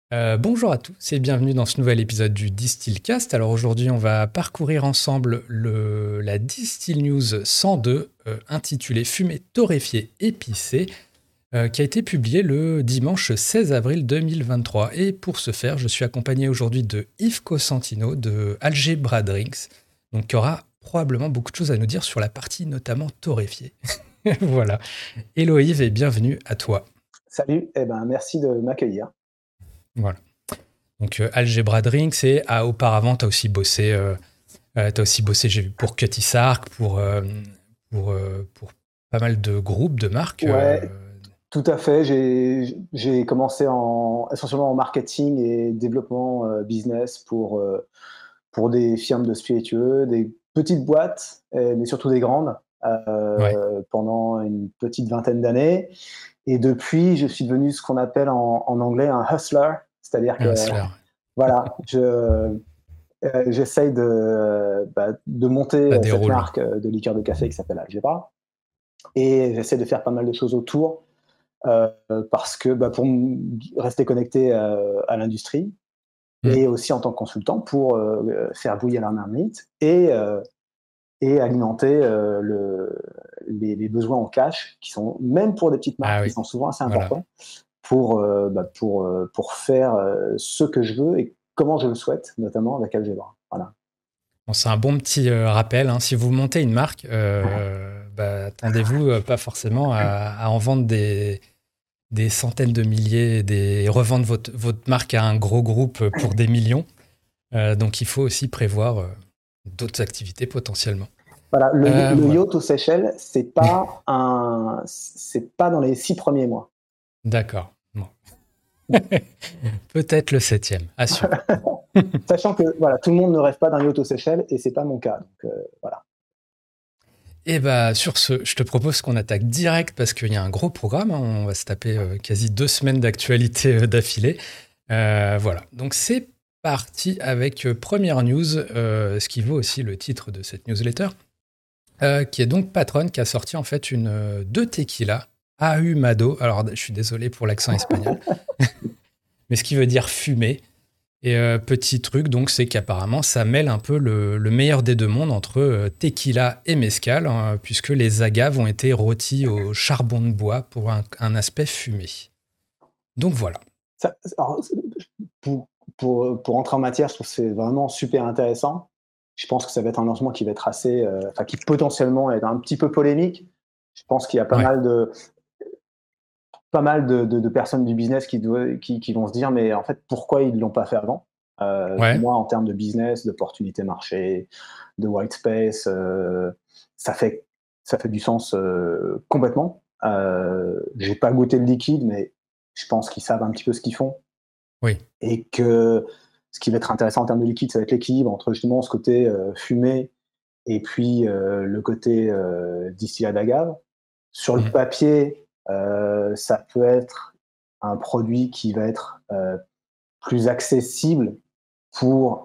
Bonjour à tous et bienvenue dans ce nouvel épisode du Distillcast. Alors aujourd'hui, on va parcourir ensemble la Distill News 102 intitulée Fumée torréfiée épicée qui a été publiée le dimanche 16 avril 2023. Et pour ce faire, je suis accompagné aujourd'hui de Yves Cosentino de Algebra Drinks, donc qui aura probablement beaucoup de choses à nous dire sur la partie notamment torréfiée. Voilà. Hello Yves et bienvenue à toi. Salut, merci de m'accueillir. Voilà. Donc Algebra Drinks et auparavant t'as aussi bossé j'ai vu pour Cutty Sark pour pas mal de groupes de marques. Ouais, tout à fait. J'ai commencé essentiellement en marketing et développement business pour des firmes de spiritueux, des petites boîtes, mais surtout des grandes, Ouais, pendant une petite vingtaine d'années. Et depuis, je suis devenu ce qu'on appelle en anglais un hustler, c'est-à-dire que un hustler. voilà, j'essaye de monter Ça cette déroule. marque de liqueur de café qui s'appelle Algebra. Et j'essaie de faire pas mal de choses autour euh, parce que pour rester connecté à l'industrie Mm. et aussi en tant que consultant pour faire bouillir la marmite et alimenter les besoins en cash qui sont, même pour des petites marques, Ah qui oui, sont souvent assez voilà. importants pour faire ce que je veux et comment je le souhaite, notamment avec Algebra. Voilà. Bon, c'est un bon petit rappel, hein. Si vous montez une marque, attendez-vous pas forcément à en vendre des centaines de milliers et revendre votre marque à un gros groupe pour des millions. Donc il faut aussi prévoir d'autres activités potentiellement. Voilà, le Voilà. yacht aux Seychelles, c'est pas dans les 6 premiers mois. D'accord. Bon. Peut-être le septième, à suivre. Sachant que voilà, tout le monde ne rêve pas d'un yacht aux Seychelles et c'est pas mon cas. Donc voilà. Et bah sur ce, je te propose qu'on attaque direct parce qu'il y a un gros programme, hein. On va se taper quasi 2 semaines d'actualité d'affilée. Voilà. Donc c'est parti avec première news, ce qui vaut aussi le titre de cette newsletter, qui est donc Patron qui a sorti en fait deux tequila ahumado. Alors je suis désolé pour l'accent espagnol, mais ce qui veut dire fumé. Et petit truc, donc, c'est qu'apparemment, ça mêle un peu le meilleur des deux mondes entre tequila et mezcal, hein, puisque les agaves ont été rôtis au charbon de bois pour un aspect fumé. Donc voilà. Ça, alors, pour, pour entrer en matière, je trouve que c'est vraiment super intéressant. Je pense que ça va être un lancement qui va être qui potentiellement est un petit peu polémique. Je pense qu'il y a Ouais, pas mal de personnes du business qui vont se dire, mais en fait, pourquoi ils ne l'ont pas fait avant? ouais, Moi, en termes de business, d'opportunités marché, de white space, ça fait, ça fait du sens complètement. J'ai pas goûté le liquide, mais je pense qu'ils savent un petit peu ce qu'ils font. oui. Et que ce qui va être intéressant en termes de liquide, ça va être l'équilibre entre justement ce côté fumé et puis le côté distillat d'agave. Sur le Mhm. papier, ça peut être un produit qui va être plus accessible pour,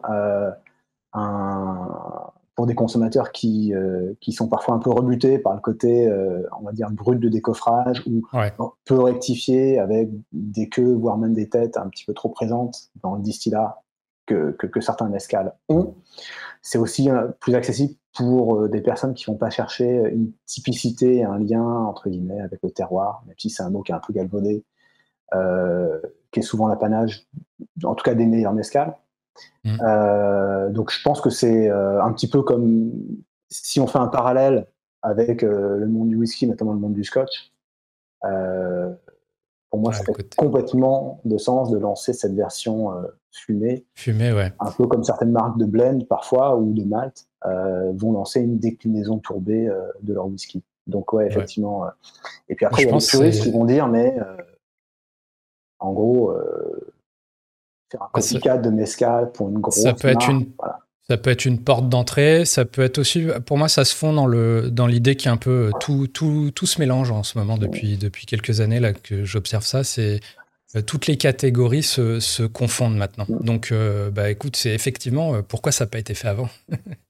pour des consommateurs qui sont parfois un peu rebutés par le côté, on va dire, brut de décoffrage ou Ouais, peu rectifié avec des queues, voire même des têtes un petit peu trop présentes dans le distillat que certains mezcal ont. C'est aussi plus accessible pour des personnes qui ne vont pas chercher une typicité, un lien entre guillemets avec le terroir, même si c'est un mot qui est un peu galvaudé, qui est souvent l'apanage, en tout cas des meilleurs mezcal. mhm. Donc je pense que c'est un petit peu comme si on fait un parallèle avec le monde du whisky, notamment le monde du scotch. Euh, pour moi, Ah, ça le fait côté complètement de sens de lancer cette version fumée, fumé, ouais. un peu comme certaines marques de blend parfois ou de malt vont lancer une déclinaison tourbée de leur whisky. Donc ouais, Ouais. effectivement. Et puis après, il Je y a les pense que puristes qui c'est. vont dire, mais en gros, faire un Bah, ça, copycat de mezcal pour une ça grosse peut être marque, une voilà. Ça peut être une porte d'entrée, ça peut être aussi, pour moi, ça se fond dans l'idée qui est un peu tout se mélange en ce moment depuis quelques années là que j'observe ça. C'est toutes les catégories se confondent maintenant. Donc, bah écoute, c'est effectivement pourquoi ça n'a pas été fait avant.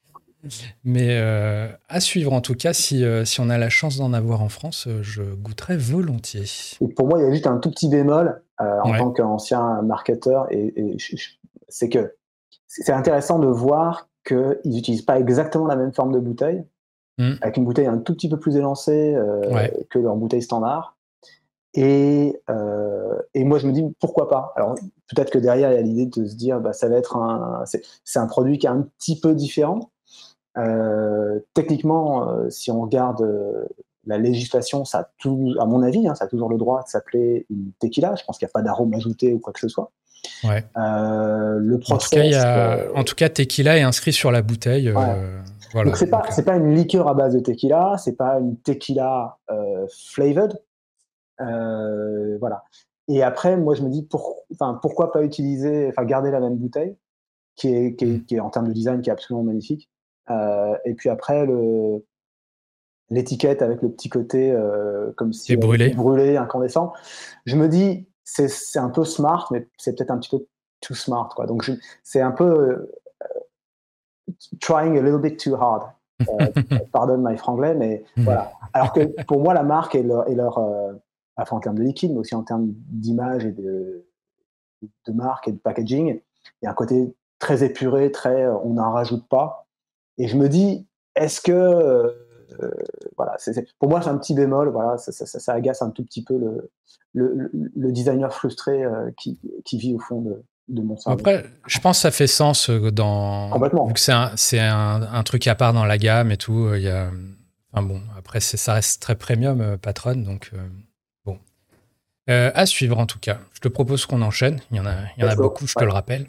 Mais à suivre en tout cas, si on a la chance d'en avoir en France, je goûterais volontiers. Et pour moi, il y a juste un tout petit bémol en Ouais. tant qu'ancien marketeur, c'est que c'est intéressant de voir qu'ils n'utilisent pas exactement la même forme de bouteille, avec une bouteille un tout petit peu plus élancée Ouais. que leur bouteille standard. Et moi, je me dis pourquoi pas. Alors peut-être que derrière, il y a l'idée de se dire, ça va être c'est un produit qui est un petit peu différent. Techniquement, si on regarde la législation, ça a tout, à mon avis, ça a toujours le droit de s'appeler une tequila. Je pense qu'il n'y a pas d'arôme ajouté ou quoi que ce soit. Ouais. Le process. En tout cas, tequila est inscrit sur la bouteille. Ouais. Voilà. Donc c'est pas une liqueur à base de tequila, c'est pas une tequila flavored. Voilà. Et après, moi, je me dis pourquoi pas garder la même bouteille qui est en termes de design qui est absolument magnifique. Et puis après l'étiquette avec le petit côté comme si brûlé, incandescent. Je me dis c'est un peu smart, mais c'est peut-être un petit peu too smart, quoi. Donc c'est un peu trying a little bit too hard. Pardonne my franglais, mais voilà. Alors que pour moi, la marque et leur en termes de liquide, mais aussi en termes d'image et de marque et de packaging, il y a un côté très épuré, on n'en rajoute pas. Et je me dis, est-ce que voilà, pour moi c'est un petit bémol, voilà, ça agace un tout petit peu le designer frustré qui vit au fond de mon cerveau. Après, je pense que ça fait sens Complètement. vu que c'est un truc à part dans la gamme et tout. Après ça reste très premium, Patron, donc bon. À suivre en tout cas. Je te propose qu'on enchaîne. Il y en a beaucoup, je te le rappelle.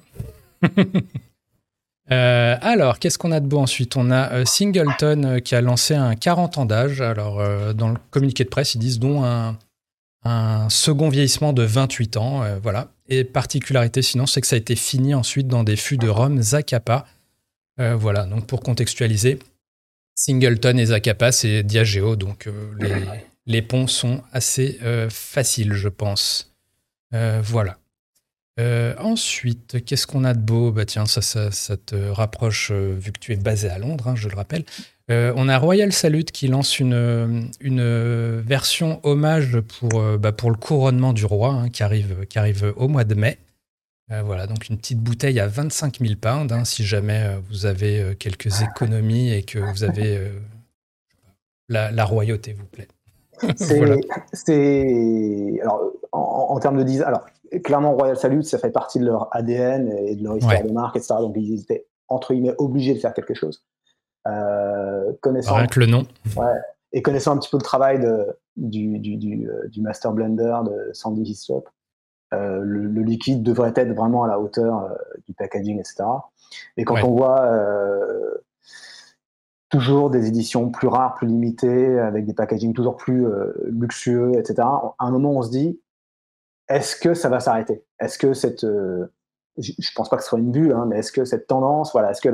Alors, qu'est-ce qu'on a de beau ensuite? On a Singleton qui a lancé un 40 ans d'âge. Alors, dans le communiqué de presse, ils disent dont un second vieillissement de 28 ans. Voilà. Et particularité, sinon, c'est que ça a été fini ensuite dans des fûts de rhum Zacapa. Voilà. Donc, pour contextualiser, Singleton et Zacapa, c'est Diageo. Donc, les ponts sont assez faciles, je pense. Voilà. Ensuite, qu'est-ce qu'on a de beau? Bah tiens, ça te rapproche vu que tu es basé à Londres, je le rappelle. On a Royal Salute qui lance une version hommage pour le couronnement du roi qui arrive au mois de mai. Voilà, donc une petite bouteille à 25 000 pounds, si jamais vous avez quelques économies et que vous avez la royauté, vous plaît. Voilà. Alors, en termes de design, alors clairement Royal Salute, ça fait partie de leur ADN et de leur histoire de marque, etc. Donc ils étaient entre guillemets obligés de faire quelque chose. Rien que le nom. Ouais, et connaissant un petit peu le travail du Master Blender de Sandy Hislop, le liquide devrait être vraiment à la hauteur du packaging, etc. Et quand on voit toujours des éditions plus rares, plus limitées, avec des packagings toujours plus luxueux, etc. À un moment, on se dit, est-ce que ça va s'arrêter? Est-ce que je pense pas que ce soit une bulle, mais est-ce que cette tendance, voilà, est-ce que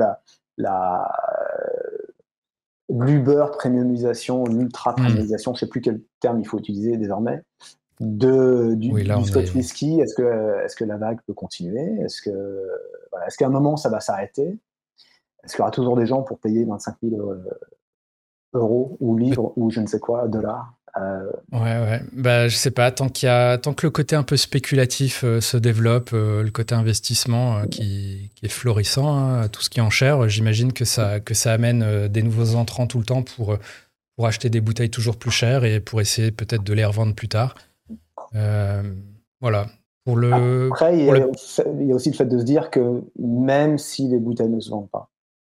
l'Uber premiumisation, l'ultra premiumisation, je sais plus quel terme il faut utiliser désormais, du Scotch whisky, est-ce que la vague peut continuer? Est-ce qu'à un moment ça va s'arrêter? Est-ce qu'il y aura toujours des gens pour payer 25 000 euros ou livres ou je ne sais quoi, dollars? Ouais. Bah, je sais pas, tant que le côté un peu spéculatif se développe, le côté investissement qui est florissant, tout ce qui est en chair, j'imagine que ça amène des nouveaux entrants tout le temps pour acheter des bouteilles toujours plus chères et pour essayer peut-être de les revendre plus tard. Voilà. Après, il y a aussi le fait de se dire que même si les bouteilles ne se vendent pas,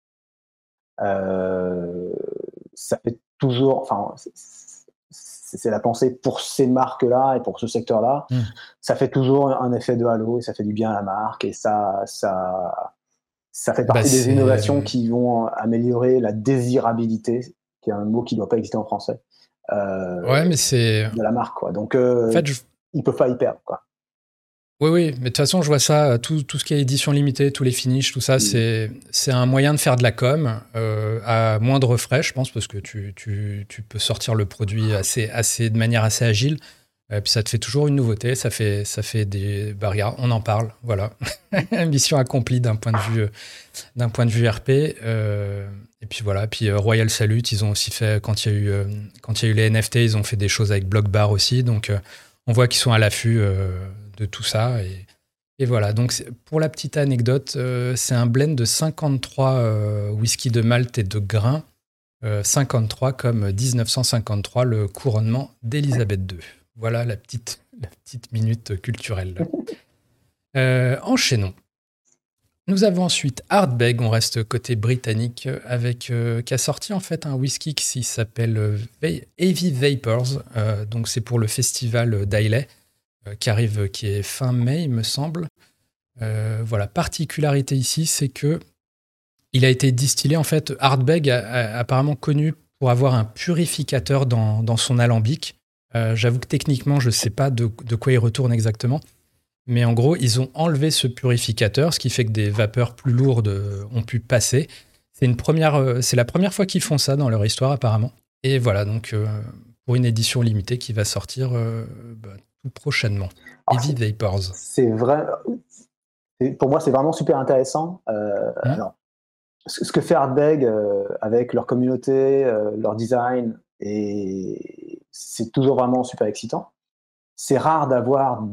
ça fait toujours, c'est la pensée pour ces marques-là et pour ce secteur-là, ça fait toujours un effet de halo et ça fait du bien à la marque et ça fait partie des innovations qui vont améliorer la désirabilité, qui est un mot qui ne doit pas exister en français, mais de la marque, quoi. Donc, en fait, ils peuvent pas y perdre, quoi. Oui, mais de toute façon, je vois ça, tout ce qui est édition limitée, tous les finishes, tout ça, c'est un moyen de faire de la com à moindre frais, je pense, parce que tu peux sortir le produit de manière assez agile. Et puis ça te fait toujours une nouveauté, ça fait des... Bah regarde, on en parle, voilà. Mission accomplie d'un point de vue RP. Et puis voilà, puis Royal Salute, ils ont aussi fait, quand il y a eu les NFT, ils ont fait des choses avec Blockbar aussi. Donc on voit qu'ils sont à l'affût de tout ça. Et voilà, donc pour la petite anecdote, c'est un blend de 53 whisky de malt et de grains. 53 comme 1953, le couronnement d'Élisabeth II. Voilà la petite minute culturelle. Enchaînons. Nous avons ensuite Ardbeg, on reste côté britannique, qui a sorti en fait un whisky qui s'appelle Heavy Vapors. Donc c'est pour le festival d'Islay qui est fin mai, il me semble. Voilà, particularité ici, c'est que il a été distillé, en fait, Ardbeg apparemment connu pour avoir un purificateur dans son alambic. J'avoue que techniquement, je ne sais pas de quoi il retourne exactement. Mais en gros, ils ont enlevé ce purificateur, ce qui fait que des vapeurs plus lourdes ont pu passer. C'est la première fois qu'ils font ça dans leur histoire, apparemment. Et voilà, donc pour une édition limitée qui va sortir tout prochainement. Heavy Vapors. C'est vrai. Pour moi, c'est vraiment super intéressant. Alors, ce que fait Ardbeg avec leur communauté, leur design, et c'est toujours vraiment super excitant. C'est rare d'avoir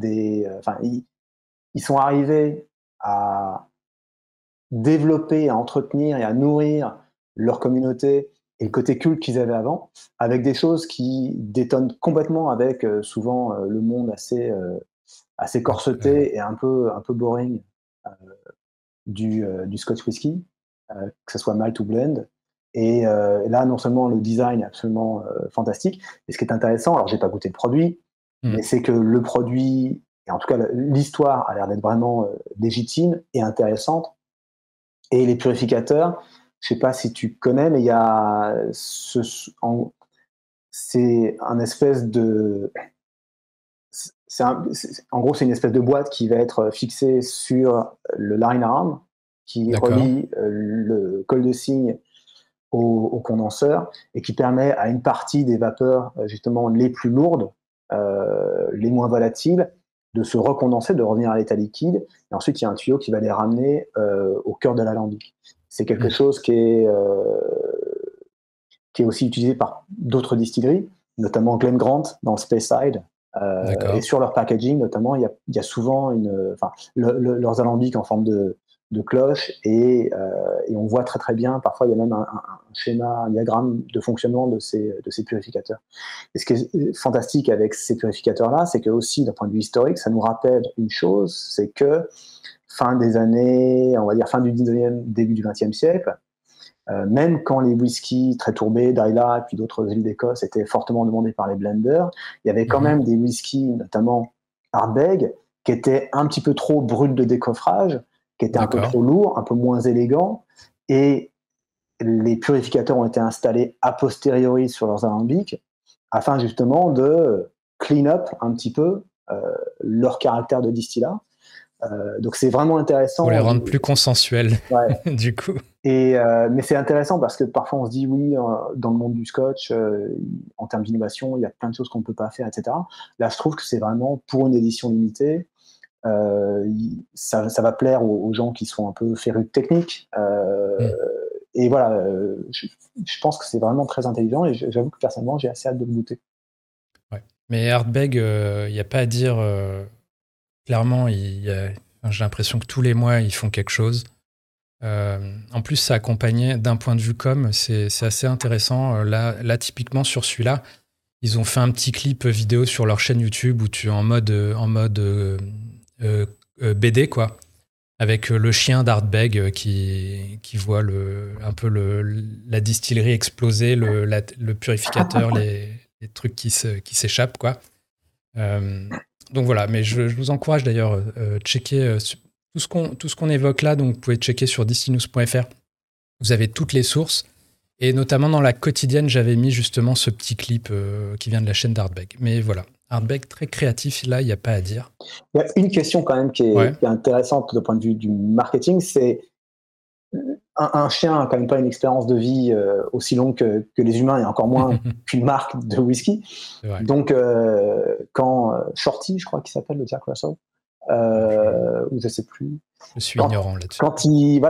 ils sont arrivés à développer, à entretenir et à nourrir leur communauté et le côté culte qu'ils avaient avant, avec des choses qui détonnent complètement avec souvent le monde assez corseté et un peu boring du Scotch whisky, que ce soit malt ou blend. Et là, non seulement le design est absolument fantastique, mais ce qui est intéressant, alors j'ai pas goûté le produit, mais c'est que le produit, et en tout cas l'histoire a l'air d'être vraiment légitime et intéressante. Et les purificateurs, je sais pas si tu connais, mais il y a c'est un espèce de... en gros, c'est une espèce de boîte qui va être fixée sur le line arm, qui relie le col de cygne au condenseur et qui permet à une partie des vapeurs, justement les plus lourdes, les moins volatiles, de se recondenser, de revenir à l'état liquide. Et ensuite, il y a un tuyau qui va les ramener au cœur de l'alambic. C'est quelque chose qui est aussi utilisé par d'autres distilleries, notamment Glen Grant dans le Speyside. Et sur leur packaging, notamment, il y a souvent leurs alambics en forme de cloche, et on voit très très bien, parfois il y a même un schéma, un diagramme de fonctionnement de ces purificateurs. Et ce qui est fantastique avec ces purificateurs-là, c'est que aussi d'un point de vue historique, ça nous rappelle une chose, c'est que fin des années, on va dire fin du 19e, début du 20e siècle, même quand les whiskies très tourbés d'Islay et puis d'autres îles d'Écosse étaient fortement demandés par les blenders, il y avait quand même des whiskies, notamment Ardbeg, qui étaient un petit peu trop bruts de décoffrage, qui étaient un peu trop lourds, un peu moins élégants, et les purificateurs ont été installés a posteriori sur leurs alambics, afin justement de clean up un petit peu leur caractère de distillat. Donc c'est vraiment intéressant. Pour les rendre plus consensuels, du coup. Mais c'est intéressant parce que parfois on se dit oui, dans le monde du scotch, en termes d'innovation, il y a plein de choses qu'on ne peut pas faire, etc. Là, je trouve que c'est vraiment pour une édition limitée. Ça va plaire aux gens qui sont un peu férus de technique. Et voilà, je pense que c'est vraiment très intelligent et j'avoue que personnellement, j'ai assez hâte de le goûter. Ouais. Mais Ardbeg, il n'y a pas à dire. Clairement, j'ai l'impression que tous les mois, ils font quelque chose. En plus, ça accompagnait d'un point de vue com, c'est assez intéressant. Là, typiquement, sur celui-là, ils ont fait un petit clip vidéo sur leur chaîne YouTube où tu es en mode BD, quoi, avec le chien d'Ardbeg qui voit un peu la distillerie exploser, le purificateur, les trucs qui s'échappent, quoi. Donc voilà, mais je vous encourage d'ailleurs checker tout ce qu'on évoque là. Donc vous pouvez checker sur distilnews.fr. Vous avez toutes les sources. Et notamment dans la quotidienne, j'avais mis justement ce petit clip qui vient de la chaîne d'Ardbeg. Mais voilà, Ardbeg très créatif, là, il n'y a pas à dire. Il y a une question quand même qui est intéressante du point de vue du marketing, c'est un chien n'a quand même pas une expérience de vie aussi longue que les humains et encore moins qu'une marque de whisky. Donc, quand Shorty, je crois qu'il s'appelle, le Jack Russell, ou je sais plus. Je suis ignorant là-dessus. Quand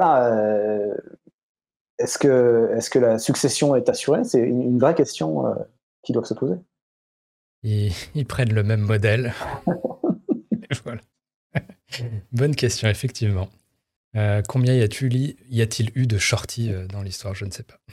est-ce que la succession est assurée? C'est une vraie question qu'ils doivent se poser. Ils prennent le même modèle. Voilà. Bonne question, effectivement. Combien y a-t-il eu de Shorty dans l'histoire? Je ne sais pas.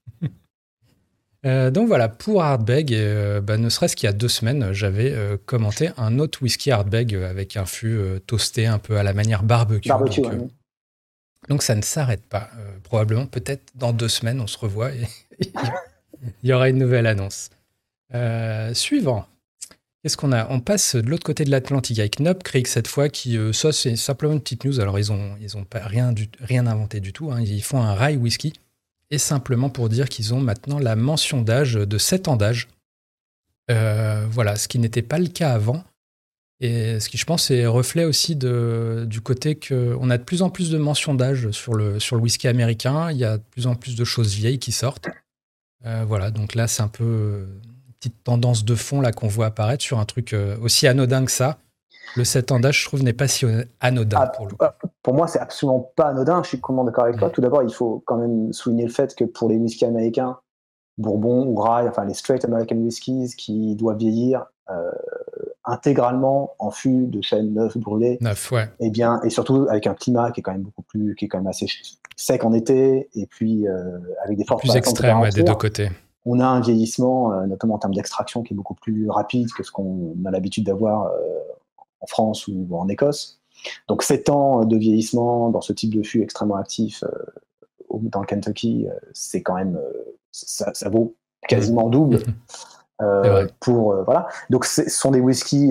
Donc voilà, pour Ardbeg, ne serait-ce qu'il y a 2 semaines, j'avais commenté un autre whisky Ardbeg avec un fût toasté un peu à la manière barbecue. Donc ça ne s'arrête pas. Probablement, peut-être dans 2 semaines, on se revoit et il y aura une nouvelle annonce. Suivant. Qu'est-ce qu'on a? On passe de l'autre côté de l'Atlantique avec Knob Creek cette fois, qui ça c'est simplement une petite news. Alors ils ont pas rien inventé du tout. Hein. Ils font un rye whisky. Et simplement pour dire qu'ils ont maintenant la mention d'âge de 7 ans d'âge. Voilà, ce qui n'était pas le cas avant. Et ce qui, je pense, est reflet aussi du côté qu'on a de plus en plus de mentions d'âge sur le whisky américain. Il y a de plus en plus de choses vieilles qui sortent. Voilà, donc là, c'est un peu une petite tendance de fond là, qu'on voit apparaître sur un truc aussi anodin que ça. Le 7 ans d'âge, je trouve, n'est pas si anodin pour le coup. Pour moi, c'est absolument pas anodin. Je suis complètement d'accord avec toi. Tout d'abord, il faut quand même souligner le fait que pour les whiskies américains, bourbon ou rye, enfin les straight American whiskies qui doivent vieillir intégralement en fût de chêne neuf brûlé. Et bien, et surtout avec un climat qui est quand même assez sec en été, et puis avec des fortes plus extrêmes des deux côtés. On a un vieillissement, notamment en termes d'extraction, qui est beaucoup plus rapide que ce qu'on a l'habitude d'avoir en France ou en Écosse. Donc 7 ans de vieillissement dans ce type de fût extrêmement actif dans le Kentucky, c'est quand même ça vaut quasiment double voilà. Donc ce sont des whiskies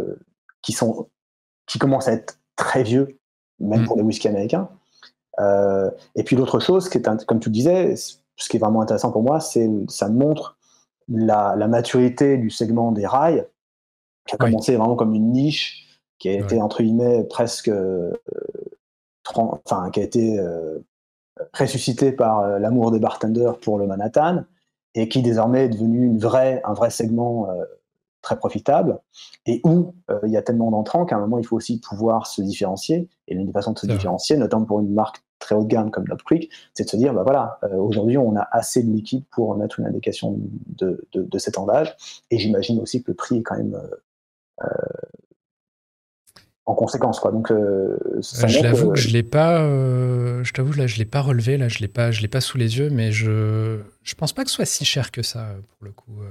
qui commencent à être très vieux, même pour les whiskies américains. Et puis l'autre chose, comme tu le disais, ce qui est vraiment intéressant pour moi, c'est ça montre la maturité du segment des rails, qui a commencé vraiment comme une niche, qui a été entre guillemets presque qui a été ressuscité par l'amour des bartenders pour le Manhattan, et qui désormais est devenu un vrai segment très profitable, et où il y a tellement d'entrants qu'à un moment il faut aussi pouvoir se différencier, et l'une des façons de se différencier, notamment pour une marque très haut de gamme comme Knob Creek, c'est de se dire aujourd'hui on a assez de liquide pour mettre une indication de 7 ans d'âge, et j'imagine aussi que le prix est quand même en conséquence, quoi. Donc je l'avoue que je l'ai pas je t'avoue là, je l'ai pas relevé là, je l'ai pas sous les yeux, mais je pense pas que ce soit si cher que ça pour le coup.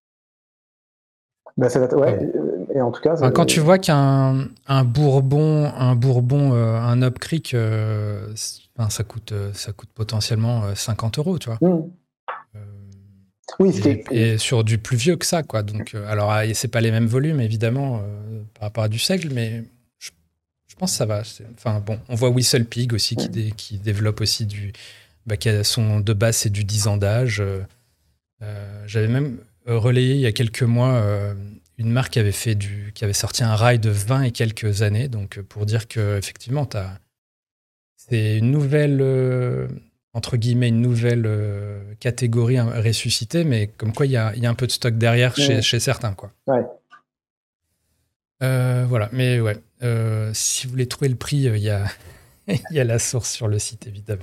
Et en tout cas, quand tu vois qu'un bourbon, un Knob Creek, ça coûte potentiellement 50 €, tu vois. Oui, et sur du plus vieux que ça, quoi. Donc, alors, c'est pas les mêmes volumes, évidemment, par rapport à du seigle, mais je pense que ça va. Enfin, bon, on voit Whistle Pig aussi qui développe aussi qui a de base, c'est du 10 ans d'âge. J'avais même relayé il y a quelques mois une marque qui avait sorti un rye de 20 et quelques années, donc pour dire que effectivement, c'est une nouvelle. Entre guillemets, une nouvelle catégorie ressuscitée, mais comme quoi il y a un peu de stock derrière chez certains, quoi. Voilà, mais si vous voulez trouver le prix, il y a la source sur le site, évidemment.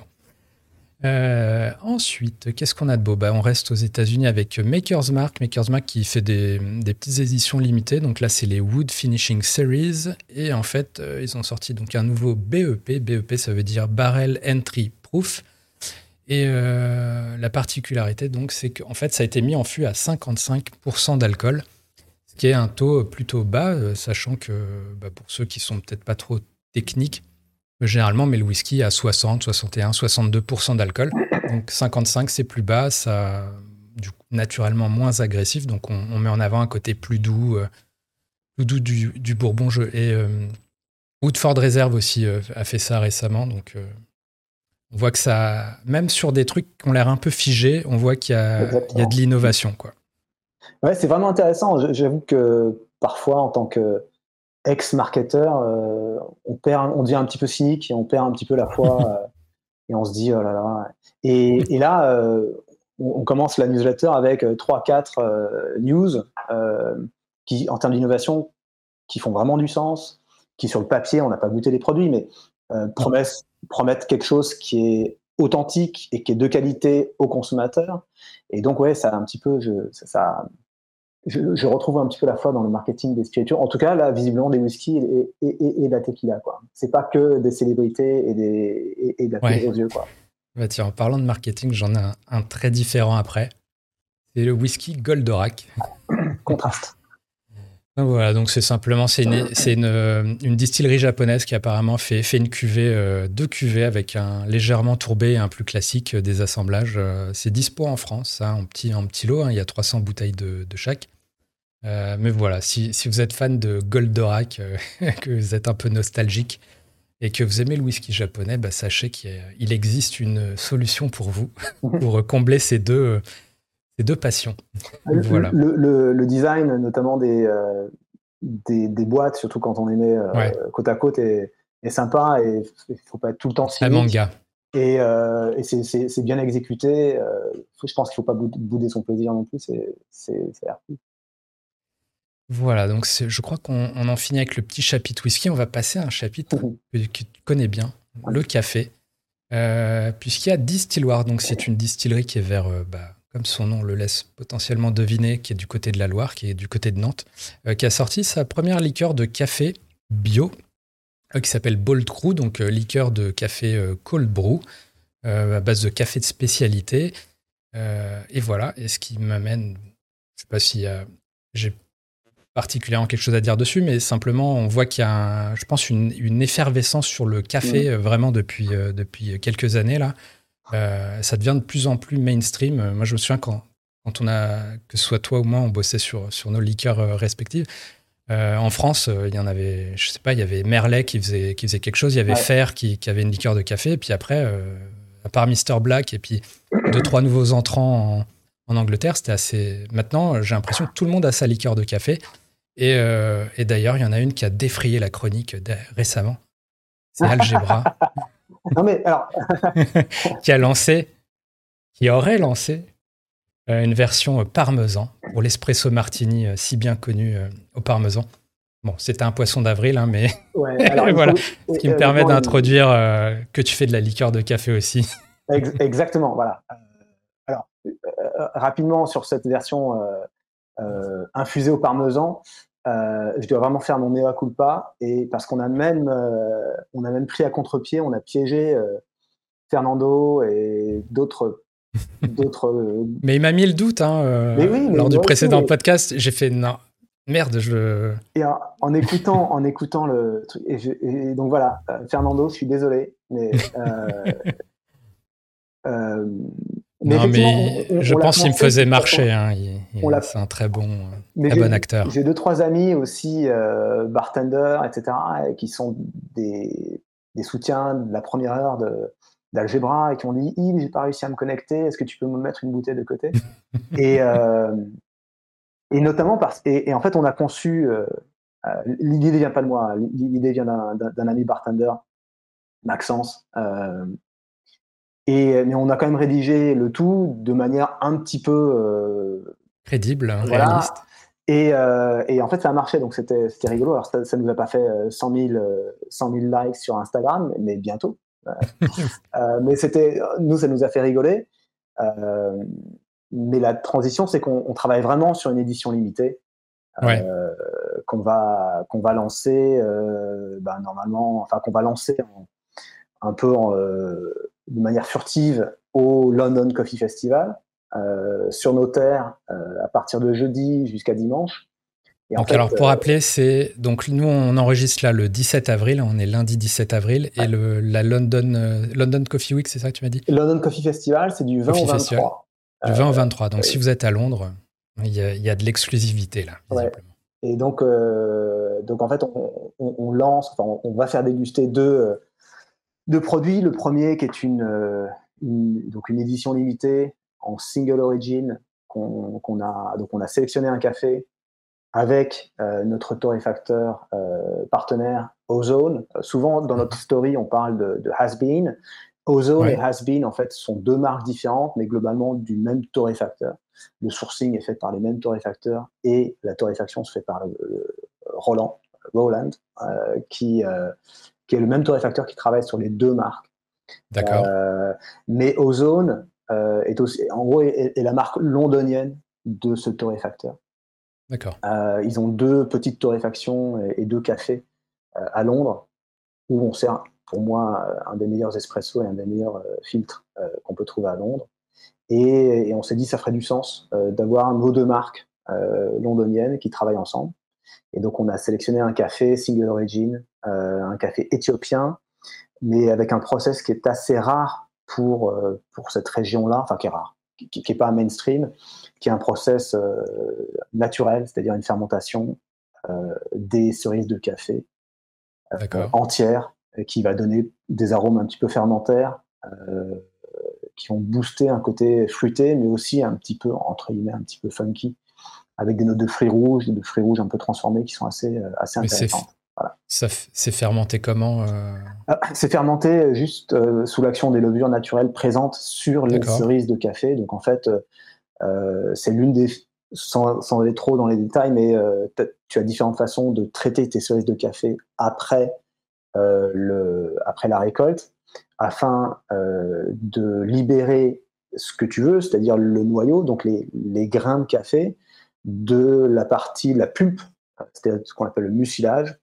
Ensuite, qu'est-ce qu'on a de beau? On reste aux États-Unis avec Maker's Mark qui fait des petites éditions limitées. Donc là, c'est les Wood Finishing Series, et en fait, ils ont sorti donc un nouveau BEP. BEP, ça veut dire Barrel Entry Proof. Et la particularité, donc, c'est qu'en fait, ça a été mis en fût à 55% d'alcool, ce qui est un taux plutôt bas, sachant que pour ceux qui sont peut-être pas trop techniques, généralement, on met le whisky à 60, 61, 62% d'alcool. Donc 55, c'est plus bas, ça, du coup, naturellement moins agressif. Donc on met en avant un côté plus doux du bourbon. Et Woodford Reserve aussi a fait ça récemment, donc... on voit que ça, même sur des trucs qui ont l'air un peu figés, on voit qu'il y a de l'innovation, quoi. Ouais, c'est vraiment intéressant. J'avoue que parfois, en tant qu'ex-marketeur, on devient un petit peu cynique et on perd un petit peu la foi et on se dit oh là là. Et là, on commence la newsletter avec 3-4 news qui, en termes d'innovation, qui font vraiment du sens, qui sur le papier, on n'a pas goûté les produits, mais promettent quelque chose qui est authentique et qui est de qualité aux consommateurs. Et donc, ouais, ça un petit peu, je retrouve un petit peu la foi dans le marketing des spiritueux. En tout cas, là, visiblement, des whisky et de la tequila, quoi. C'est pas que des célébrités et de la poudre aux yeux, quoi. Bah tiens, en parlant de marketing, j'en ai un très différent après. C'est le whisky Goldorak. Contraste. Donc voilà, donc c'est simplement une distillerie japonaise qui apparemment fait une cuvée, 2 cuvées avec un légèrement tourbé et un plus classique des assemblages. C'est dispo en France, hein, en petit lot, hein, il y a 300 bouteilles de chaque. Mais voilà, si vous êtes fan de Goldorak, que vous êtes un peu nostalgique et que vous aimez le whisky japonais, bah sachez qu'il existe une solution pour vous, pour combler ces deux passions. Voilà. Le design, notamment des boîtes, surtout quand on les met côte à côte, est sympa et il ne faut pas être tout le temps cynique. Un manga. Et c'est bien exécuté. Je pense qu'il ne faut pas bouder son plaisir non plus. C'est cool. Voilà, donc je crois qu'on en finit avec le petit chapitre whisky. On va passer à un chapitre que tu connais bien, le café. Puisqu'il y a Distilleoir, donc c'est une distillerie qui est vers, comme son nom le laisse potentiellement deviner, qui est du côté de la Loire, qui est du côté de Nantes, qui a sorti sa première liqueur de café bio, qui s'appelle Bold Crew, donc liqueur de café cold brew, à base de café de spécialité. Et voilà, et ce qui m'amène, je ne sais pas si j'ai particulièrement quelque chose à dire dessus, mais simplement on voit qu'il y a, je pense, une effervescence sur le café vraiment depuis quelques années là. Ça devient de plus en plus mainstream. Moi, je me souviens quand on a, que ce soit toi ou moi, on bossait sur nos liqueurs respectives. En France, il y en avait, je sais pas, il y avait Merlet qui faisait quelque chose, il y avait Fer qui avait une liqueur de café, et puis après, à part Mr Black et puis 2-3 nouveaux entrants en Angleterre, c'était assez. Maintenant, j'ai l'impression que tout le monde a sa liqueur de café. Et d'ailleurs, il y en a une qui a défrayé la chronique récemment. C'est Algebra. Non mais alors, qui aurait lancé une version parmesan pour l'espresso martini si bien connu au parmesan. Bon, c'était un poisson d'avril, hein, mais alors, voilà. Ce qui me permet d'introduire que tu fais de la liqueur de café aussi. Exactement, voilà. Alors, rapidement sur cette version infusée au parmesan, je dois vraiment faire mon mea culpa, et parce qu'on a même pris à contre-pied, on a piégé Fernando et d'autres. Mais il m'a mis le doute lors du précédent podcast. J'ai fait non, merde, Et en écoutant le truc, et donc voilà, Fernando, je suis désolé, mais non, mais je pense qu'il me faisait marcher. C'est un très bon acteur. J'ai 2-3 amis aussi, bartenders, etc., qui sont des soutiens de la première heure d'Algebra et qui m'ont dit « Yves, j'ai pas réussi à me connecter, est-ce que tu peux me mettre une bouteille de côté ?» Et notamment et en fait, on a conçu... l'idée ne vient pas de moi, l'idée vient d'un ami bartender, Maxence, mais on a quand même rédigé le tout de manière un petit peu crédible, réaliste. Et en fait, ça a marché, donc c'était rigolo. Alors, ça nous a pas fait 100 000 likes sur Instagram, mais bientôt. Mais nous, ça nous a fait rigoler. Mais la transition, c'est qu'on travaille vraiment sur une édition limitée qu'on va lancer normalement, enfin qu'on va lancer un peu de manière furtive au London Coffee Festival, sur nos terres, à partir de jeudi jusqu'à dimanche. Et donc, alors, pour rappeler, donc nous, on enregistre là le 17 avril, on est lundi 17 avril, et la London Coffee Week, c'est ça que tu m'as dit ? London Coffee Festival, c'est du 20 au 23. Du 20 au 23, donc si vous êtes à Londres, il y a de l'exclusivité là, visiblement. Et donc en fait, on lance, enfin, on va faire déguster deux produits. Le premier qui est une édition limitée en single origin, on a sélectionné un café avec notre torréfacteur partenaire Ozone. Souvent dans notre story, on parle de Has Been. Ozone et Ouais, Has Been, en fait, sont deux marques différentes, mais globalement du même torréfacteur. Le sourcing est fait par les mêmes torréfacteurs et la torréfaction se fait par Rowland, qui est le même torréfacteur qui travaille sur les deux marques. d'accord, Euh, mais Ozone est aussi, en gros, est la marque londonienne de ce torréfacteur. d'accord, Ils ont deux petites torréfactions et deux cafés à Londres où on sert, pour moi, un des meilleurs espressos et un des meilleurs filtres qu'on peut trouver à Londres. Et on s'est dit ça ferait du sens d'avoir nos deux marques londoniennes qui travaillent ensemble. Et donc on a sélectionné un café single origin, un café éthiopien, mais avec un process qui est assez rare pour cette région-là, enfin qui est rare, qui n'est pas mainstream, qui est un process naturel, c'est-à-dire une fermentation des cerises de café d'accord. entières, qui va donner des arômes un petit peu fermentaires, qui vont booster un côté fruité, mais aussi un petit peu, entre guillemets, un petit peu funky, avec des notes de fruits rouges un peu transformés qui sont assez Mais intéressantes. Voilà. c'est fermenté comment C'est fermenté juste sous l'action des levures naturelles présentes sur les D'accord, cerises de café. Donc en fait, c'est l'une des, sans aller trop dans les détails, mais tu as différentes façons de traiter tes cerises de café après la récolte, afin de libérer ce que tu veux, c'est-à-dire le noyau, donc les grains de café, de la partie, la pulpe, c'est-à-dire ce qu'on appelle le mucilage.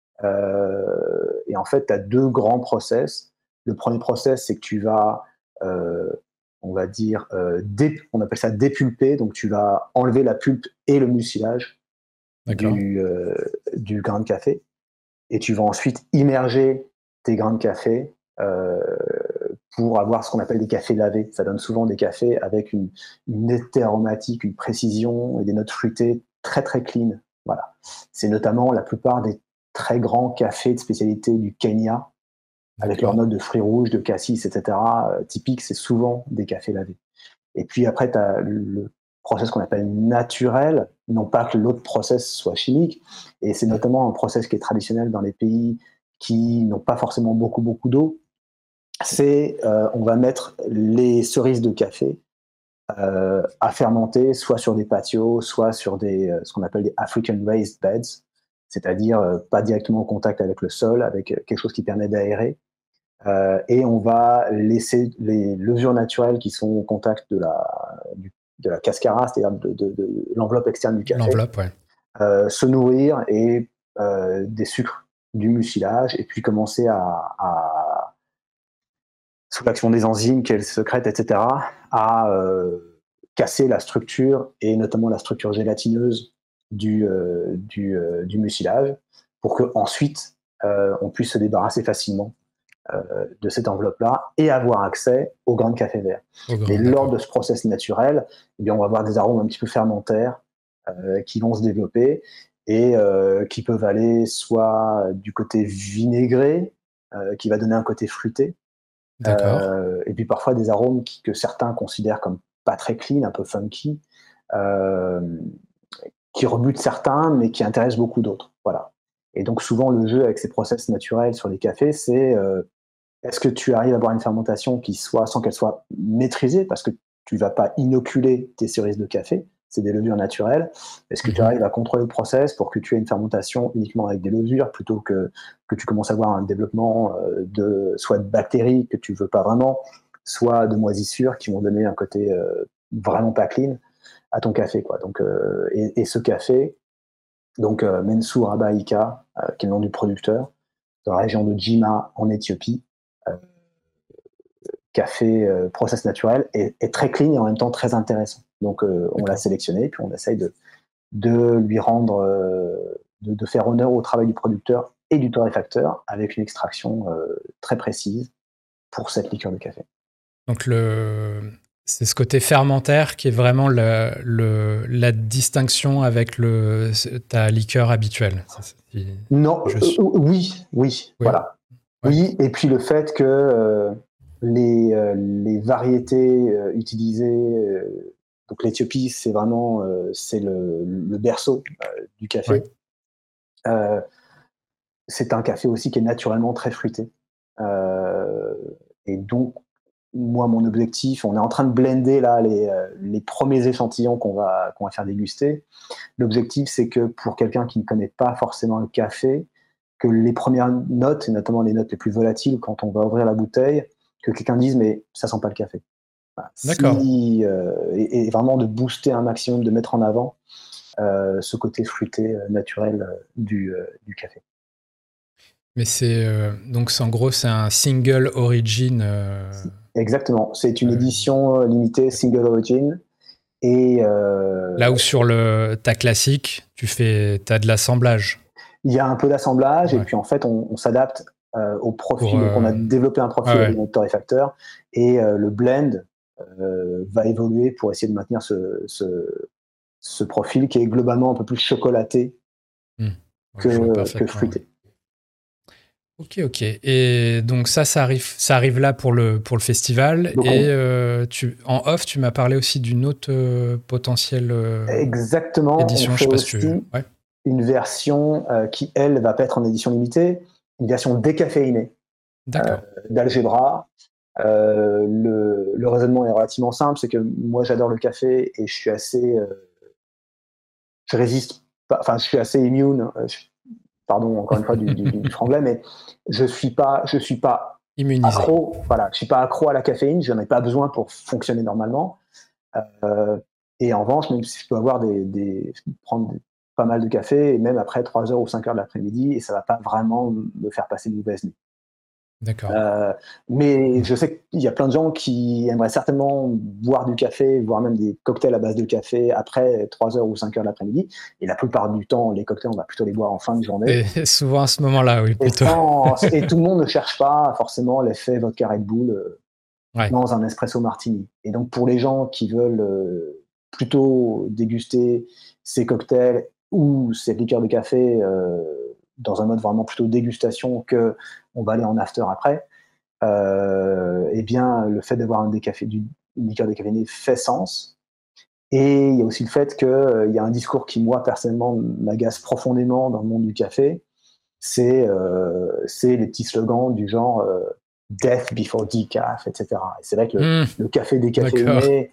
Et en fait, tu as deux grands process. Le premier process, c'est que tu vas, euh, on va dire, on appelle ça dépulper, donc tu vas enlever la pulpe et le mucilage d'accord, du grain de café et tu vas ensuite immerger tes grains de café pour avoir ce qu'on appelle des cafés lavés. Ça donne souvent des cafés avec une netteté aromatique, une précision et des notes fruitées très très clean. Voilà. C'est notamment la plupart des très grands cafés de spécialité du Kenya, avec leurs d'accord. notes de fruits rouges, de cassis, etc. Typiques, c'est souvent des cafés lavés. Et puis après, tu as le process qu'on appelle naturel, non pas que l'autre process soit chimique, et c'est Mm. notamment un process qui est traditionnel dans les pays qui n'ont pas forcément beaucoup d'eau. C'est on va mettre les cerises de café à fermenter, soit sur des patios, soit sur ce qu'on appelle des African raised beds, c'est-à-dire pas directement en contact avec le sol, avec quelque chose qui permet d'aérer. Et on va laisser les levures naturelles qui sont au contact de la cascara, c'est-à-dire de l'enveloppe externe du café, L'enveloppe, ouais. se nourrir et des sucres du mucilage, et puis commencer sous l'action des enzymes qu'elles sécrètent, etc., à casser la structure, et notamment la structure gélatineuse du mucilage, pour qu'ensuite on puisse se débarrasser facilement de cette enveloppe-là et avoir accès au grain de café vert. Au Mais grand, lors d'accord. de ce process naturel, eh bien, on va avoir des arômes un petit peu fermentaires qui vont se développer et qui peuvent aller soit du côté vinaigré, qui va donner un côté fruité, D'accord. et puis parfois des arômes que certains considèrent comme pas très clean, un peu funky, euh, qui rebutent certains, mais qui intéressent beaucoup d'autres. Voilà. Et donc souvent le jeu avec ces process naturels sur les cafés, c'est est-ce que tu arrives à avoir une fermentation qui soit, sans qu'elle soit maîtrisée, parce que tu ne vas pas inoculer tes cerises de café, c'est des levures naturelles. Est-ce que tu Mhm. arrives à contrôler le process pour que tu aies une fermentation uniquement avec des levures, plutôt que tu commences à avoir un développement soit de bactéries que tu ne veux pas vraiment, soit de moisissures qui vont donner un côté vraiment pas clean à ton café, quoi. Donc, et ce café, donc Mensur Abaïka, qui est le nom du producteur, dans la région de Jima en Éthiopie, café process naturel est très clean et en même temps très intéressant. Donc on l'a D'accord. sélectionné, puis on essaye de lui rendre, de faire honneur au travail du producteur et du torréfacteur avec une extraction très précise pour cette liqueur de café. Donc, c'est ce côté fermentaire qui est vraiment la distinction avec ta liqueur habituelle. Non, Je oui, Oui, voilà. ouais, Oui, et puis le fait que les variétés utilisées, donc l'Éthiopie, c'est vraiment c'est le berceau du ouais. café. Euh, c'est un café aussi qui est naturellement très fruité. Euh, Et donc, moi, mon objectif, on est en train de blender là les premiers échantillons qu'on va faire déguster. L'objectif, c'est que pour quelqu'un qui ne connaît pas forcément le café, que les premières notes, et notamment les notes les plus volatiles, quand on va ouvrir la bouteille, que quelqu'un dise mais ça sent pas le café. Voilà. D'accord. Et vraiment de booster un maximum, de mettre en avant ce côté fruité naturel du café. Mais donc en gros c'est un single origin. Exactement, c'est une édition limitée single origin. Et là où sur ta classique, t'as de l'assemblage. Il y a un peu d'assemblage, et puis en fait on s'adapte au profil. Donc on a développé un profil avec notre torréfacteur, et le blend va évoluer pour essayer de maintenir ce profil qui est globalement un peu plus chocolaté que fruité. Ok. Et donc ça arrive là pour le festival. Donc et en off, tu m'as parlé aussi d'une autre potentielle édition. On fait aussi une version qui, elle, va pas être en édition limitée, une version décaféinée d'Algebra. Le raisonnement est relativement simple, c'est que moi j'adore le café et je suis assez je suis assez immune, pardon encore une fois du franglais, mais je suis pas immunisé. Accro, voilà, je suis pas accro à la caféine, j'en ai pas besoin pour fonctionner normalement. Et en revanche, même si je peux prendre pas mal de café, et même après 3 heures ou 5 heures de l'après-midi, et ça va pas vraiment me faire passer de mauvaise nuit. D'accord. Mais je sais qu'il y a plein de gens qui aimeraient certainement boire du café, voire même des cocktails à base de café après 3 heures ou 5 heures de l'après-midi. Et la plupart du temps, les cocktails, on va plutôt les boire en fin de journée. Et souvent à ce moment-là, oui, plutôt. Et tout le monde ne cherche pas forcément l'effet vodka Red Bull dans un espresso martini. Et donc, pour les gens qui veulent plutôt déguster ces cocktails ou ces liqueurs de café dans un mode vraiment plutôt dégustation que on va aller en after après, eh bien, le fait d'avoir une liqueur décaféinée fait sens. Et il y a aussi le fait qu'il y a un discours qui, moi, personnellement, m'agace profondément dans le monde du café. C'est les petits slogans du genre Death before decaf, etc. Et c'est vrai que le café décaféiné...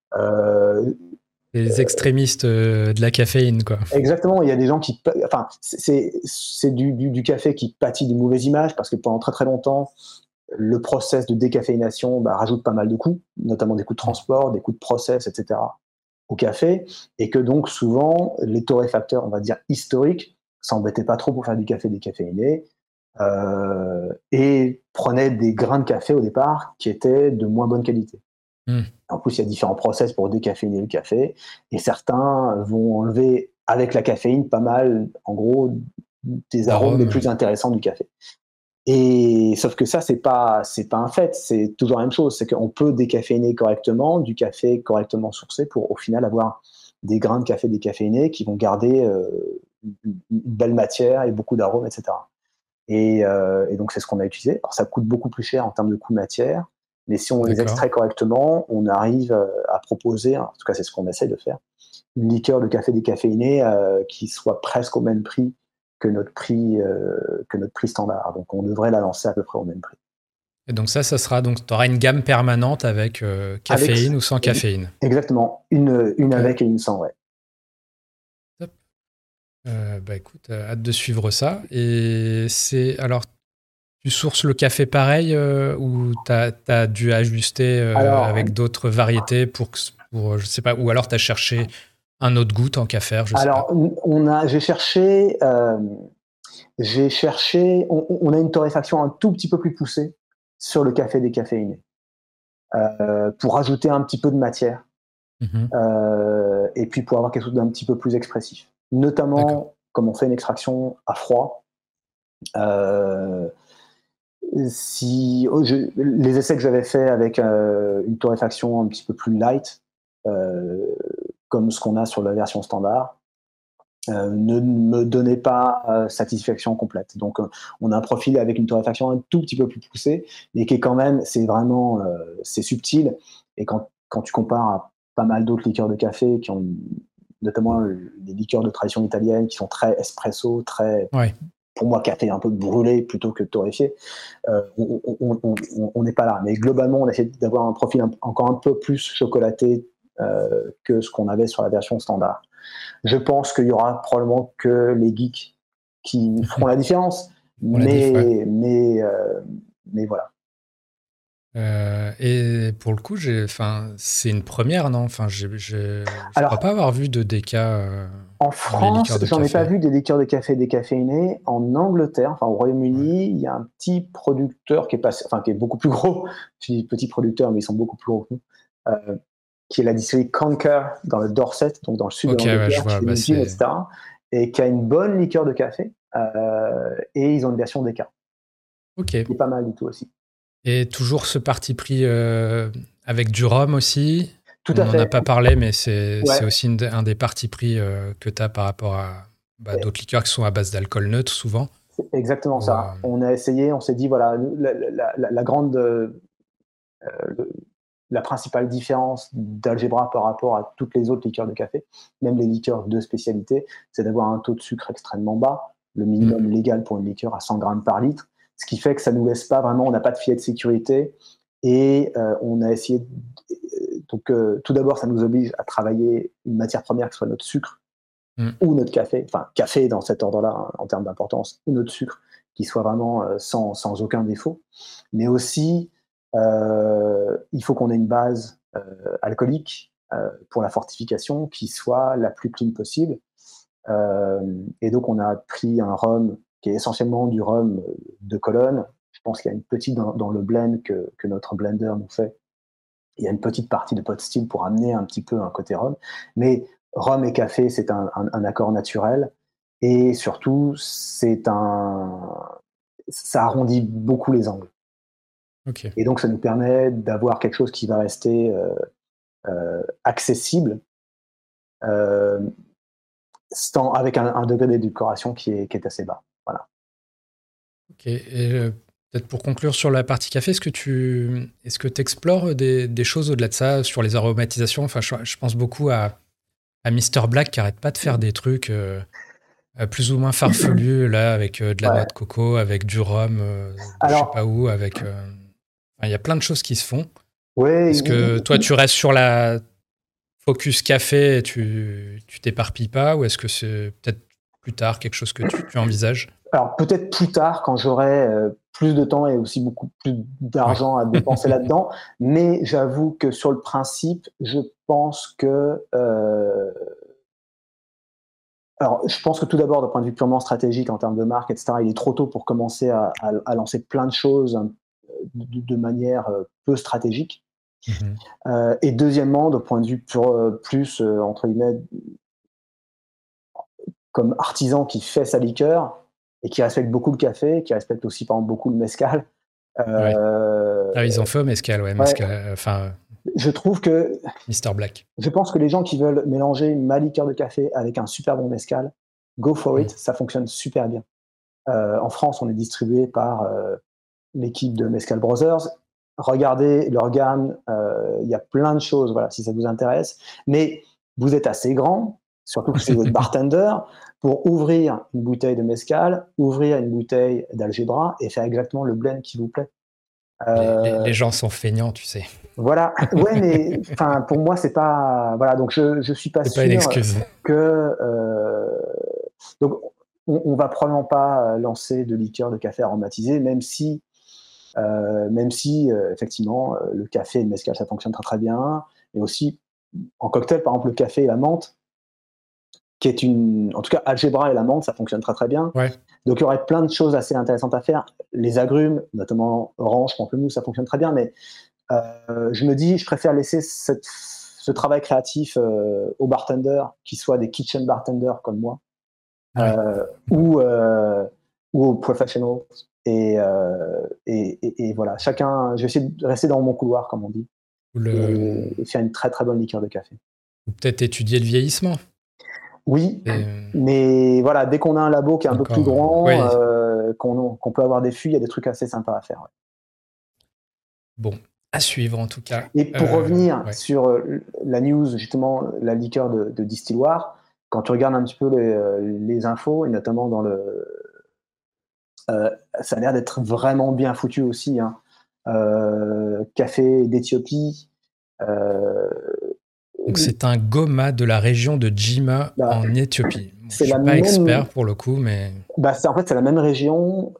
les extrémistes de la caféine, quoi. Exactement, il y a des gens qui... Enfin, c'est du café qui pâtit d'une mauvaise image, parce que pendant très très longtemps, le process de décaféination rajoute pas mal de coûts, notamment des coûts de transport, des coûts de process, etc. au café, et que donc souvent, les torréfacteurs, on va dire historiques, s'embêtaient pas trop pour faire du café décaféiné, et prenaient des grains de café au départ qui étaient de moins bonne qualité. En plus, il y a différents process pour décaféiner le café, et certains vont enlever avec la caféine pas mal, en gros, des arômes les plus intéressants du café. Et sauf que ça, c'est pas un fait, c'est toujours la même chose, c'est qu'on peut décaféiner correctement, du café correctement sourcé, pour au final avoir des grains de café décaféinés qui vont garder une belle matière et beaucoup d'arômes, etc. Et donc c'est ce qu'on a utilisé. Alors ça coûte beaucoup plus cher en termes de coût matière, mais si on les extrait correctement, on arrive à proposer, en tout cas c'est ce qu'on essaie de faire, une liqueur de café décaféiné qui soit presque au même prix que notre prix standard. Donc on devrait la lancer à peu près au même prix. Et donc ça sera donc tu auras une gamme permanente avec caféine ou sans caféine. Exactement, une avec et une sans, ouais. Top. Écoute, hâte de suivre ça. Et alors tu sources le café pareil ou t'as dû ajuster avec d'autres variétés pour je sais pas, ou alors t'as cherché un autre goût tant qu'à faire, je sais pas. J'ai cherché, on a une torréfaction un tout petit peu plus poussée sur le café décaféiné, pour rajouter un petit peu de matière, et puis pour avoir quelque chose d'un petit peu plus expressif. Notamment, comme on fait une extraction à froid, les essais que j'avais fait avec une torréfaction un petit peu plus light, comme ce qu'on a sur la version standard, ne me donnait pas satisfaction complète. Donc on a un profil avec une torréfaction un tout petit peu plus poussée, mais qui est quand même, c'est subtil, et quand tu compares à pas mal d'autres liqueurs de café qui ont notamment les liqueurs de tradition italienne qui sont très espresso, très pour moi, café un peu brûlé plutôt que torréfié, on n'est pas là. Mais globalement, on essaie d'avoir un profil encore un peu plus chocolaté que ce qu'on avait sur la version standard. Je pense qu'il y aura probablement que les geeks qui feront la différence, mais voilà. Et pour le coup, c'est une première, non? Je crois pas avoir vu de déca en France, j'en ai pas vu des liqueurs de café décaféinés. En Angleterre, enfin au Royaume-Uni, il y a un petit producteur qui est beaucoup plus gros. Je dis petit producteur, mais ils sont beaucoup plus gros que nous. Qui est la distillerie Conker dans le Dorset, donc dans le sud de l'Angleterre, qui fait des gins, etc. Et qui a une bonne liqueur de café. Et ils ont une version déca. Ok. Qui est pas mal du tout aussi. Et toujours ce parti pris avec du rhum aussi. Tout à fait. On n'en a pas parlé, mais c'est aussi un des partis pris que tu as par rapport à d'autres liqueurs qui sont à base d'alcool neutre, souvent. C'est exactement ça. On a essayé, on s'est dit, voilà, la principale différence d'Algebra par rapport à toutes les autres liqueurs de café, même les liqueurs de spécialité, c'est d'avoir un taux de sucre extrêmement bas, le minimum légal pour une liqueur à 100 grammes par litre, ce qui fait que ça nous laisse pas vraiment, on n'a pas de filet de sécurité, et on a essayé, donc tout d'abord ça nous oblige à travailler une matière première qui soit notre sucre, ou notre café, enfin café dans cet ordre-là hein, en termes d'importance, ou notre sucre qui soit vraiment sans aucun défaut, mais aussi il faut qu'on ait une base alcoolique pour la fortification qui soit la plus clean possible. Et donc, on a pris un rhum qui est essentiellement du rhum de Cologne. Je pense qu'il y a une petite dans le blend que notre blender nous fait. Il y a une petite partie de pot still pour amener un petit peu un côté rhum. Mais rhum et café, c'est un accord naturel. Et surtout, ça arrondit beaucoup les angles. Okay. Et donc, ça nous permet d'avoir quelque chose qui va rester accessible, avec un degré d'édulcoration qui est assez bas. Voilà. Ok. Et peut-être pour conclure sur la partie café, est-ce que tu explores des choses au-delà de ça, sur les aromatisations? Enfin, je pense beaucoup à Mr. Black qui arrête pas de faire des trucs plus ou moins farfelus, là, avec de la noix de coco, avec du rhum, je sais pas où, avec... il y a plein de choses qui se font. Ouais, est-ce que toi, tu restes sur la focus café et tu t'éparpilles pas, ou est-ce que c'est peut-être plus tard quelque chose que tu envisages? Alors, peut-être plus tard, quand j'aurai plus de temps et aussi beaucoup plus d'argent à dépenser là-dedans. Mais j'avoue que sur le principe, je pense que... Alors, je pense que tout d'abord, d'un point de vue purement stratégique, en termes de marque, etc., il est trop tôt pour commencer à lancer plein de choses de manière peu stratégique. Et deuxièmement, d'un point de vue plus entre guillemets, comme artisan qui fait sa liqueur et qui respecte beaucoup le café, qui respecte aussi par exemple beaucoup le mezcal. Ils ont fait au mezcal, mezcal, je trouve que Mr. Black. Je pense que les gens qui veulent mélanger ma liqueur de café avec un super bon mezcal, go for it, ça fonctionne super bien. En France, on est distribué par l'équipe de Mezcal Brothers. Regardez leur gamme, il y a plein de choses, voilà, si ça vous intéresse. Mais vous êtes assez grand, surtout si vous êtes bartender, pour ouvrir une bouteille de mezcal, ouvrir une bouteille d'Algebra et faire exactement le blend qui vous plaît. Les gens sont feignants, tu sais. Voilà, ouais, mais pour moi, c'est pas. Voilà, donc je suis pas sûr pas une excuse. que. Donc, on va probablement pas lancer de liqueur de café aromatisé, même si effectivement, le café et le mezcal, ça fonctionne très très bien. Et aussi, en cocktail, par exemple, le café et la menthe, qui est en tout cas, Algebra et la menthe, ça fonctionne très très bien. Ouais. Donc, il y aurait plein de choses assez intéressantes à faire. Les agrumes, notamment orange, pamplemousse, ça fonctionne très bien, mais je me dis, je préfère laisser ce travail créatif aux bartenders, qui soient des kitchen bartenders comme moi, ou aux professionals. Et voilà, chacun, je vais essayer de rester dans mon couloir, comme on dit, et faire une très très bonne liqueur de café. Ou peut-être étudier le vieillissement. Oui, mais voilà, dès qu'on a un labo qui est un peu plus grand, qu'on peut avoir des fûts, il y a des trucs assez sympas à faire. Ouais. Bon, à suivre en tout cas. Et pour revenir sur la news, justement, la liqueur de Distilloir, quand tu regardes un petit peu les infos, et notamment dans Ça a l'air d'être vraiment bien foutu aussi, hein. Café d'Éthiopie. Donc c'est un Goma de la région de Jima Bah, en Éthiopie. Bon, c'est je suis la pas même. expert pour le coup, mais En fait, c'est la même région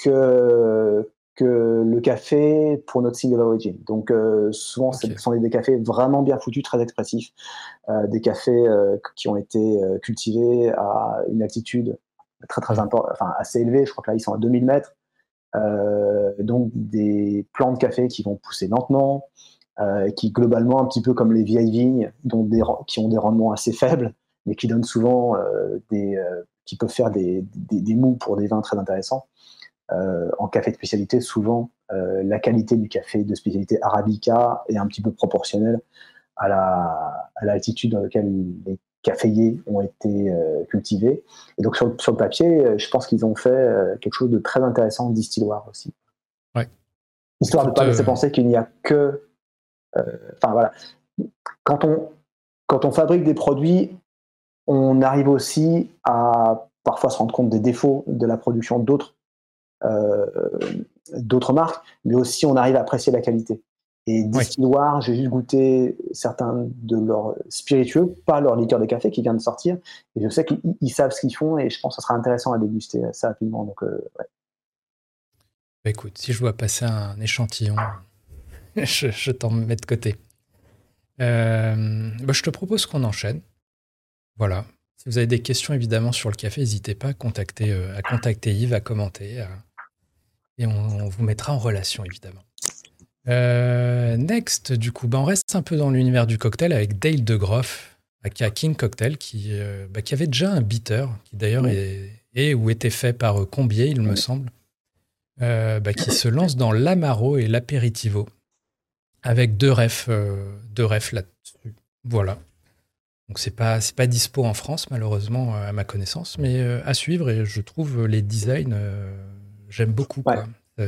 que le café pour notre single origin. Donc, souvent, ce ok. sont des cafés vraiment bien foutus, très expressifs. Des cafés qui ont été cultivés à une altitude assez élevée. Je crois que là, ils sont à 2000 mètres. Donc, des plants de café qui vont pousser lentement, qui, globalement, un petit peu comme les vieilles vignes, qui ont des rendements assez faibles, mais qui donnent souvent qui peuvent faire des mous pour des vins très intéressants. En café de spécialité, souvent, la qualité du café de spécialité Arabica est un petit peu proportionnelle à l'altitude dans laquelle les caféiers ont été cultivés. Et donc, sur le papier, je pense qu'ils ont fait quelque chose de très intéressant en distilloir aussi. Ouais. Histoire de ne Écoute, pas laisser penser qu'il n'y a que... voilà. Quand on fabrique des produits, on arrive aussi à parfois se rendre compte des défauts de la production d'autres marques, mais aussi on arrive à apprécier la qualité. Et Distilloir, j'ai juste goûté certains de leurs spiritueux, pas leur liqueur de café qui vient de sortir, et je sais qu'ils savent ce qu'ils font, et je pense que ça sera intéressant à déguster assez rapidement. Donc, ouais. bah écoute, si je dois passer un échantillon, je t'en mets de côté. Bah, je te propose qu'on enchaîne. Voilà. Si vous avez des questions évidemment sur le café, n'hésitez pas à contacter Yves, à commenter, et on vous mettra en relation évidemment. Next, du coup, bah, on reste un peu dans l'univers du cocktail avec Dale de Groff, qui a King Cocktail, qui avait déjà un bitter, qui d'ailleurs est ou était fait par Combier, il me semble, qui se lance dans l'Amaro et l'Aperitivo, avec deux refs là-dessus. Voilà. Donc c'est pas dispo en France, malheureusement, à ma connaissance, mais à suivre, et je trouve les designs, j'aime beaucoup, Ouais. quoi.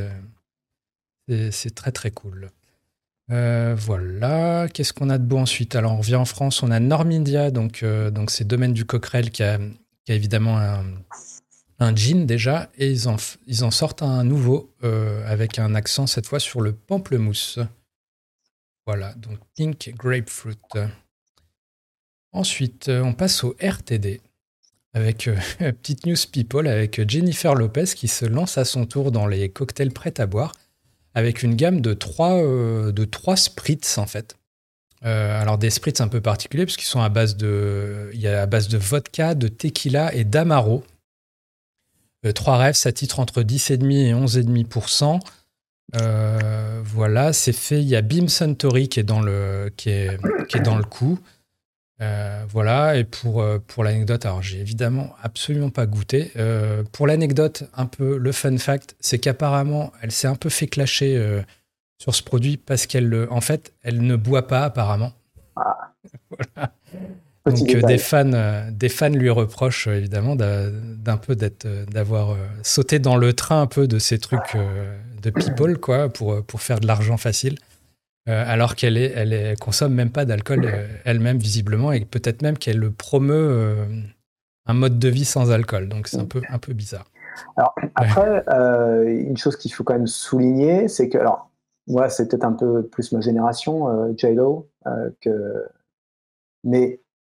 C'est très très cool. Voilà. Qu'est-ce qu'on a de beau ensuite? Alors, on revient en France. On a Normindia, donc c'est Domaine du Coquerel qui a évidemment un gin déjà. Et ils en sortent un nouveau avec un accent cette fois sur le pamplemousse. Voilà, donc Pink Grapefruit. Ensuite, on passe au RTD avec petite news people avec Jennifer Lopez qui se lance à son tour dans les cocktails prêts à boire, avec une gamme de trois spritz en fait. Alors des spritz un peu particuliers parce qu'ils sont à base de vodka, de tequila et d'amaro. 3 rêves, ça titre entre 10,5 et 11,5%. Voilà, c'est fait. Il y a Beam Suntory qui est dans le coup. Voilà, et pour l'anecdote, alors j'ai évidemment absolument pas goûté. Pour l'anecdote, un peu le fun fact, c'est qu'apparemment, elle s'est un peu fait clasher sur ce produit parce qu'elle, en fait, elle ne boit pas apparemment. Ah. Voilà. Petit Donc détail. des fans lui reprochent évidemment d'avoir sauté dans le train un peu de ces trucs de people quoi pour faire de l'argent facile. Alors qu'elle consomme même pas d'alcool elle-même visiblement, et peut-être même qu'elle promeut un mode de vie sans alcool. Donc c'est un peu bizarre. Alors après, une chose qu'il faut quand même souligner, c'est que, alors, moi, c'est peut-être un peu plus ma génération, J-Lo, mais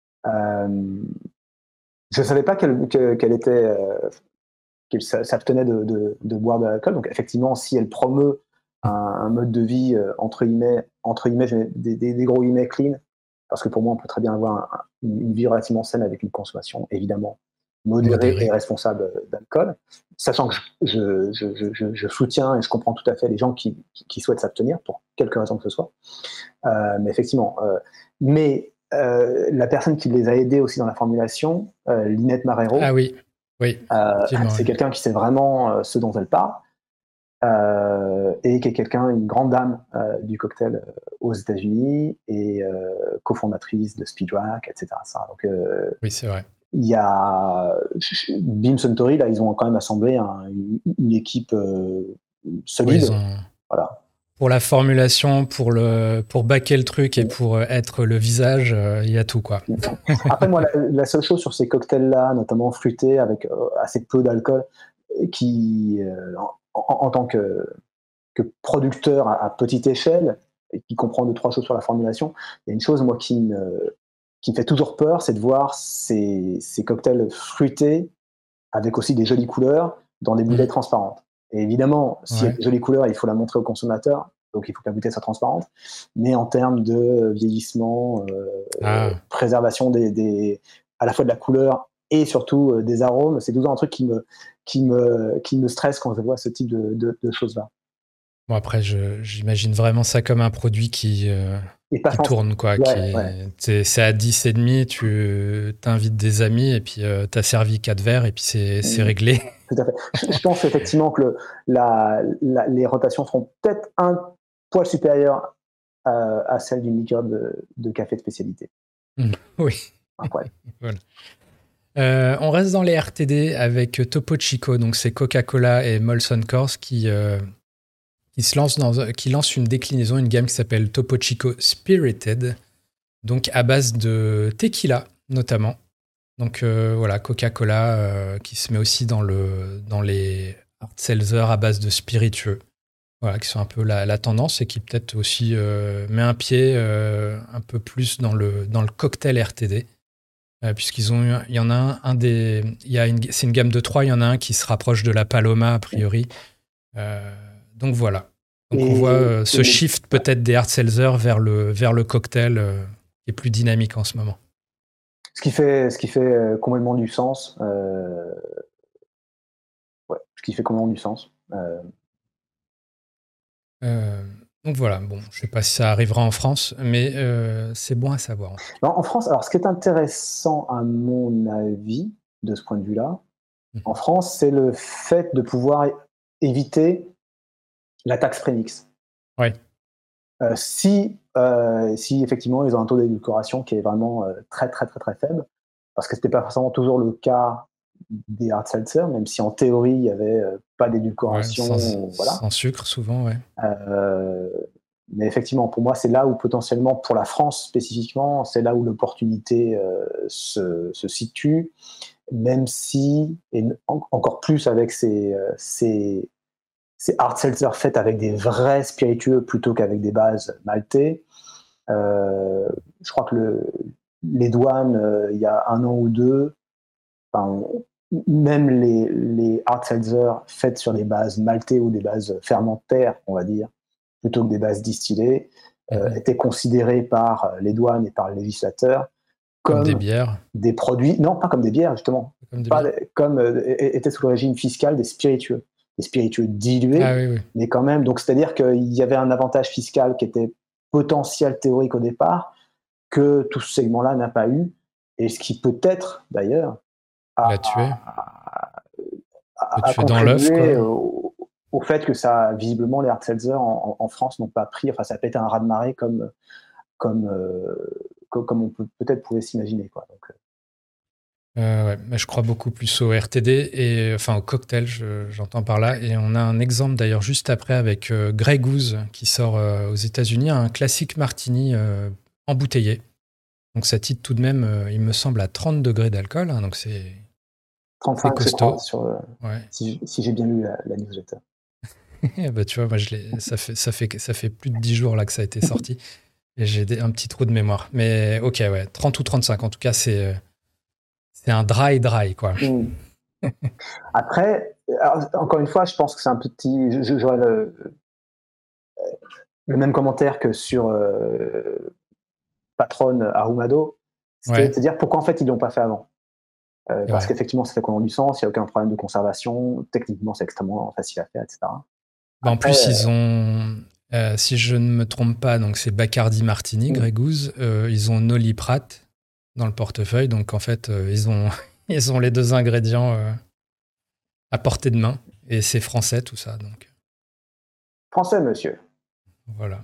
je ne savais pas qu'elle était, qu'elle s'abstenait de boire de l'alcool. Donc effectivement, si elle promeut un mode de vie entre guillemets, je mets des gros guillemets clean, parce que pour moi, on peut très bien avoir une vie relativement saine avec une consommation évidemment modérée et responsable d'alcool, sachant que je soutiens et je comprends tout à fait les gens qui souhaitent s'abstenir pour quelque raison que ce soit. Mais effectivement, la personne qui les a aidés aussi dans la formulation, Linette Marrero, oui, c'est quelqu'un qui sait vraiment ce dont elle parle, et qui est une grande dame du cocktail aux États-Unis, et cofondatrice de Speedrack, etc. Donc, oui, c'est vrai. Il y a Beam Suntory, là, ils ont quand même assemblé une équipe solide. Oui, voilà. Pour la formulation, pour baquer le truc et pour être le visage, il y a tout, quoi. Après, moi, la seule chose sur ces cocktails-là, notamment fruités, avec assez peu d'alcool, qui en tant que producteur à petite échelle, et qui comprend 2-3 choses sur la formulation, il y a une chose, moi, qui me fait toujours peur, c'est de voir ces cocktails fruités avec aussi des jolies couleurs dans des bouteilles transparentes. Et évidemment, s'il y a des jolies couleurs, il faut la montrer au consommateur, donc il faut que la bouteille soit transparente. Mais en termes de vieillissement, préservation à la fois de la couleur et surtout des arômes, c'est toujours un truc qui me stresse quand je vois ce type de choses-là. Bon, après, j'imagine vraiment ça comme un produit qui tourne, quoi. C'est à 10,5, tu t'invites des amis et puis t'as servi 4 verres et puis c'est réglé. Tout à fait. Je pense effectivement que les rotations seront peut-être un poil supérieures à celles d'une liqueur de café de spécialité. Oui. Incroyable. Voilà. On reste dans les RTD avec Topo Chico, donc c'est Coca-Cola et Molson Coors qui lance une déclinaison, une gamme qui s'appelle Topo Chico Spirited, donc à base de tequila notamment. Donc voilà, Coca-Cola qui se met aussi dans les hard seltzer à base de spiritueux, voilà, qui sont un peu la tendance et qui peut-être aussi met un pied un peu plus dans le cocktail RTD. Puisqu'il y en a c'est une gamme de 3, il y en a un qui se rapproche de la Paloma a priori. Donc voilà. Donc on voit ce shift peut-être des hard seltzer vers le cocktail qui est plus dynamique en ce moment. Ce qui fait complètement du sens. Ce qui fait complètement du sens. Donc voilà, bon, je ne sais pas si ça arrivera en France, mais c'est bon à savoir. En France, alors ce qui est intéressant à mon avis, de ce point de vue-là, en France, c'est le fait de pouvoir éviter la taxe prémix. Ouais. Si effectivement ils ont un taux d'édulcoration qui est vraiment très très très très faible, parce que c'était pas forcément toujours le cas des hard seltzer, même si en théorie il y avait pas d'édulcoration, sans sucre souvent, ouais. Mais effectivement, pour moi, c'est là où potentiellement, pour la France spécifiquement, c'est là où l'opportunité se situe, même si, et encore plus avec ces hard seltzer faits avec des vrais spiritueux plutôt qu'avec des bases maltées. Je crois que les douanes, il y a 1 an ou 2, même les hard seltzer faites sur des bases maltées ou des bases fermentaires, on va dire, plutôt que des bases distillées, étaient considérés par les douanes et par le législateur comme des bières. Des produits, non, pas comme des bières, justement, étaient sous le régime fiscal des spiritueux dilués, mais quand même. Donc, c'est-à-dire qu'il y avait un avantage fiscal qui était potentiel théorique au départ, que tout ce segment-là n'a pas eu, et ce qui peut-être, d'ailleurs, a contribué au fait que ça, visiblement, les hard seltzer en France n'ont pas pris, enfin, ça a pété un raz-de-marée comme on peut-être pouvait s'imaginer, quoi. Donc, ouais, mais je crois beaucoup plus au RTD et enfin au cocktail, j'entends par là. Et on a un exemple d'ailleurs juste après avec Grey Goose qui sort aux États-Unis, un classique martini embouteillé. Donc ça titre tout de même, il me semble, à 30 degrés d'alcool. Hein, donc c'est 35, costaud. Je crois, si j'ai bien lu la newsletter. Bah, tu vois, moi, ça fait plus de 10 jours là que ça a été sorti. Et j'ai un petit trou de mémoire. Mais ok, ouais, 30 ou 35. En tout cas, c'est un dry, quoi. Après, alors, encore une fois, je pense que c'est un petit... J'aurais le même commentaire que sur Patron Ahumado. C'est-à-dire pourquoi, en fait, ils ne l'ont pas fait avant. Parce qu'effectivement, ça fait qu'on a du sens, il n'y a aucun problème de conservation. Techniquement, c'est extrêmement facile à faire, etc. Bah, en plus, ils ont... si je ne me trompe pas, donc c'est Bacardi Martini, Grey Goose. Ils ont Noli Pratt dans le portefeuille. Donc, en fait, ils ont les 2 ingrédients à portée de main. Et c'est français, tout ça. Donc. Français, monsieur. Voilà.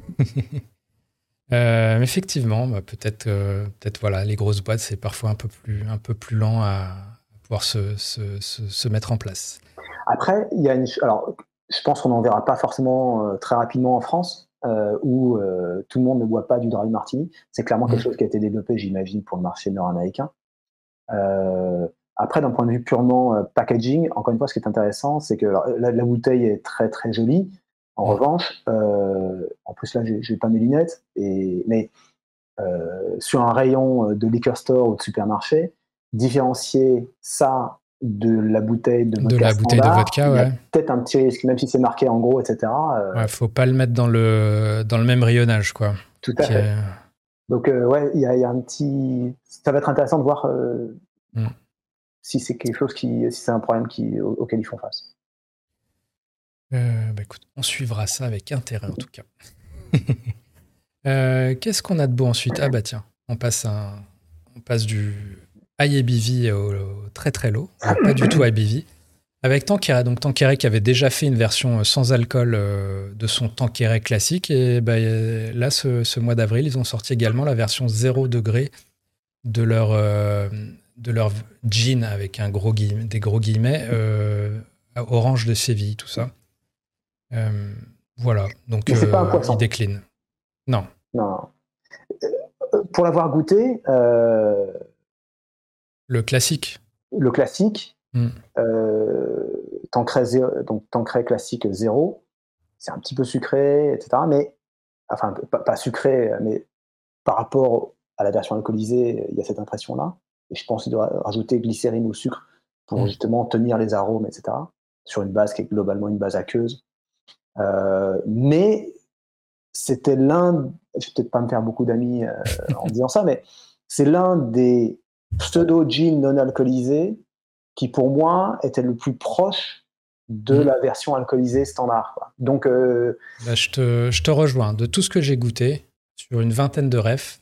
Effectivement, bah, peut-être voilà, les grosses boîtes, c'est parfois un peu plus lent à pouvoir se mettre en place. Après, il y a alors, je pense qu'on n'en verra pas forcément très rapidement en France, où tout le monde ne boit pas du dry martini. C'est clairement quelque chose qui a été développé, j'imagine, pour le marché nord-américain. Après, d'un point de vue purement packaging, encore une fois, ce qui est intéressant, c'est que la bouteille est très très jolie. En revanche, en plus là, j'ai pas mes lunettes, mais sur un rayon de liquor store ou de supermarché, différencier ça de la bouteille de vodka la bouteille de standard, vodka, il y a ouais. peut-être un petit risque, même si c'est marqué en gros, etc. Ouais, faut pas le mettre dans le même rayonnage, quoi. Tout à fait. Donc, ouais, il y a un petit. Ça va être intéressant de voir si c'est quelque chose si c'est un problème auquel ils font face. Bah écoute, on suivra ça avec intérêt en tout cas. Qu'est-ce qu'on a de beau ensuite? Ah bah tiens, on passe du high ABV au très très low, pas du tout ABV, avec Tanqueray. Donc Tanqueray qui avait déjà fait une version sans alcool de son Tanqueray classique, et bah, là ce mois d'avril, ils ont sorti également la version 0 degré de leur gin avec des gros guillemets, orange de Séville, tout ça. Voilà, donc c'est pas un poisson. il décline. Non. Pour l'avoir goûté, le classique. Tanqueray classique 0, c'est un petit peu sucré, etc. Mais, enfin, pas sucré, mais par rapport à la version alcoolisée, il y a cette impression-là. Et je pense qu'il doit rajouter glycérine ou sucre pour justement tenir les arômes, etc. Sur une base qui est globalement une base aqueuse. Mais c'était je vais peut-être pas me faire beaucoup d'amis en disant ça, mais c'est l'un des pseudo-gins non alcoolisés qui, pour moi, était le plus proche de la version alcoolisée standard, quoi. Donc, bah, je te rejoins. De tout ce que j'ai goûté, sur une vingtaine de refs,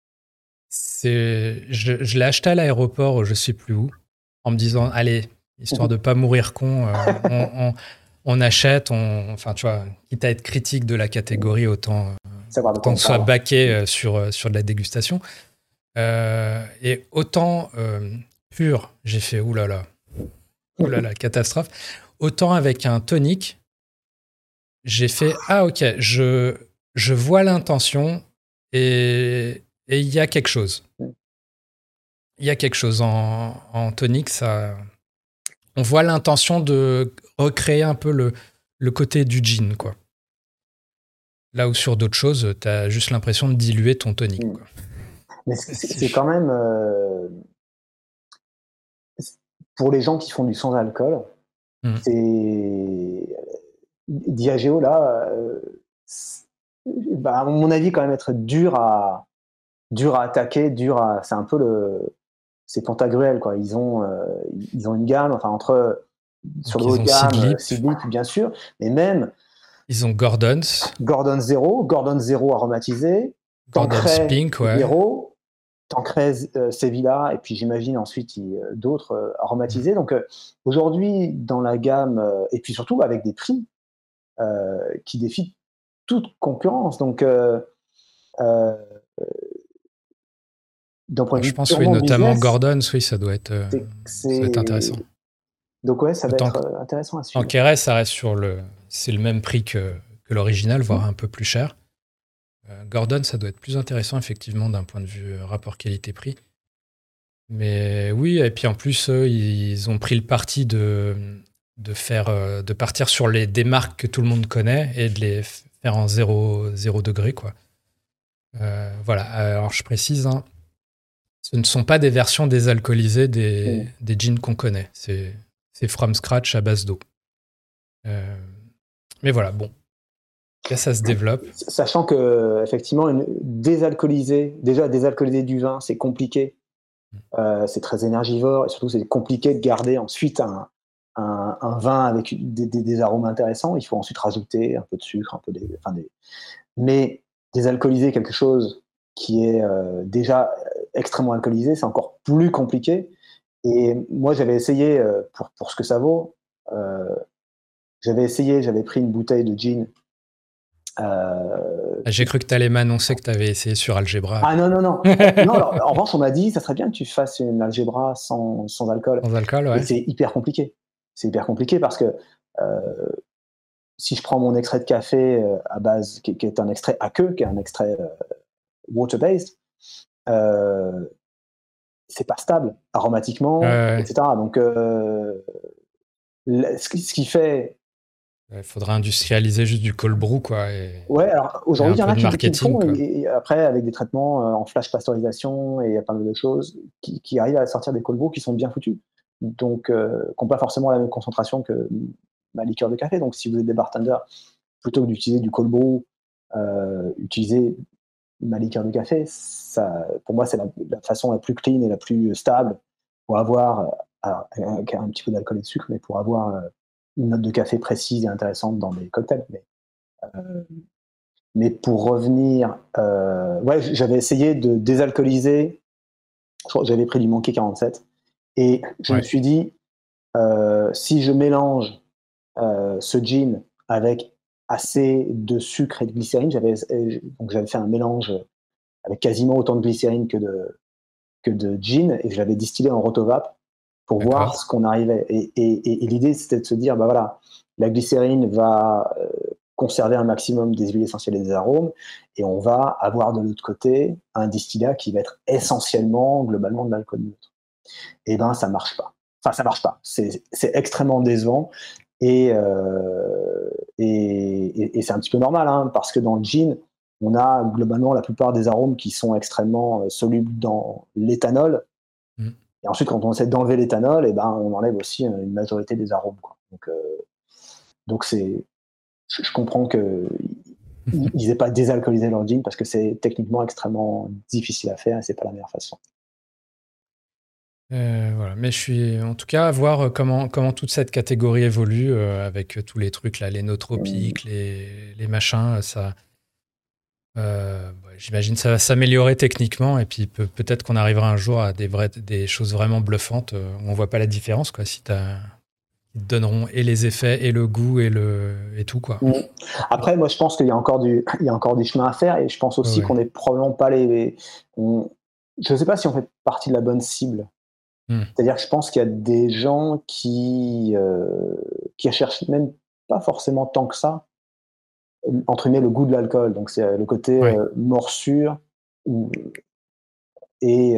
je l'ai acheté à l'aéroport, je sais plus où, en me disant, allez, histoire de pas mourir con, on achète, enfin, tu vois, quitte à être critique de la catégorie, autant qu'on soit baqué sur de la dégustation. Et autant pur, j'ai fait oulala, catastrophe. Autant avec un tonic, j'ai fait ok, je vois l'intention et il y a quelque chose. Il y a quelque chose en tonic, ça. On voit l'intention de recréer un peu le côté du gin, quoi. Là où sur d'autres choses, t'as juste l'impression de diluer ton tonic, quoi. Mais c'est quand même pour les gens qui font du sans alcool, c'est Diageo là, à mon avis quand même être dur à attaquer, c'est un peu c'est Pantagruel, quoi. Ils ont une gamme, enfin sur le haut de gamme, Seedlip bien sûr, mais même ils ont Gordon's Zero aromatisé, Gordon's Pink, ouais. Zero, Tanqueray Sevilla, et puis j'imagine ensuite d'autres aromatisés. Donc aujourd'hui, dans la gamme, et puis surtout avec des prix qui défient toute concurrence. Donc, je pense oui, notamment business, Gordon's, oui, ça doit être intéressant. Donc ouais, ça va être intéressant à suivre. Tanqueray, ça reste c'est le même prix que l'original, voire un peu plus cher. Gordon, ça doit être plus intéressant, effectivement, d'un point de vue rapport qualité-prix. Mais oui, et puis en plus, ils ont pris le parti de partir sur des marques que tout le monde connaît et de les faire en 0 degré, quoi. Voilà, alors je précise, hein, ce ne sont pas des versions désalcoolisées des gins qu'on connaît. C'est from scratch à base d'eau. Mais voilà, bon. Là, ça se développe. Sachant que, effectivement, désalcooliser du vin, c'est compliqué. C'est très énergivore et surtout, c'est compliqué de garder ensuite un vin avec des arômes intéressants. Il faut ensuite rajouter un peu de sucre, mais désalcooliser quelque chose qui est déjà extrêmement alcoolisé, c'est encore plus compliqué. Et moi, j'avais essayé, pour ce que ça vaut, j'avais pris une bouteille de gin. J'ai cru que tu allais m'annoncer que tu avais essayé sur Algebra. Ah non. Non, alors, en revanche, on m'a dit, ça serait bien que tu fasses une Algebra sans alcool. Sans alcool, ouais. Et c'est hyper compliqué. C'est hyper compliqué parce que si je prends mon extrait de café à base, qui est un extrait aqueux, qui est un extrait water-based, c'est pas stable aromatiquement, etc. Donc, ce qui fait... Il faudra industrialiser juste du cold brew, quoi. Ouais, alors aujourd'hui, il y en a qui le font, quoi. et après, avec des traitements en flash pasteurisation, et il y a pas mal de choses qui arrivent à sortir des cold brew qui sont bien foutus. Donc, qui n'ont pas forcément la même concentration que ma liqueur de café. Donc, si vous êtes des bartenders, plutôt que d'utiliser du cold brew, utilisez ma liqueur de café. Ça, pour moi, c'est la façon la plus clean et la plus stable pour avoir un petit peu d'alcool et de sucre, mais pour avoir une note de café précise et intéressante dans les cocktails. Mais pour revenir, ouais, j'avais essayé de désalcooliser. J'avais pris du Monkey 47 et je me suis dit, si je mélange ce gin avec assez de sucre et de glycérine, j'avais fait un mélange avec quasiment autant de glycérine que de gin, et je l'avais distillé en rotovap pour voir ce qu'on arrivait. Et l'idée, c'était de se dire, bah voilà, la glycérine va conserver un maximum des huiles essentielles et des arômes, et on va avoir de l'autre côté un distillat qui va être essentiellement, globalement, de l'alcool neutre. Et ben, ça marche pas. Enfin, ça marche pas. C'est extrêmement décevant, et c'est un petit peu normal, hein, parce que dans le gin, on a globalement la plupart des arômes qui sont extrêmement solubles dans l'éthanol. Et ensuite, quand on essaie d'enlever l'éthanol, et ben, on enlève aussi une majorité des arômes, quoi. Donc je comprends qu'ils n'aient pas désalcoolisé leur gin, parce que c'est techniquement extrêmement difficile à faire et c'est pas la meilleure façon. Voilà. Mais je suis en tout cas à voir comment toute cette catégorie évolue avec tous les trucs là, les nootropiques, les machins, ça. J'imagine que ça va s'améliorer techniquement, et puis peut-être qu'on arrivera un jour à des choses vraiment bluffantes où on voit pas la différence, quoi. Si ils te donneront et les effets et le goût et tout, quoi. Après, moi, je pense qu'il y a encore du chemin à faire, et je pense aussi qu'on n'est probablement pas je ne sais pas si on fait partie de la bonne cible. C'est-à-dire que je pense qu'il y a des gens qui recherchent même pas forcément tant que ça, entre guillemets, le goût de l'alcool. Donc c'est le côté morsure, et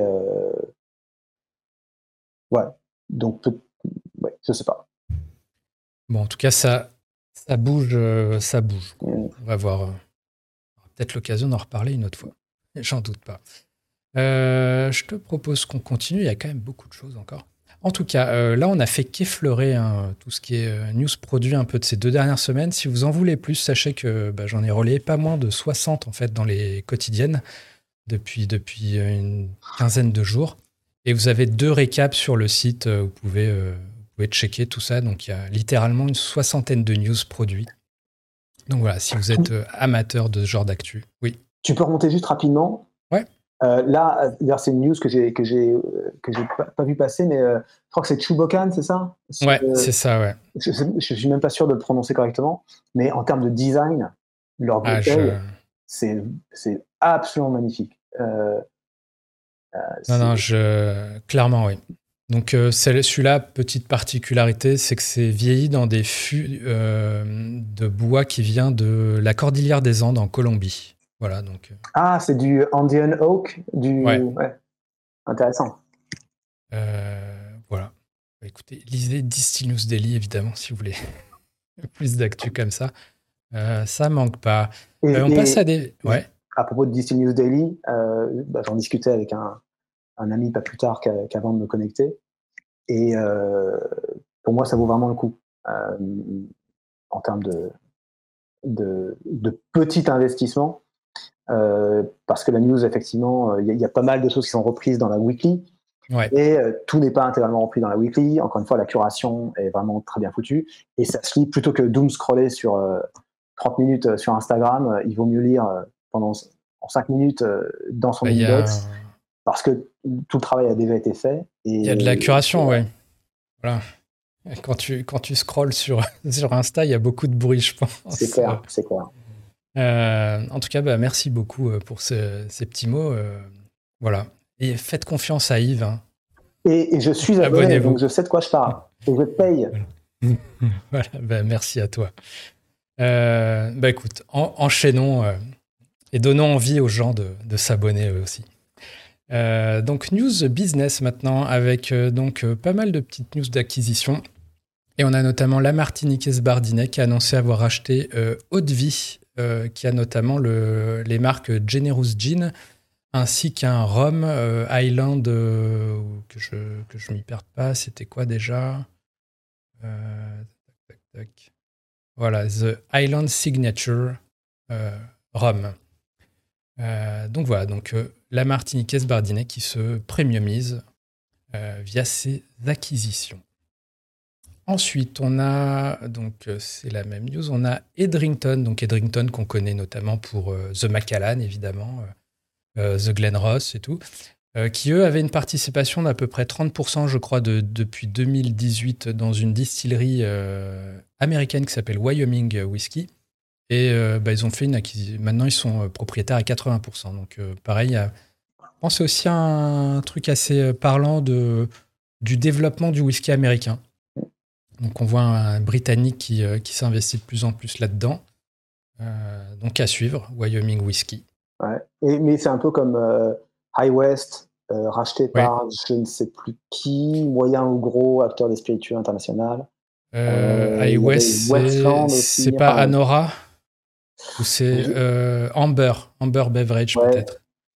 ouais. Donc ouais, je sais pas. Bon, en tout cas, ça bouge, ça bouge. On va voir. On aura peut-être l'occasion d'en reparler une autre fois. J'en doute pas. Je te propose qu'on continue. Il y a quand même beaucoup de choses encore. En tout cas, là, on a fait qu'effleurer tout ce qui est news produit un peu de ces 2 dernières semaines. Si vous en voulez plus, sachez que j'en ai relayé pas moins de 60 en fait dans les quotidiennes depuis une quinzaine de jours. Et vous avez 2 récaps sur le site. Vous pouvez checker tout ça. Donc, il y a littéralement une 60aine de news produits. Donc voilà, si vous êtes amateur de ce genre d'actu. Oui. Tu peux remonter juste rapidement. Ouais. Là, d'ailleurs, c'est une news que j'ai pas vu passer, mais je crois que c'est Chewbacca, c'est ça? Ouais, c'est ça, ouais. Je suis même pas sûr de le prononcer correctement, mais en termes de design, leur bouteille, c'est absolument magnifique. Non, clairement, oui. Donc celui-là, petite particularité, c'est que c'est vieilli dans des fûts de bois qui vient de la Cordillère des Andes en Colombie. Voilà, donc. Ah, c'est du Andean Oak, ouais. Intéressant. Voilà. Écoutez, lisez Distill News Daily, évidemment, si vous voulez plus d'actu comme ça. Ça manque pas. On passe à des. Ouais. À propos de Distill News Daily, j'en discutais avec un ami pas plus tard qu'avant de me connecter. Et pour moi, ça vaut vraiment le coup en termes de petit investissement. Parce que la news, effectivement, il y a pas mal de choses qui sont reprises dans la weekly, et tout n'est pas intégralement repris dans la weekly. Encore une fois, la curation est vraiment très bien foutue, et ça se lit plutôt que doom scroller sur 30 minutes sur Instagram. Il vaut mieux lire en 5 minutes dans son index, parce que tout le travail a déjà été fait. Il y a de la curation, ouais. Voilà. Quand tu scrolles sur Insta, il y a beaucoup de bruit, je pense. C'est clair, c'est clair. En tout cas, merci beaucoup pour ces petits mots. Voilà. Et faites confiance à Yves. Hein. Et je suis abonné, donc je sais de quoi je parle. Et je paye. Voilà, merci à toi. Écoute, enchaînons et donnons envie aux gens de s'abonner eux aussi. Donc news business maintenant avec pas mal de petites news d'acquisition. Et on a notamment la Martiniquaise Bardinet qui a annoncé avoir acheté Eau-de-Vie, qui a notamment les marques Generous Gin, ainsi qu'un rhum Island, que je m'y perde pas, c'était quoi déjà tac, tac. Voilà, The Island Signature rhum. Donc voilà, la Martiniquaise Bardinet qui se premiumise via ses acquisitions. Ensuite, on a, c'est la même news, on a Edrington qu'on connaît notamment pour The Macallan, évidemment, The Glen Ross et tout, qui eux avaient une participation d'à peu près 30%, je crois, depuis 2018 dans une distillerie américaine qui s'appelle Wyoming Whiskey. Et ils ont fait une acquisition. Maintenant, ils sont propriétaires à 80%. Donc, pareil, je pense que c'est aussi un truc assez parlant du développement du whisky américain. Donc, on voit un Britannique qui s'investit de plus en plus là-dedans. Donc, à suivre, Wyoming Whiskey. Ouais. Mais c'est un peu comme High West, racheté par je ne sais plus qui, moyen ou gros, acteur des spiritueux international. High West, c'est pas Anora ou c'est Amber Beverage peut-être.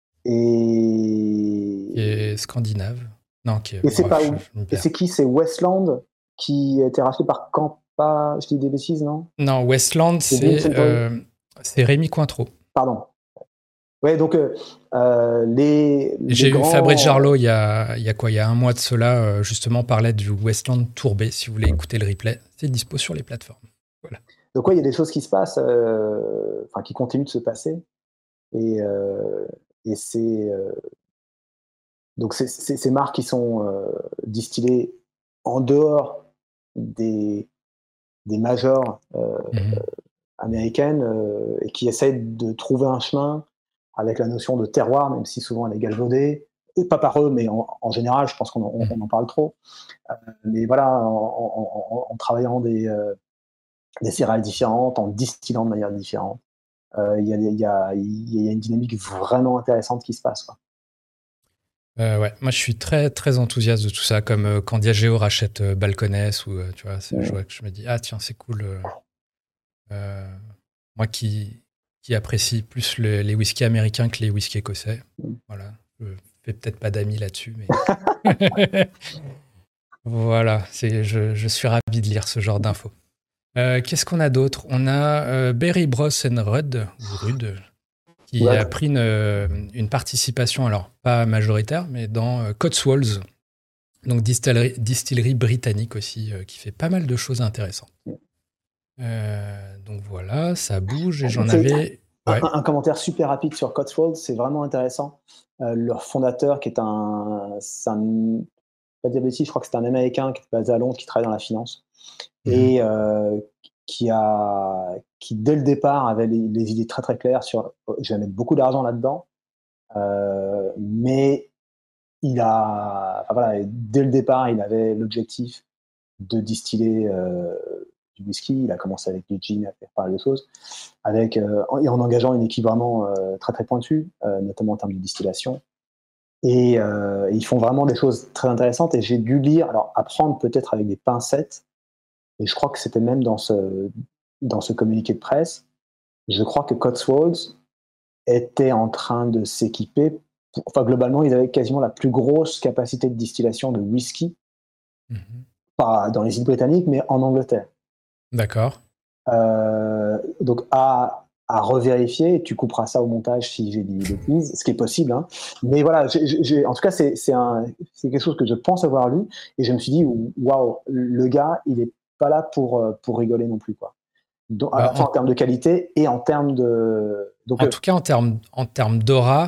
Et scandinave. Non, et c'est pas où. Et c'est qui? C'est Westland qui a été racheté par Campa. Je dis des bêtises, non? Non, Westland, c'est Rémi Cointreau. Pardon. Ouais, donc j'ai eu Fabrice Jarlot il y a quoi? Il y a un mois de cela, justement, on parlait du Westland Tourbé. Si vous voulez écouter le replay, c'est dispo sur les plateformes. Voilà. Donc il y a des choses qui se passent, qui continuent de se passer, et c'est donc ces marques qui sont distillées en dehors des majors américaines et qui essayent de trouver un chemin avec la notion de terroir, même si souvent elle est galvaudée, et pas par eux, mais en général, je pense qu'on en parle trop. Mais voilà, en travaillant des céréales différentes, en distillant de manière différente, il y a une dynamique vraiment intéressante qui se passe, quoi. Ouais, moi je suis très très enthousiaste de tout ça, comme quand Diageo rachète Balcones, ou tu vois, je me dis tiens, c'est cool. Moi qui apprécie plus les whiskies américains que les whiskies écossais, voilà, je fais peut-être pas d'amis là-dessus, mais voilà, je suis ravi de lire ce genre d'infos. Qu'est-ce qu'on a d'autre? On a Berry Bros and Rudd, qui a pris une participation, alors pas majoritaire, mais dans Cotswolds, donc distillerie britannique aussi, qui fait pas mal de choses intéressantes. Donc voilà, ça bouge, et j'en avais... Un commentaire super rapide sur Cotswolds, c'est vraiment intéressant. Leur fondateur, qui est pas diabétique, je crois que c'est un Américain qui est basé à Londres, qui travaille dans la finance, et qui dès le départ avait les idées très très claires sur je vais mettre beaucoup d'argent là-dedans, mais dès le départ il avait l'objectif de distiller du whisky. Il a commencé avec du gin, à faire pas mal de choses, et en engageant une équipe vraiment très très pointue, notamment en termes de distillation. Et ils font vraiment des choses très intéressantes, et j'ai dû lire, alors apprendre peut-être avec des pincettes, et je crois que c'était même dans ce communiqué de presse, je crois que Cotswolds était en train de s'équiper, globalement ils avaient quasiment la plus grosse capacité de distillation de whisky, pas dans les îles britanniques, mais en Angleterre. D'accord. Donc à revérifier, tu couperas ça au montage si j'ai dit des bêtises, ce qui est possible, hein. Mais voilà, en tout cas c'est quelque chose que je pense avoir lu, et je me suis dit waouh, le gars il est pas là pour rigoler non plus, quoi. Donc, à la fois en termes de qualité et en termes de... Donc, en tout cas, en termes d'aura,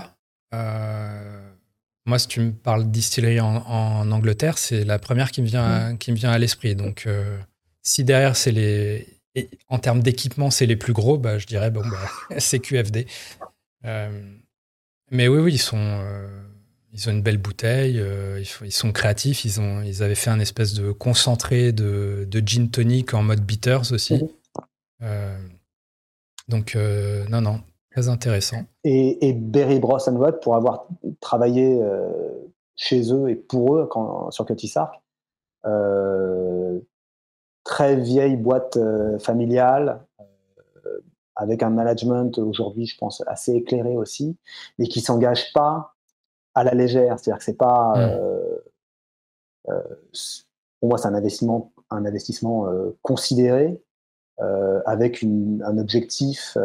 moi, si tu me parles de distillerie en Angleterre, c'est la première qui me vient à l'esprit. Donc, si derrière, en termes d'équipement, c'est les plus gros, je dirais, c'est QFD. Mais oui, ils ont une belle bouteille, ils sont créatifs, ils avaient fait un espèce de concentré de gin tonic en mode bitters aussi. Donc, non. Très intéressant. Et Berry Bros. Wood, pour avoir travaillé chez eux et pour eux sur Cutty Sark, très vieille boîte familiale, avec un management aujourd'hui, je pense, assez éclairé aussi, mais qui s'engage pas à la légère. C'est-à-dire que c'est pas, pour moi, c'est un investissement considéré, avec un objectif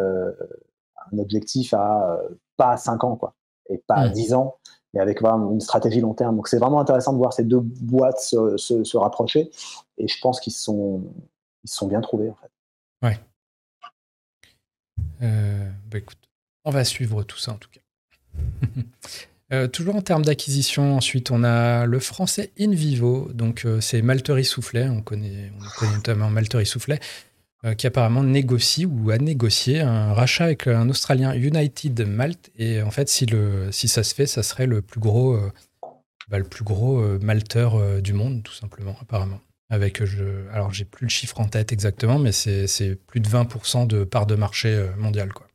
à pas à 5 ans, quoi, et pas à 10 ans, mais avec vraiment une stratégie long terme. Donc c'est vraiment intéressant de voir ces deux boîtes se rapprocher, et je pense qu'ils se sont bien trouvés, en fait. Ouais. Écoute, on va suivre tout ça en tout cas. Toujours en termes d'acquisition, ensuite, on a le français InVivo, donc c'est Malterie Soufflet, on connaît notamment Malterie Soufflet, qui apparemment négocie ou a négocié un rachat avec un Australien, United Malt, et en fait, si ça se fait, ça serait le plus gros malteur du monde, tout simplement, apparemment. Alors, j'ai plus le chiffre en tête exactement, mais c'est plus de 20% de part de marché mondial, quoi.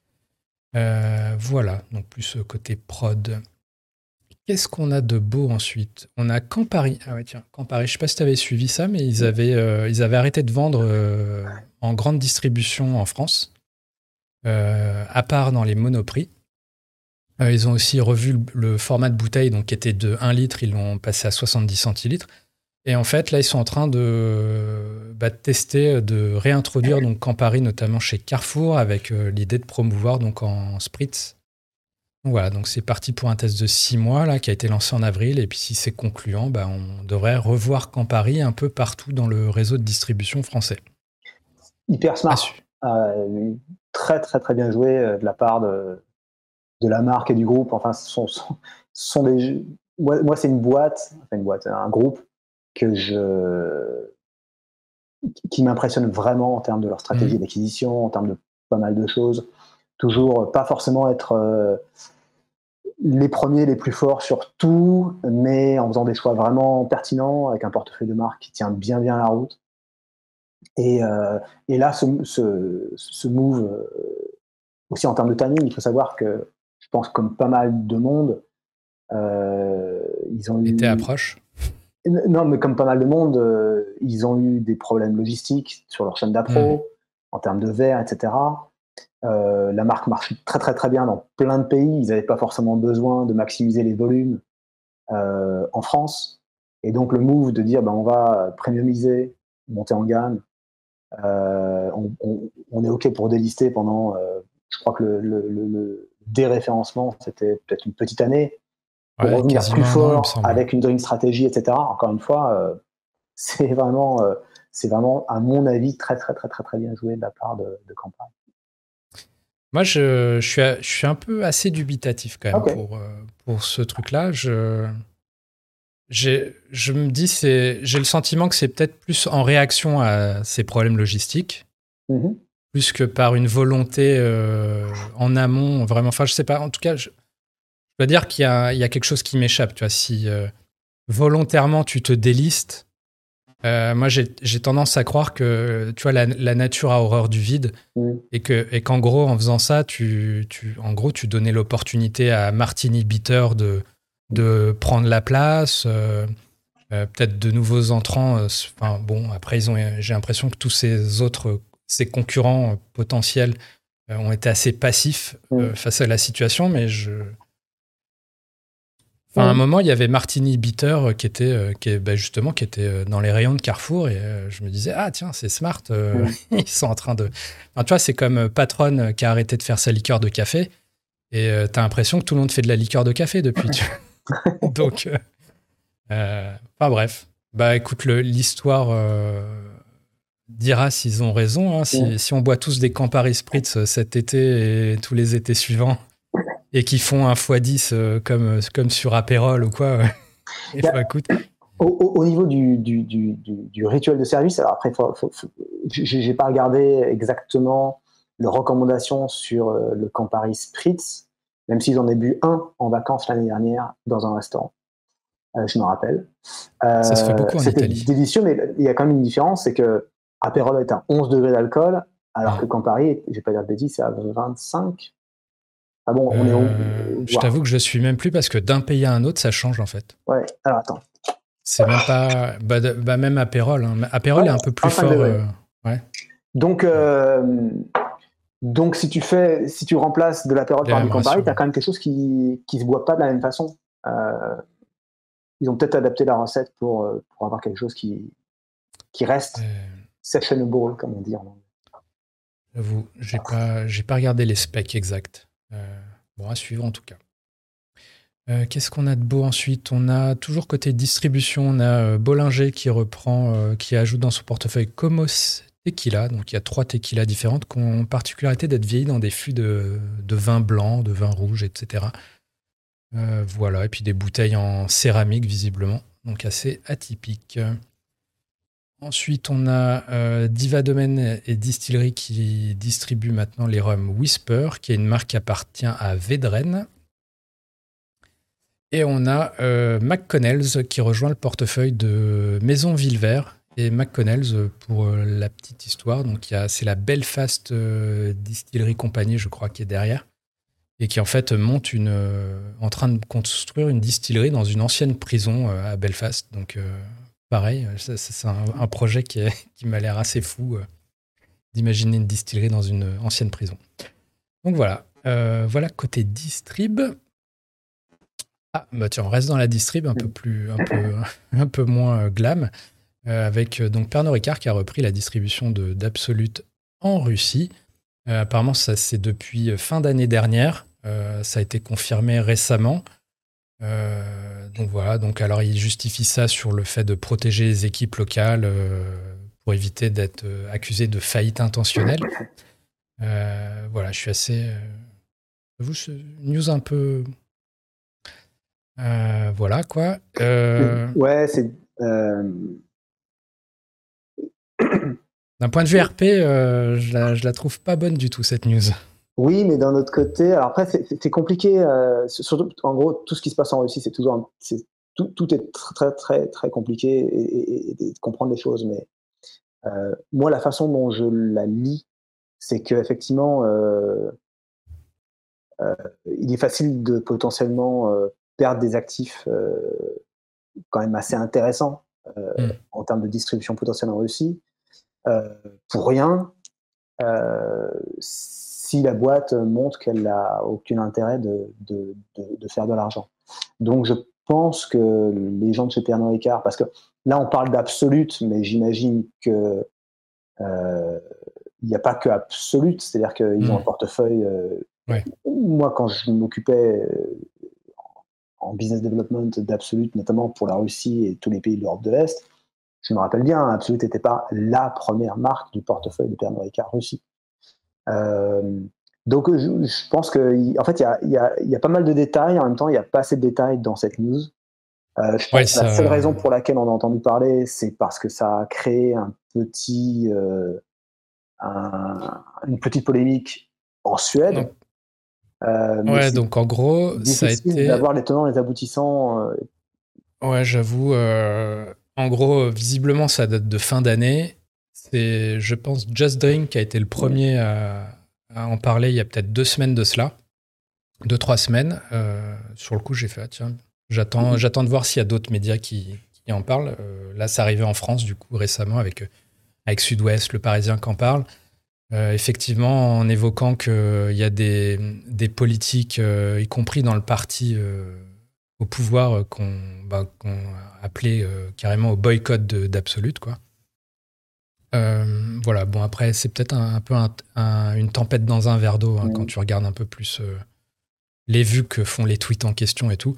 Voilà, donc plus côté prod. Qu'est-ce qu'on a de beau ensuite? On a Campari. Ah ouais, tiens, Campari, je sais pas si tu avais suivi ça, mais ils avaient arrêté de vendre en grande distribution en France, à part dans les Monoprix. Ils ont aussi revu le format de bouteille, donc qui était de 1 litre, ils l'ont passé à 70 centilitres. Et en fait, là, ils sont en train de tester, de réintroduire donc Campari, notamment chez Carrefour, avec l'idée de promouvoir donc en spritz. Donc voilà, donc c'est parti pour un test de 6 mois là, qui a été lancé en avril. Et puis si c'est concluant, on devrait revoir Campari un peu partout dans le réseau de distribution français. Hyper smart. Très, très, très bien joué de la part de la marque et du groupe. Enfin, ce sont des... Moi, c'est un groupe qui m'impressionne vraiment en termes de leur stratégie d'acquisition, en termes de pas mal de choses. Toujours pas forcément être les premiers, les plus forts sur tout, mais en faisant des choix vraiment pertinents, avec un portefeuille de marque qui tient bien la route. Et là, ce move, aussi en termes de timing, il faut savoir que je pense comme pas mal de monde, ils ont eu... Était approche. Non, mais comme pas mal de monde, ils ont eu des problèmes logistiques sur leur chaîne d'appro, en termes de verre, etc. La marque marche très très très bien dans plein de pays. Ils n'avaient pas forcément besoin de maximiser les volumes en France. Et donc le move de dire on va premiumiser, monter en gamme, on est OK pour délister pendant, je crois que le déréférencement, c'était peut-être une petite année, pour revenir plus fort avec une drink stratégie, etc. Encore une fois, c'est vraiment, à mon avis, très très très très très bien joué de la part de Campari. Moi, je suis un peu assez dubitatif quand même pour ce truc-là. Je me dis, j'ai le sentiment que c'est peut-être plus en réaction à ces problèmes logistiques, plus que par une volonté en amont, vraiment. Enfin, je sais pas. En tout cas, je dois dire qu'il y a quelque chose qui m'échappe. Tu vois, si volontairement tu te délistes, moi j'ai tendance à croire que tu vois la nature a horreur du vide et qu'en gros en faisant ça, tu donnais l'opportunité à Martini Bitter de prendre la place, peut-être de nouveaux entrants. Après j'ai l'impression que tous ces concurrents potentiels ont été assez passifs face à la situation, mais à un moment, il y avait Martini Bitter qui était dans les rayons de Carrefour, et je me disais, ah tiens, c'est smart, ils sont en train de... Enfin, tu vois, c'est comme Patron qui a arrêté de faire sa liqueur de café, et t'as l'impression que tout le monde fait de la liqueur de café depuis. Donc, bref. Écoute, l'histoire dira s'ils ont raison. Hein, si on boit tous des Campari Spritz cet été et tous les étés suivants, et qui font un x10 comme sur Aperol ou quoi. Écoute. Au niveau du rituel de service, alors après, j'ai pas regardé exactement les recommandations sur le Campari Spritz, même s'ils en ont bu un en vacances l'année dernière dans un restaurant. Je me rappelle. Ça se fait beaucoup en Italie. C'était délicieux, mais il y a quand même une différence, c'est que Aperol est à 11 degrés d'alcool, alors que Campari, je vais pas dire de bêtises, c'est à 25. Ah bon, on est Je t'avoue que je suis même plus parce que d'un pays à un autre, ça change en fait. Ouais, alors attends. C'est même pas. Même Aperol. Hein. Aperol est un peu plus fort. Ouais. Donc si tu remplaces de l'apérole par du Campari, tu as quand même quelque chose qui se boit pas de la même façon. Ils ont peut-être adapté la recette pour avoir quelque chose qui reste sessionable, comme on dit en anglais. J'avoue, j'ai pas regardé les specs exacts. Bon, à suivre en tout cas. Qu'est-ce qu'on a de beau ensuite? On a toujours côté distribution, on a Bollinger qui reprend, qui ajoute dans son portefeuille Comos Tequila. Donc il y a 3 tequilas différentes qui ont particularité d'être vieillis dans des fûts de vin blanc, de vin rouge, etc. Voilà, et puis des bouteilles en céramique visiblement, donc assez atypique. Ensuite, on a Diva Domaine et Distillerie qui distribuent maintenant les rhums Whisper, qui est une marque qui appartient à Vedren. Et on a McConnell's qui rejoint le portefeuille de Maison Villevert. Et McConnell's, pour la petite histoire, donc c'est la Belfast Distillery Company, je crois, qui est derrière. Et qui en fait monte en train de construire une distillerie dans une ancienne prison à Belfast. Donc pareil, c'est un projet qui m'a l'air assez fou d'imaginer une distillerie dans une ancienne prison. Donc voilà, voilà côté distrib. Ah, bah tiens, on reste dans la distrib, un peu moins glam, avec donc Pernod Ricard qui a repris la distribution d'Absolute en Russie. Apparemment, ça c'est depuis fin d'année dernière. Ça a été confirmé récemment. Donc voilà, alors ils justifient ça sur le fait de protéger les équipes locales pour éviter d'être accusés de faillite intentionnelle. Voilà, je suis assez... J'avoue, news un peu... voilà, quoi. Ouais, c'est... D'un point de vue RP, je la trouve pas bonne du tout, cette news. Oui, mais d'un autre côté, alors après, c'est compliqué. Surtout, en gros, tout ce qui se passe en Russie, tout est très, très, très compliqué et de comprendre les choses. Mais moi, la façon dont je la lis, c'est qu'effectivement, il est facile de potentiellement perdre des actifs quand même assez intéressants en termes de distribution potentielle en Russie pour rien. Si la boîte montre qu'elle n'a aucun intérêt de faire de l'argent. Donc je pense que les gens de chez Pernod Ricard, parce que là on parle d'Absolute, mais j'imagine que il n'y a pas que Absolute, c'est-à-dire qu'ils ont un portefeuille. Ouais. Moi, quand je m'occupais en business development d'Absolute, notamment pour la Russie et tous les pays de l'Europe de l'Est, je me rappelle bien, Absolute n'était pas la première marque du portefeuille de Pernod Ricard Russie. Donc je pense qu'en fait il y a pas mal de détails, en même temps il n'y a pas assez de détails dans cette news. Je pense que la seule raison pour laquelle on a entendu parler, c'est parce que ça a créé une petite polémique en Suède. Ouais, donc en gros, ça a été d'avoir les tenants et les aboutissants. Ouais, j'avoue. En gros, visiblement, ça date de fin d'année. C'est, je pense, Just Drink qui a été le premier à en parler il y a peut-être 2 semaines de cela. 2-3 semaines. Sur le coup, j'ai fait, tiens, j'attends de voir s'il y a d'autres médias qui en parlent. Là, ça arrivait en France, du coup, récemment, avec Sud-Ouest, Le Parisien qui en parle. Effectivement, en évoquant qu'il y a des politiques, y compris dans le parti au pouvoir, qu'on appelait carrément au boycott d'Absolute, quoi. Voilà, bon, après, c'est peut-être un peu une tempête dans un verre d'eau, quand tu regardes un peu plus les vues que font les tweets en question et tout.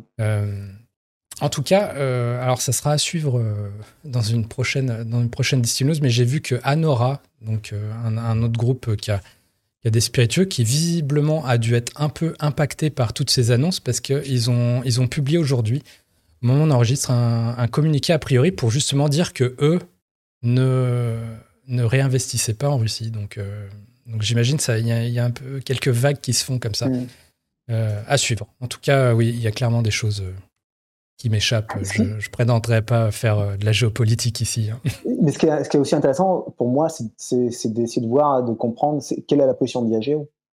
En tout cas, alors ça sera à suivre dans une prochaine Distilleuse, mais j'ai vu que Anora, donc un autre groupe qui a des spiritueux, qui visiblement a dû être un peu impacté par toutes ces annonces, parce qu'ils ont publié aujourd'hui, au moment où on enregistre, un communiqué a priori pour justement dire que eux ne réinvestissaient pas en Russie. Donc j'imagine il y a un peu quelques vagues qui se font comme ça. À suivre. En tout cas, oui, il y a clairement des choses qui m'échappent. Je ne prétendrai pas faire de la géopolitique ici. Mais ce qui est aussi intéressant pour moi, c'est d'essayer de voir, de comprendre quelle est la position de Diageo.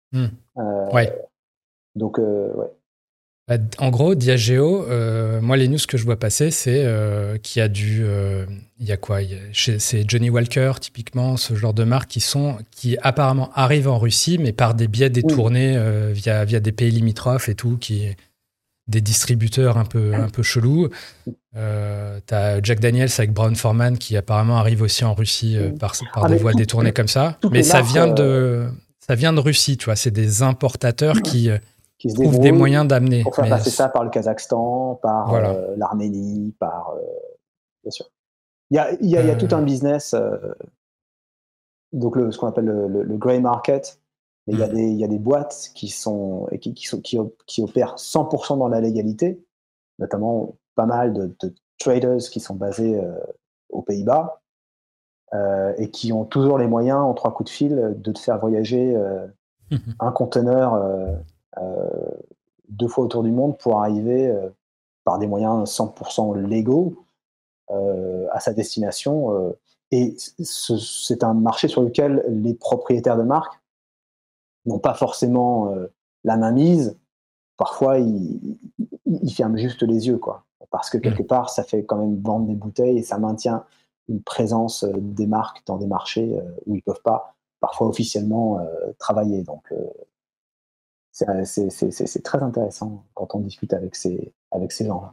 Ouais. Donc, ouais. En gros, Diageo, moi, les news que je vois passer, c'est qu'il y a il y a quoi? C'est Johnny Walker, typiquement, ce genre de marques qui apparemment arrivent en Russie, mais par des biais détournés via des pays limitrophes et tout, des distributeurs un peu chelous. T'as Jack Daniels avec Brown Forman qui apparemment arrive aussi en Russie par des voies détournées comme ça. Mais ça vient de Russie, tu vois. C'est des importateurs qui se trouvent des moyens d'amener. Pour faire passer ça par le Kazakhstan, par l'Arménie, bien sûr. Il y a tout un business, donc ce qu'on appelle le grey market. Mais il y a des boîtes qui opèrent 100% dans la légalité, notamment pas mal de traders qui sont basés aux Pays-Bas et qui ont toujours les moyens, en 3 coups de fil, de te faire voyager un conteneur 2 fois autour du monde pour arriver par des moyens 100% légaux à sa destination. Et c'est un marché sur lequel les propriétaires de marques n'ont pas forcément la main mise. Parfois, ils ferment juste les yeux, quoi. Parce que quelque part, ça fait quand même vendre des bouteilles et ça maintient une présence des marques dans des marchés où ils ne peuvent pas, parfois officiellement, travailler. Donc, c'est très intéressant quand on discute avec ces gens-là.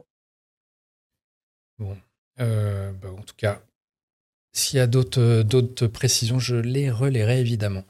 Bon. En tout cas, s'il y a d'autres précisions, je les relayerai évidemment.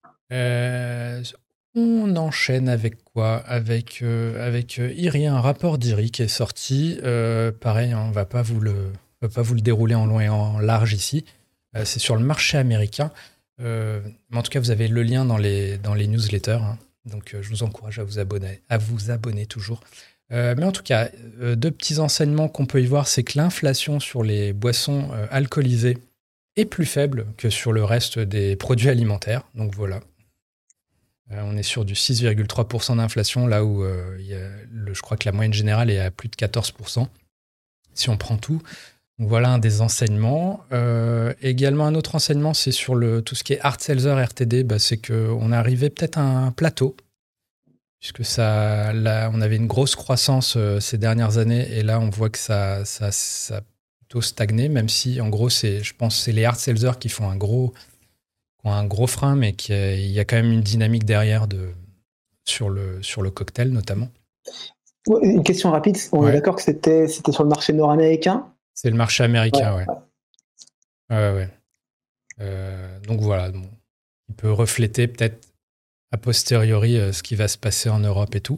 On enchaîne avec quoi? Avec IRI, un rapport d'IRI qui est sorti. Pareil, on va pas vous le dérouler en long et en large ici. C'est sur le marché américain. Mais en tout cas, vous avez le lien dans les newsletters. Hein. Donc, je vous encourage à vous abonner toujours. Mais en tout cas, 2 petits enseignements qu'on peut y voir, c'est que l'inflation sur les boissons alcoolisées est plus faible que sur le reste des produits alimentaires. Donc voilà. On est sur du 6,3% d'inflation, là où je crois que la moyenne générale est à plus de 14%, si on prend tout. Donc voilà un des enseignements. Également, un autre enseignement, c'est sur tout ce qui est hard seltzer RTD, c'est qu'on est arrivé peut-être à un plateau, puisque on avait une grosse croissance ces dernières années, et là, on voit que ça a plutôt stagné, même si, en gros, je pense que c'est les hard seltzer qui font un gros frein, mais il y a quand même une dynamique derrière sur le cocktail, notamment. Une question rapide, on est d'accord que c'était sur le marché nord-américain? C'est le marché américain, ouais. Donc voilà, il peut refléter peut-être a posteriori ce qui va se passer en Europe et tout.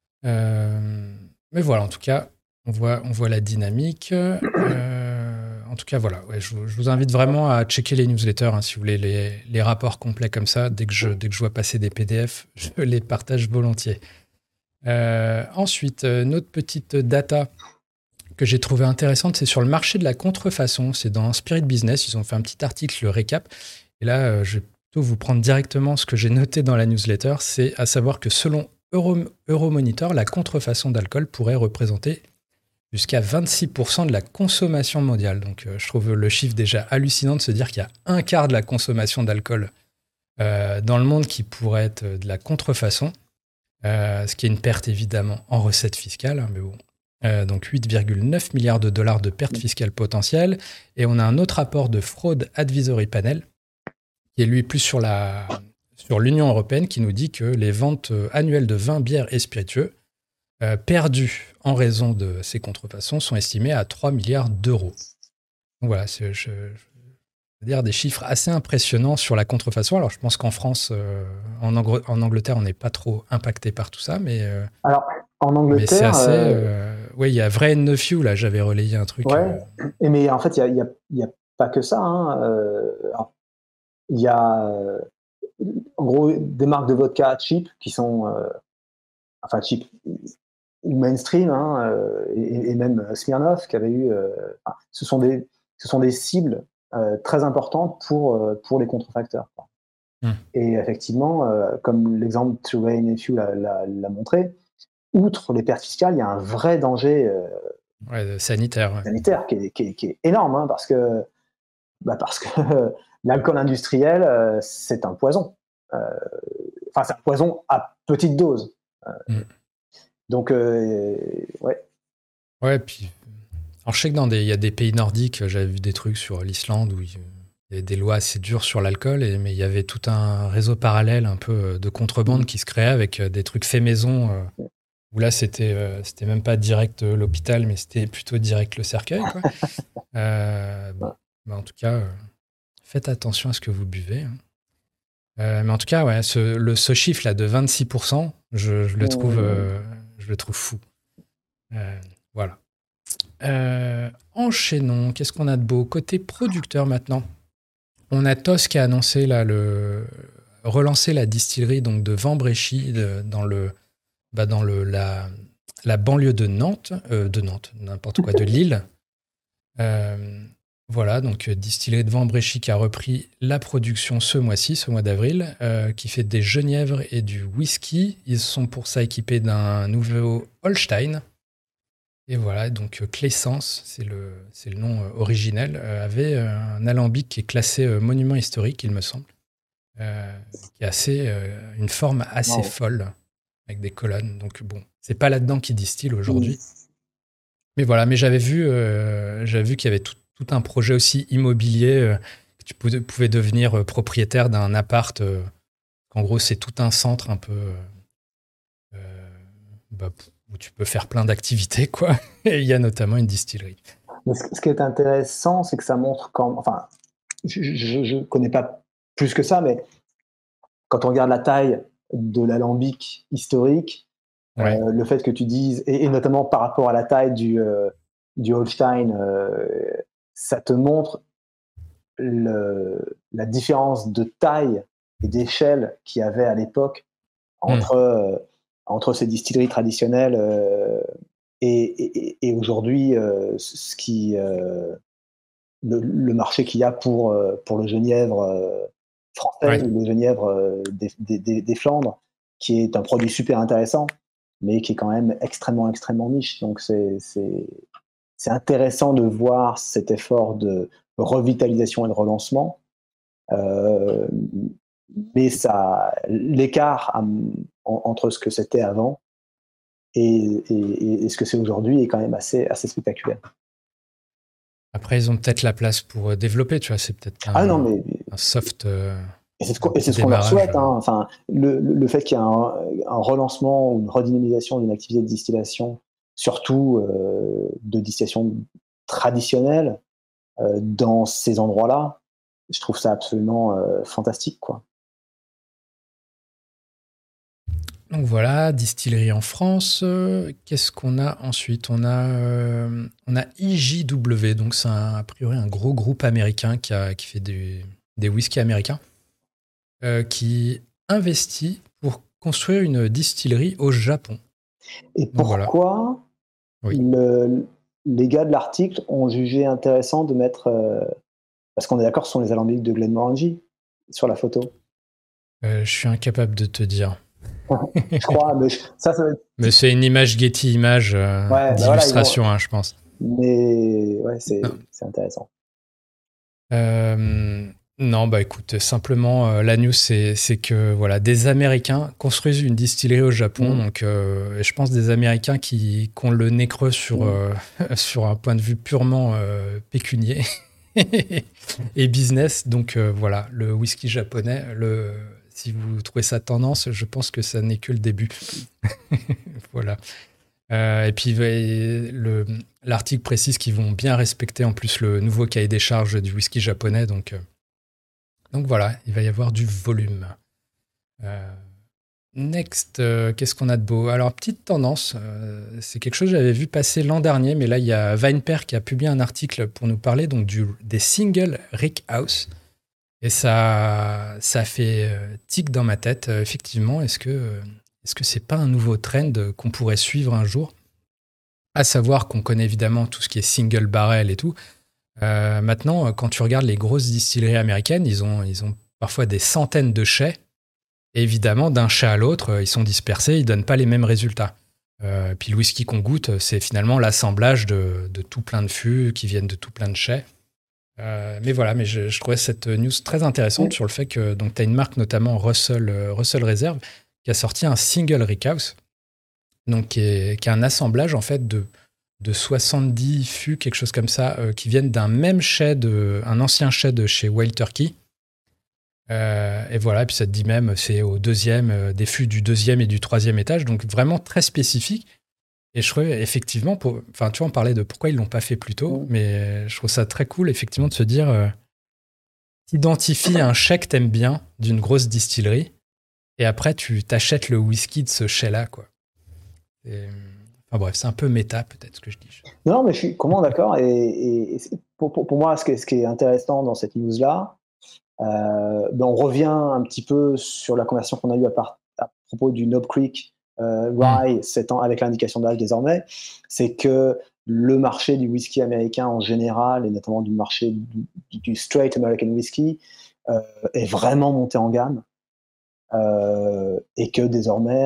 Mais voilà, en tout cas, on voit la dynamique. En tout cas, voilà, je vous invite vraiment à checker les newsletters si vous voulez les rapports complets comme ça. Dès que je vois passer des PDF, je les partage volontiers. Ensuite, notre petite data que j'ai trouvé intéressante, c'est sur le marché de la contrefaçon. C'est dans Spirit Business, ils ont fait un petit article, le récap. Et là, je vais plutôt vous prendre directement ce que j'ai noté dans la newsletter, c'est à savoir que selon Euromonitor, la contrefaçon d'alcool pourrait représenter jusqu'à 26% de la consommation mondiale. Donc, je trouve le chiffre déjà hallucinant de se dire qu'il y a un quart de la consommation d'alcool dans le monde qui pourrait être de la contrefaçon, ce qui est une perte évidemment en recettes fiscales, mais bon. Donc 8,9 milliards de dollars de pertes fiscales potentielles. Et on a un autre rapport de Fraud Advisory Panel, qui est lui plus sur l'Union européenne, qui nous dit que les ventes annuelles de vins, bières et spiritueux perdus en raison de ces contrefaçons sont estimées à 3 milliards d'euros. Donc voilà, je veux dire des chiffres assez impressionnants sur la contrefaçon. Alors je pense qu'en France, en Angleterre, on n'est pas trop impacté par tout ça, mais... Alors, en Angleterre... Mais c'est assez... Oui, il y a Vrai No Few, là, j'avais relayé un truc. Ouais, mais en fait, il y a pas que ça. Il y a, en gros, des marques de vodka cheap qui sont... enfin, cheap ou mainstream, et même Smirnoff qui avait eu... ce sont des cibles très importantes pour les contrefacteurs. Et effectivement, comme l'exemple de Way Nephew l'a montré, outre les pertes fiscales, il y a un vrai danger sanitaire qui est énorme, parce que l'alcool industriel, c'est un poison. enfin, c'est un poison à petite dose. Donc, ouais. Ouais, puis. Alors, je sais que il y a des pays nordiques, j'avais vu des trucs sur l'Islande où il y avait des lois assez dures sur l'alcool, mais il y avait tout un réseau parallèle un peu de contrebande qui se créait avec des trucs faits maison. Où là, c'était même pas direct l'hôpital, mais c'était plutôt direct le cercueil, quoi. Bon, bah, en tout cas, faites attention à ce que vous buvez. Mais en tout cas, ouais, ce chiffre-là de 26%, je le trouve fou. Voilà. Enchaînons. Qu'est-ce qu'on a de beau? Côté producteur maintenant, on a TOS qui a annoncé là, relancer la distillerie donc, de Vambréchy dans la banlieue de Nantes, n'importe quoi, de Lille. Voilà, donc distillerie de Vambréchy qui a repris la production ce mois-ci, ce mois d'avril, qui fait des genièvres et du whisky. Ils sont pour ça équipés d'un nouveau Holstein. Et voilà, donc Claessens, c'est le nom originel, avait un alambic qui est classé monument historique, il me semble, qui a une forme assez folle, avec des colonnes. Donc bon, c'est pas là-dedans qu'ils distillent aujourd'hui. Mais voilà, mais j'avais vu qu'il y avait tout un projet aussi immobilier, que tu pouvais devenir propriétaire d'un appart. En gros, c'est tout un centre un peu où tu peux faire plein d'activités, quoi. Et il y a notamment une distillerie. Mais ce qui est intéressant, c'est que ça montre enfin, je connais pas plus que ça, mais quand on regarde la taille de l'alambic historique, le fait que tu dises, et notamment par rapport à la taille du Holstein, ça te montre la différence de taille et d'échelle qu'il y avait à l'époque entre ces distilleries traditionnelles et aujourd'hui, le marché qu'il y a pour le genièvre français ou le genièvre des Flandres, qui est un produit super intéressant, mais qui est quand même extrêmement, extrêmement niche. Donc, c'est intéressant de voir cet effort de revitalisation et de relancement. Mais l'écart entre ce que c'était avant et ce que c'est aujourd'hui est quand même assez spectaculaire. Après, ils ont peut-être la place pour développer, tu vois, c'est peut-être un soft. Et c'est ce qu'on leur souhaite. Hein. Enfin, le fait qu'il y ait un relancement ou une redynamisation d'une activité de distillation, surtout de distillation traditionnelle, dans ces endroits-là, je trouve ça absolument fantastique, quoi. Donc voilà, distillerie en France. Qu'est-ce qu'on a ensuite ? On a IJW, donc c'est a priori un gros groupe américain qui fait des whiskies américains, qui investit pour construire une distillerie au Japon. Et pourquoi les gars de l'article ont jugé intéressant de mettre... parce qu'on est d'accord, ce sont les alambics de Glenmorangie sur la photo. Je suis incapable de te dire. Je crois, mais ça va être... Mais c'est une image Getty Images d'illustration, je pense. Mais ouais, c'est intéressant. Non, bah écoute, simplement, la news, c'est que voilà, des Américains construisent une distillerie au Japon. Donc, je pense des Américains qui ont le nez creux sur un point de vue purement pécunier et business. Donc, voilà, le whisky japonais, si vous trouvez ça tendance, je pense que ça n'est que le début. Voilà. Et puis, l'article précise qu'ils vont bien respecter en plus le nouveau cahier des charges du whisky japonais. Donc voilà, il va y avoir du volume. Next, qu'est-ce qu'on a de beau ? Alors, petite tendance, c'est quelque chose que j'avais vu passer l'an dernier, mais là, il y a VinePair qui a publié un article pour nous parler donc, des singles Rickhouse. Et ça fait tic dans ma tête, effectivement. Est-ce que c'est pas un nouveau trend qu'on pourrait suivre un jour ? À savoir qu'on connaît évidemment tout ce qui est single barrel et tout. Maintenant, quand tu regardes les grosses distilleries américaines, ils ont parfois des centaines de chais. Et évidemment, d'un chai à l'autre, ils sont dispersés, ils donnent pas les mêmes résultats. Puis le whisky qu'on goûte, c'est finalement l'assemblage de tout plein de fûts qui viennent de tout plein de chais. Mais voilà, mais je trouvais cette news très intéressante sur le fait que donc tu as une marque, notamment Russell Reserve, qui a sorti un single rickhouse, donc qui est un assemblage en fait de 70 fûts, quelque chose comme ça, qui viennent d'un même shed, un ancien shed chez Wild Turkey. Et voilà, puis ça te dit même, c'est au deuxième, des fûts du deuxième et du troisième étage, donc vraiment très spécifique. Et je trouvais effectivement, enfin, tu vois, on parlait de pourquoi ils l'ont pas fait plus tôt, mais je trouve ça très cool, effectivement, de se dire, t'identifies un chai que t'aimes bien d'une grosse distillerie, et après, tu t'achètes le whisky de ce chai-là, quoi. Enfin bref, c'est un peu méta, peut-être, ce que je dis. Non, mais je suis complètement d'accord. Et pour moi, ce qui est intéressant dans cette news-là, on revient un petit peu sur la conversation qu'on a eue à propos du Knob Creek Rye, 7 ans, avec l'indication d'âge désormais, c'est que le marché du whisky américain en général, et notamment du marché du straight American whisky, est vraiment monté en gamme. Et que désormais,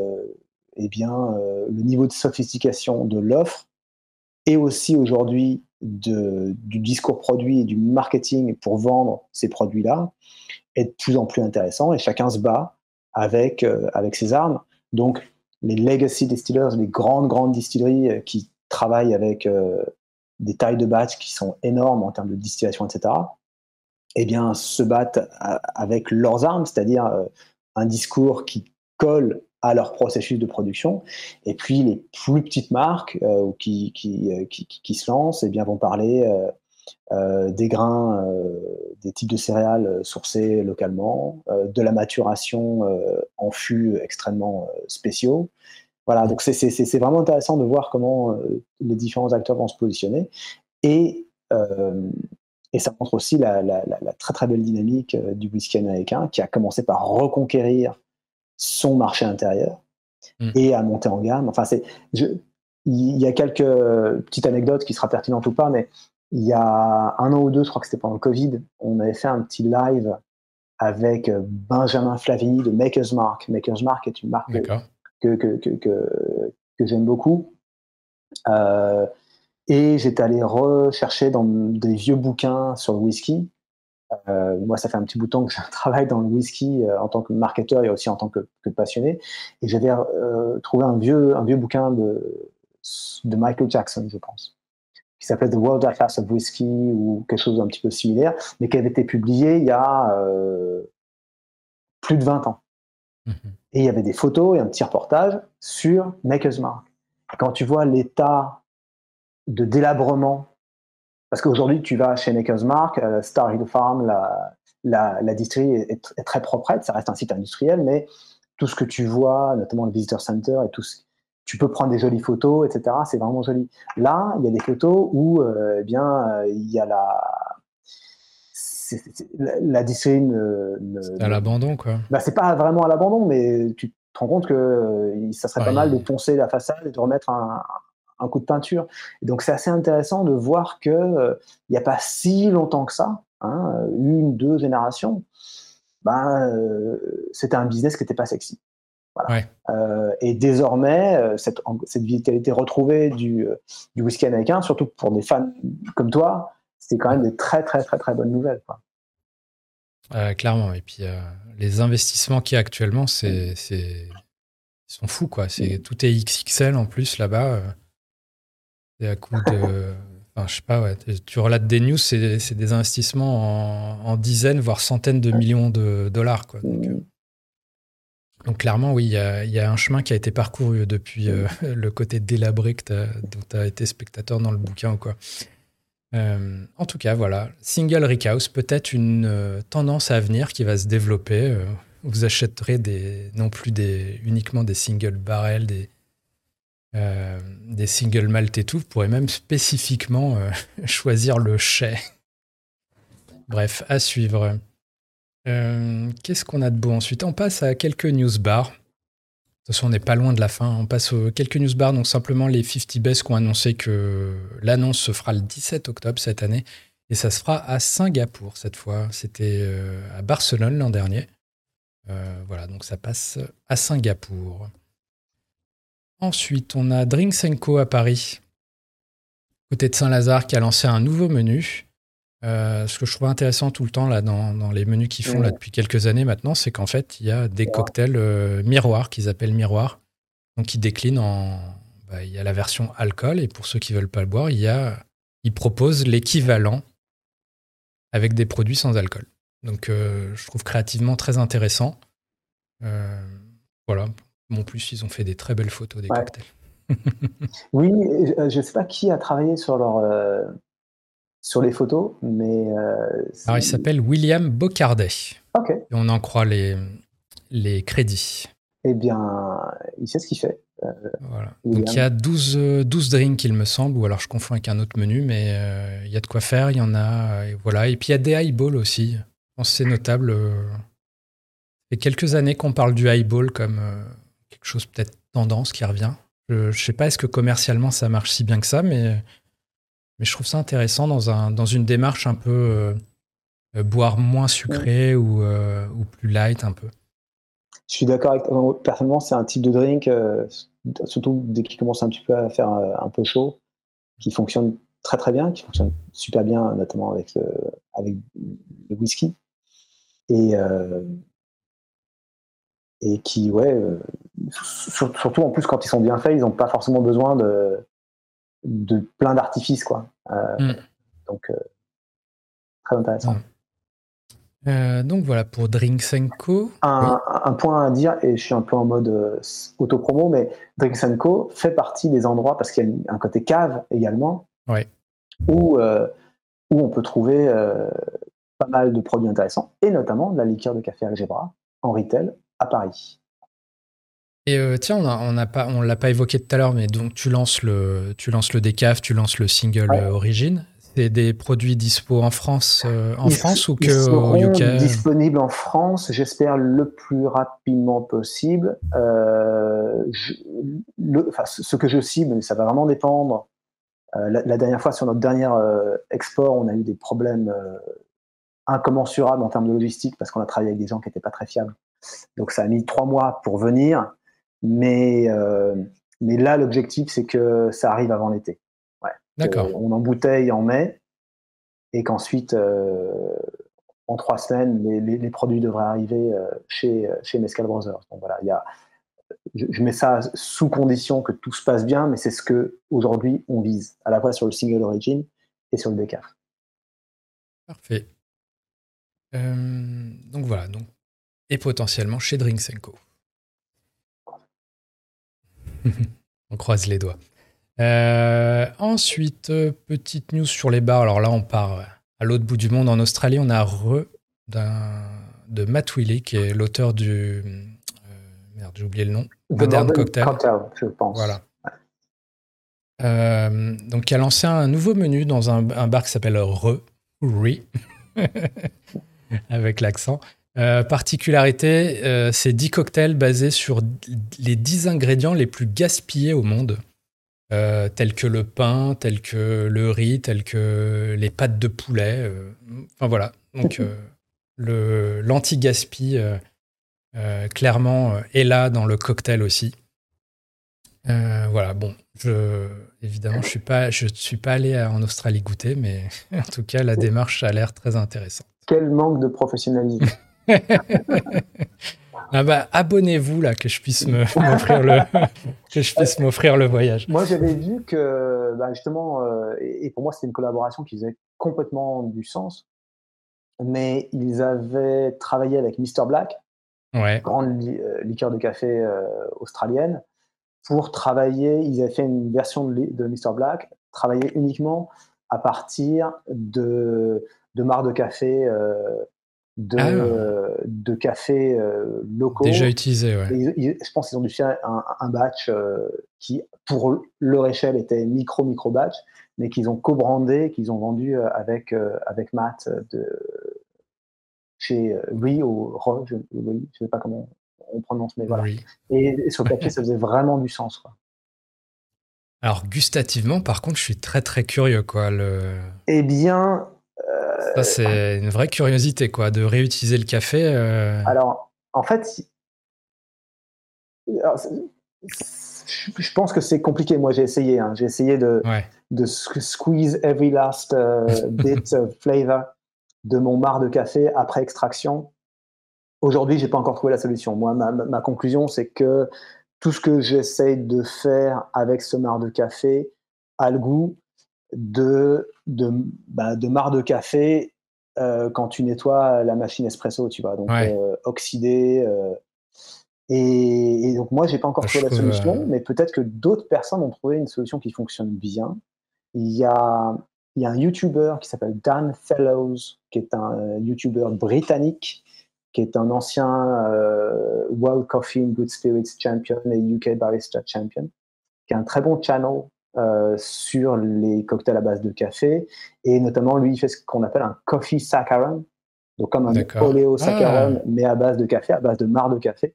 le niveau de sophistication de l'offre et aussi aujourd'hui du discours produit et du marketing pour vendre ces produits-là est de plus en plus intéressant, et chacun se bat avec ses armes. Donc, les legacy distillers, les grandes distilleries qui travaillent avec des tailles de batch qui sont énormes en termes de distillation, etc., eh bien, se battent avec leurs armes, c'est-à-dire un discours qui colle à leur processus de production. Et puis, les plus petites marques qui se lancent, eh bien, vont parler des grains, des types de céréales sourcés localement, de la maturation en fûts extrêmement spéciaux. Voilà, donc c'est vraiment intéressant de voir comment les différents acteurs vont se positionner. Et, et ça montre aussi la très très belle dynamique du whisky américain, qui a commencé par reconquérir son marché intérieur et à monter en gamme. Enfin, il y a quelques petites anecdotes qui sera pertinentes ou pas, mais il y a 1 an ou 2, je crois que c'était pendant le Covid, on avait fait un petit live avec Benjamin Flavigny de Maker's Mark. Maker's Mark est une marque que j'aime beaucoup. Et j'étais allé rechercher dans des vieux bouquins sur le whisky. Moi, ça fait un petit bout de temps que je travaille dans le whisky en tant que marketeur et aussi en tant que passionné. Et j'avais trouvé un vieux bouquin de Michael Jackson, je pense, qui s'appelait The World Atlas of Whiskey ou quelque chose d'un petit peu similaire, mais qui avait été publié il y a plus de 20 ans. Et il y avait des photos et un petit reportage sur Maker's Mark. Et quand tu vois l'état de délabrement, parce qu'aujourd'hui, tu vas chez Maker's Mark, Star Hill Farm, la distillerie est très propre, ça reste un site industriel, mais tout ce que tu vois, notamment le Visitor Center, et tu peux prendre des jolies photos, etc. C'est vraiment joli. Là, il y a des photos où il y a la distillerie c'est à l'abandon, quoi. Bah, c'est pas vraiment à l'abandon, mais tu te rends compte que ça serait pas mal de poncer la façade et de remettre un coup de peinture. Et donc, c'est assez intéressant de voir qu'il n'y a pas si longtemps que ça, 1, 2 générations, c'était un business qui n'était pas sexy. Voilà. Et désormais, cette vitalité retrouvée du whisky américain, surtout pour des fans comme toi, c'est quand même des très, très, très, très bonnes nouvelles, quoi. Clairement. Et puis, les investissements qu'il y a actuellement, ils sont fous, quoi. Tout est XXL en plus là-bas. C'est à coup de... Enfin, je sais pas, ouais. Tu relates des news, c'est des investissements en dizaines, voire centaines de millions de dollars, quoi. Donc clairement, oui, il y a un chemin qui a été parcouru depuis le côté délabré dont tu as été spectateur dans le bouquin ou quoi. En tout cas, voilà. Single Rickhouse, peut-être une tendance à venir qui va se développer. Vous achèterez non plus uniquement des single barrels, des single malt et tout. Vous pourrez même spécifiquement choisir le chai. Bref, à suivre. Qu'est-ce qu'on a de beau ensuite? On passe à quelques news bars. De toute façon, on n'est pas loin de la fin. On passe aux quelques news bars. Donc, simplement les 50 Best qui ont annoncé que l'annonce se fera le 17 octobre cette année. Et ça se fera à Singapour cette fois. C'était à Barcelone l'an dernier. Voilà, donc ça passe à Singapour. Ensuite, on a Drinks & Co à Paris, côté de Saint-Lazare, qui a lancé un nouveau menu. Ce que je trouve intéressant tout le temps là, dans les menus qu'ils font là, depuis quelques années maintenant, c'est qu'en fait, il y a des cocktails miroirs qu'ils appellent miroirs. Donc, ils déclinent il y a la version alcool, et pour ceux qui ne veulent pas le boire, ils proposent l'équivalent avec des produits sans alcool. Donc, je trouve créativement très intéressant. Voilà. En plus, ils ont fait des très belles photos des cocktails. Oui, je ne sais pas qui a travaillé sur les photos, mais... Alors, il s'appelle William Bocardet. Ok. Et on en croit les crédits. Eh bien, il sait ce qu'il fait. Voilà. Donc, il y a 12 drinks, il me semble, ou alors je confonds avec un autre menu, mais il y a de quoi faire, il y en a. Et voilà. Et puis, il y a des highballs aussi. Je pense que c'est notable. Il y a quelques années qu'on parle du highball comme quelque chose peut-être tendance qui revient. Je ne sais pas, est-ce que commercialement ça marche si bien que ça, mais je trouve ça intéressant dans une démarche un peu boire moins sucré ou plus light un peu. Je suis d'accord avec toi. Personnellement, c'est un type de drink, surtout dès qu'il commence un petit peu à faire un peu chaud, qui fonctionne très très bien, qui fonctionne super bien, notamment avec le whisky. Et qui, surtout en plus quand ils sont bien faits, ils n'ont pas forcément besoin de plein d'artifices, quoi. Donc, très intéressant. Donc voilà, pour Drinks & Co. Un point à dire, et je suis un peu en mode auto-promo, mais Drinks & Co fait partie des endroits, parce qu'il y a un côté cave également, où on peut trouver pas mal de produits intéressants, et notamment de la liqueur de café Algebra en retail à Paris. Et tiens, on l'a pas évoqué tout à l'heure, mais donc tu lances le décaf, tu lances le single Origin. C'est des produits dispo en France, ou que au UK? Ils seront disponibles en France, j'espère le plus rapidement possible. Ce que je cible, ça va vraiment dépendre. La dernière fois, sur notre dernier export, on a eu des problèmes incommensurables en termes de logistique parce qu'on a travaillé avec des gens qui n'étaient pas très fiables. Donc ça a mis 3 mois pour venir, mais là, l'objectif, c'est que ça arrive avant l'été. D'accord. On embouteille en mai et qu'ensuite, en 3 semaines, les produits devraient arriver chez Mezcal Brothers. Donc voilà, je mets ça sous condition que tout se passe bien, mais c'est ce que aujourd'hui on vise, à la fois sur le single Origin et sur le décaf. Parfait. Donc voilà, et potentiellement chez Drinks & Co. On croise les doigts. Ensuite, petite news sur les bars. Alors là, on part à l'autre bout du monde. En Australie, on a de Matt Willey, qui est l'auteur du... merde, j'ai oublié le nom. Modern Cocktail, je pense. Voilà. Donc, qui a lancé un nouveau menu dans un bar qui s'appelle Re, avec l'accent. Particularité, c'est 10 cocktails basés sur les 10 ingrédients les plus gaspillés au monde. Tels que le pain, tels que le riz, tels que les pâtes de poulet. Enfin voilà. Donc l'anti-gaspi, clairement, est là dans le cocktail aussi. Voilà, bon, évidemment, je suis pas allé en Australie goûter, mais en tout cas, la démarche a l'air très intéressante. Quel manque de professionnalisme. Ah bah, abonnez-vous là, que je puisse m'offrir le voyage. Moi, j'avais vu que, justement, et pour moi, c'était une collaboration qui faisait complètement du sens, mais ils avaient travaillé avec Mr Black, grande liqueur de café australienne, pour travailler. Ils avaient fait une version de Mr Black, travailler uniquement à partir de mares de café, de cafés locaux. Déjà utilisé, je pense qu'ils ont dû faire un batch qui, pour leur échelle, était micro batch, mais qu'ils ont co-brandé, qu'ils ont vendu avec Matt chez Ri ou Ro, je ne sais pas comment on prononce, mais voilà. Et sur le papier, ça faisait vraiment du sens, quoi. Alors, gustativement, par contre, je suis très, très curieux, quoi. Eh bien... ça, c'est une vraie curiosité, quoi, de réutiliser le café. Alors, en fait, je je pense que c'est compliqué. Moi, j'ai essayé. J'ai essayé de squeeze every last bit of flavor de mon marc de café après extraction. Aujourd'hui, j'ai pas encore trouvé la solution. Moi, ma conclusion, c'est que tout ce que j'essaye de faire avec ce marc de café a le goût de marc de café quand tu nettoies la machine espresso, tu vois. Donc, oxydé. Et donc, moi, j'ai pas encore trouvé la solution, mais peut-être que d'autres personnes ont trouvé une solution qui fonctionne bien. Il y a un YouTuber qui s'appelle Dan Fellows, qui est un YouTuber britannique, qui est un ancien World Coffee and Good Spirits Champion et UK Barista Champion, qui a un très bon channel sur les cocktails à base de café. Et notamment, lui, il fait ce qu'on appelle un coffee saccharon, donc comme un oléosaccharon, mais à base de café, à base de marc de café.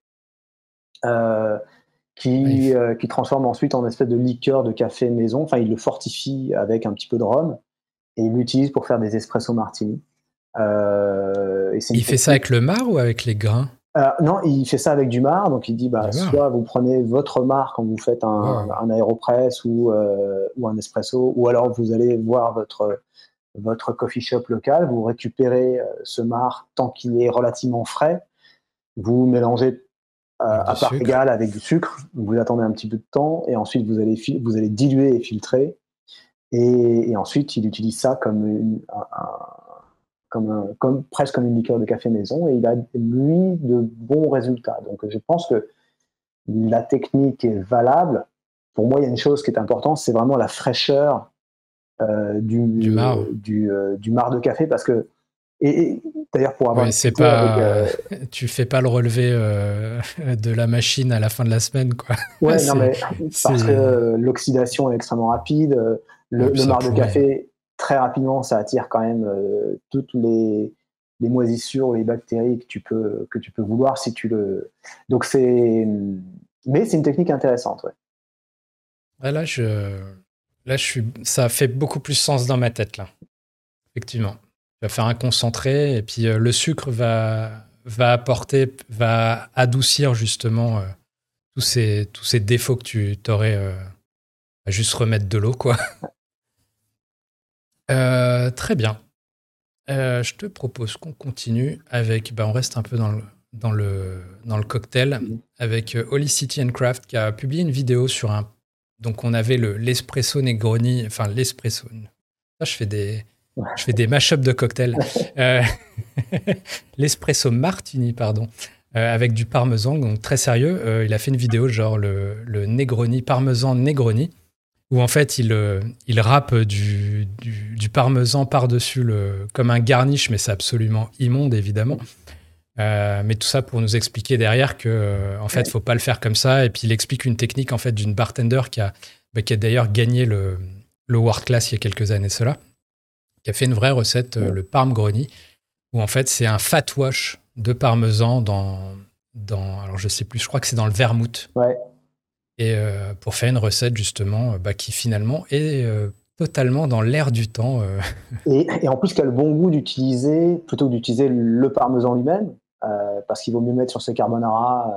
Qui transforme ensuite en espèce de liqueur de café maison. Enfin, il le fortifie avec un petit peu de rhum et il l'utilise pour faire des espresso martini. Il fait ça avec le marc ou avec les grains? Non, il fait ça avec du marc. Donc, il dit soit vous prenez votre marc quand vous faites un aéropress ou un espresso, ou alors vous allez voir votre coffee shop local, vous récupérez ce marc tant qu'il est relativement frais, vous mélangez à part égale avec du sucre, vous attendez un petit peu de temps et ensuite vous allez diluer et filtrer et ensuite il utilise ça comme presque comme une liqueur de café maison et il a lui de bons résultats. Donc je pense que la technique est valable. Pour moi, il y a une chose qui est importante, c'est vraiment la fraîcheur du marc de café parce que et d'ailleurs, pour avoir tu fais pas le relevé de la machine à la fin de la semaine, quoi. Ouais, non, mais parce que l'oxydation est extrêmement rapide. Le marc de café, très rapidement, ça attire quand même toutes les moisissures ou les bactéries que tu peux vouloir si tu le. Donc mais c'est une technique intéressante, ouais. Là, ça fait beaucoup plus sens dans ma tête, là. Effectivement. Tu vas faire un concentré et puis le sucre va adoucir justement tous ces défauts que tu t'aurais à juste remettre de l'eau, quoi. Très bien. Je te propose qu'on continue avec, on reste un peu dans le cocktail avec Holy City and Craft qui a publié une vidéo sur donc on avait l'espresso Negroni, enfin l'espresso. Là, je fais des mash-ups de cocktails. L'espresso martini, pardon, avec du parmesan, donc très sérieux. Il a fait une vidéo genre le Negroni, parmesan Negroni, où en fait il râpe du parmesan par-dessus comme un garnish, mais c'est absolument immonde évidemment. Mais tout ça pour nous expliquer derrière que en fait faut pas le faire comme ça. Et puis il explique une technique en fait d'une bartender qui a d'ailleurs gagné le World Class il y a quelques années cela, qui a fait une vraie recette, le Parm Groni, où en fait c'est un fat wash de parmesan dans alors je sais plus, je crois que c'est dans le vermouth. Ouais. Et pour faire une recette justement qui finalement est totalement dans l'air du temps. Et en plus qui a le bon goût d'utiliser, plutôt que d'utiliser le parmesan lui-même, parce qu'il vaut mieux mettre sur ses carbonara,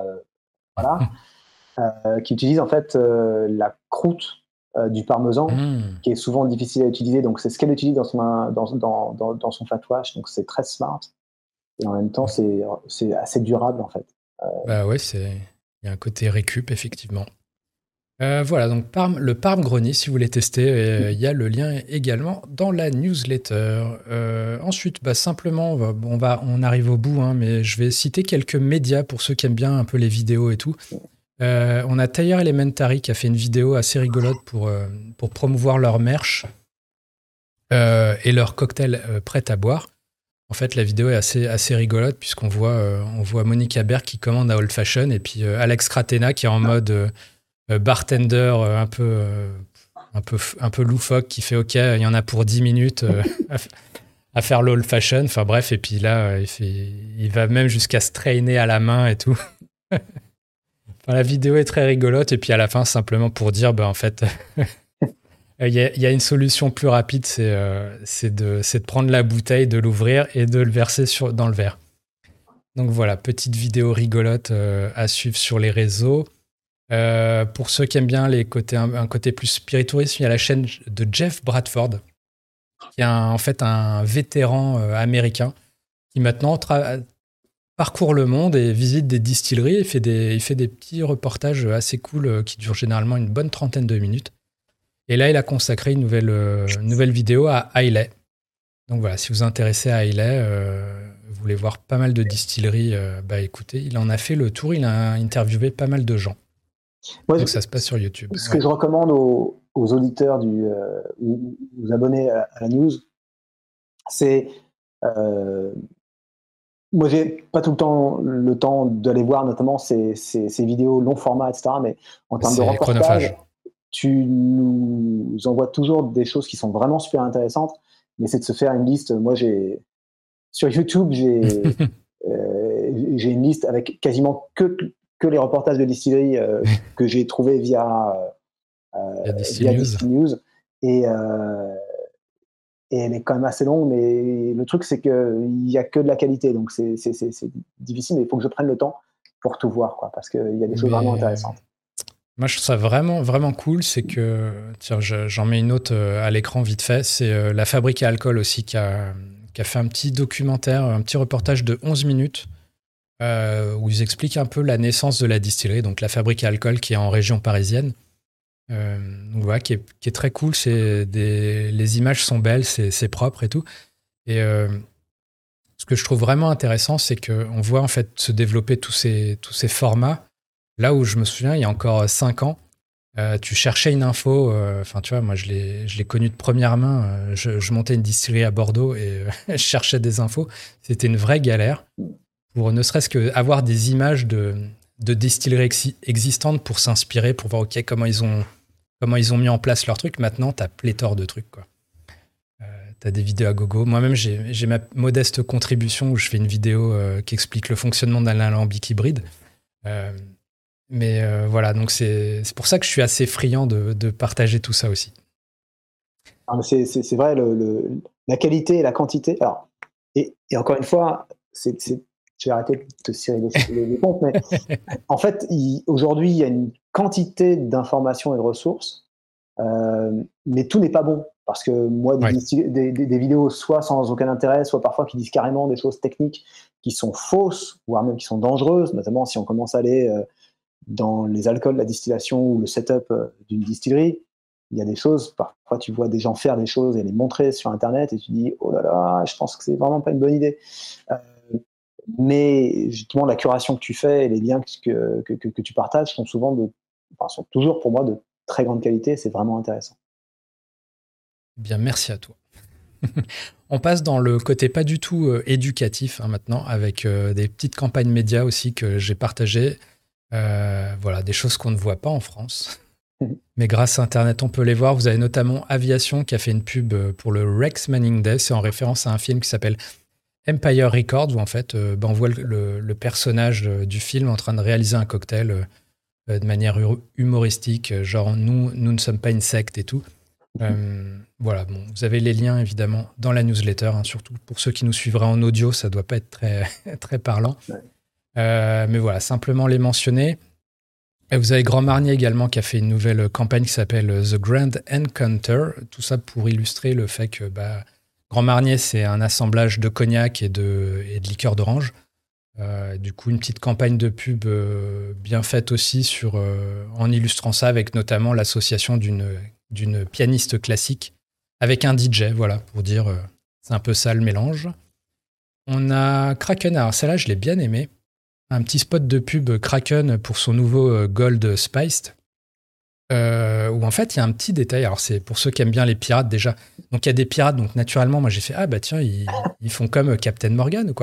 qui utilise en fait la croûte du parmesan, qui est souvent difficile à utiliser. Donc c'est ce qu'elle utilise dans son fat wash. Donc c'est très smart. Et en même temps, c'est assez durable en fait. Il y a un côté récup effectivement. Voilà, donc le Parm Groni, si vous voulez tester, il y a le lien également dans la newsletter. Ensuite, simplement, on arrive au bout, mais je vais citer quelques médias pour ceux qui aiment bien un peu les vidéos et tout. On a Tire Elementary qui a fait une vidéo assez rigolote pour promouvoir leur merch et leur cocktail prêt à boire. En fait, la vidéo est assez rigolote puisqu'on voit Monica Berg qui commande à Old Fashion et puis Alex Cratena qui est en mode bartender un peu loufoque qui fait OK, il y en a pour 10 minutes à faire l'Old Fashion. Enfin bref, et puis là, il va même jusqu'à se traîner à la main et tout. La vidéo est très rigolote et puis à la fin, simplement pour dire, en fait, il y a une solution plus rapide, c'est de prendre la bouteille, de l'ouvrir et de le verser dans le verre. Donc voilà, petite vidéo rigolote à suivre sur les réseaux. Pour ceux qui aiment bien un côté plus spiritualiste, il y a la chaîne de Jeff Bradford, qui est en fait un vétéran américain qui maintenant parcourt le monde et visite des distilleries et il fait des petits reportages assez cool qui durent généralement une bonne trentaine de minutes. Et là, il a consacré une nouvelle vidéo à Islay. Donc voilà, si vous vous intéressez à Islay, vous voulez voir pas mal de distilleries, écoutez, il en a fait le tour, il a interviewé pas mal de gens. Moi, donc ça se passe sur YouTube. Ce que je recommande aux auditeurs ou aux abonnés à la news, c'est moi j'ai pas tout le temps d'aller voir notamment ces vidéos long format, etc. Mais en termes de reportage, tu nous envoies toujours des choses qui sont vraiment super intéressantes. Mais c'est de se faire une liste. Moi sur YouTube j'ai une liste avec quasiment que les reportages de distillerie que j'ai trouvés via DC News. Et elle est quand même assez longue, mais le truc, c'est qu'il n'y a que de la qualité. Donc, c'est difficile, mais il faut que je prenne le temps pour tout voir, quoi, parce qu'il y a des choses vraiment intéressantes. Moi, je trouve ça vraiment, vraiment cool. C'est que, tiens, j'en mets une autre à l'écran vite fait. C'est La Fabrique à Alcool aussi qui a fait un petit documentaire, un petit reportage de 11 minutes où ils expliquent un peu la naissance de la distillerie, donc La Fabrique à Alcool qui est en région parisienne. Donc voilà, qui est très cool. Les images sont belles, c'est propre et tout. Et ce que je trouve vraiment intéressant, c'est qu'on voit en fait se développer tous ces formats. Là où je me souviens, il y a encore 5 ans, tu cherchais une info. Enfin, tu vois, moi, je l'ai connu de première main. Je montais une distillerie à Bordeaux et je cherchais des infos. C'était une vraie galère pour ne serait-ce qu'avoir des images de distilleries existantes pour s'inspirer, pour voir comment ils ont mis en place leur truc. Maintenant, tu as pléthore de trucs, quoi. Tu as des vidéos à gogo. Moi-même, j'ai ma modeste contribution où je fais une vidéo qui explique le fonctionnement d'un alambic hybride. Mais voilà, donc c'est pour ça que je suis assez friand de partager tout ça aussi. C'est vrai, la qualité et la quantité. Alors, et encore une fois, je vais arrêter de te cirer les pompes, mais en fait, aujourd'hui, il y a une quantité d'informations et de ressources, mais tout n'est pas bon. Parce que moi, des vidéos soit sans aucun intérêt, soit parfois qui disent carrément des choses techniques qui sont fausses, voire même qui sont dangereuses, notamment si on commence à aller dans les alcools, la distillation ou le setup d'une distillerie. Il y a des choses, parfois tu vois des gens faire des choses et les montrer sur Internet et tu dis « Oh là là, je pense que c'est vraiment pas une bonne idée ». Mais justement, la curation que tu fais et les liens que tu partages sont sont toujours pour moi de très grande qualité. C'est vraiment intéressant. Bien, merci à toi. On passe dans le côté pas du tout éducatif maintenant, avec des petites campagnes médias aussi que j'ai partagées. Voilà, des choses qu'on ne voit pas en France. Mais grâce à Internet, on peut les voir. Vous avez notamment Aviation qui a fait une pub pour le Rex Manning Day. C'est en référence à un film qui s'appelle Empire Records, où en fait, on voit le personnage du film en train de réaliser un cocktail de manière humoristique, genre nous ne sommes pas une secte et tout. Voilà, bon, vous avez les liens évidemment dans la newsletter, hein, surtout pour ceux qui nous suivraient en audio, ça doit pas être très, très parlant. Ouais. Mais voilà, simplement les mentionner. Et vous avez Grand Marnier également qui a fait une nouvelle campagne qui s'appelle The Grand Encounter. Tout ça pour illustrer le fait que Grand Marnier, c'est un assemblage de cognac et de liqueur d'orange. Du coup, une petite campagne de pub bien faite aussi en illustrant ça avec notamment l'association d'une pianiste classique avec un DJ, voilà, pour dire c'est un peu ça le mélange. On a Kraken, alors celle-là, je l'ai bien aimée. Un petit spot de pub Kraken pour son nouveau Gold Spiced, où en fait, il y a un petit détail. Alors, c'est pour ceux qui aiment bien les pirates déjà. Donc, il y a des pirates, donc naturellement, moi, j'ai fait « Ah, bah tiens, ils font comme Captain Morgan ou quoi ?»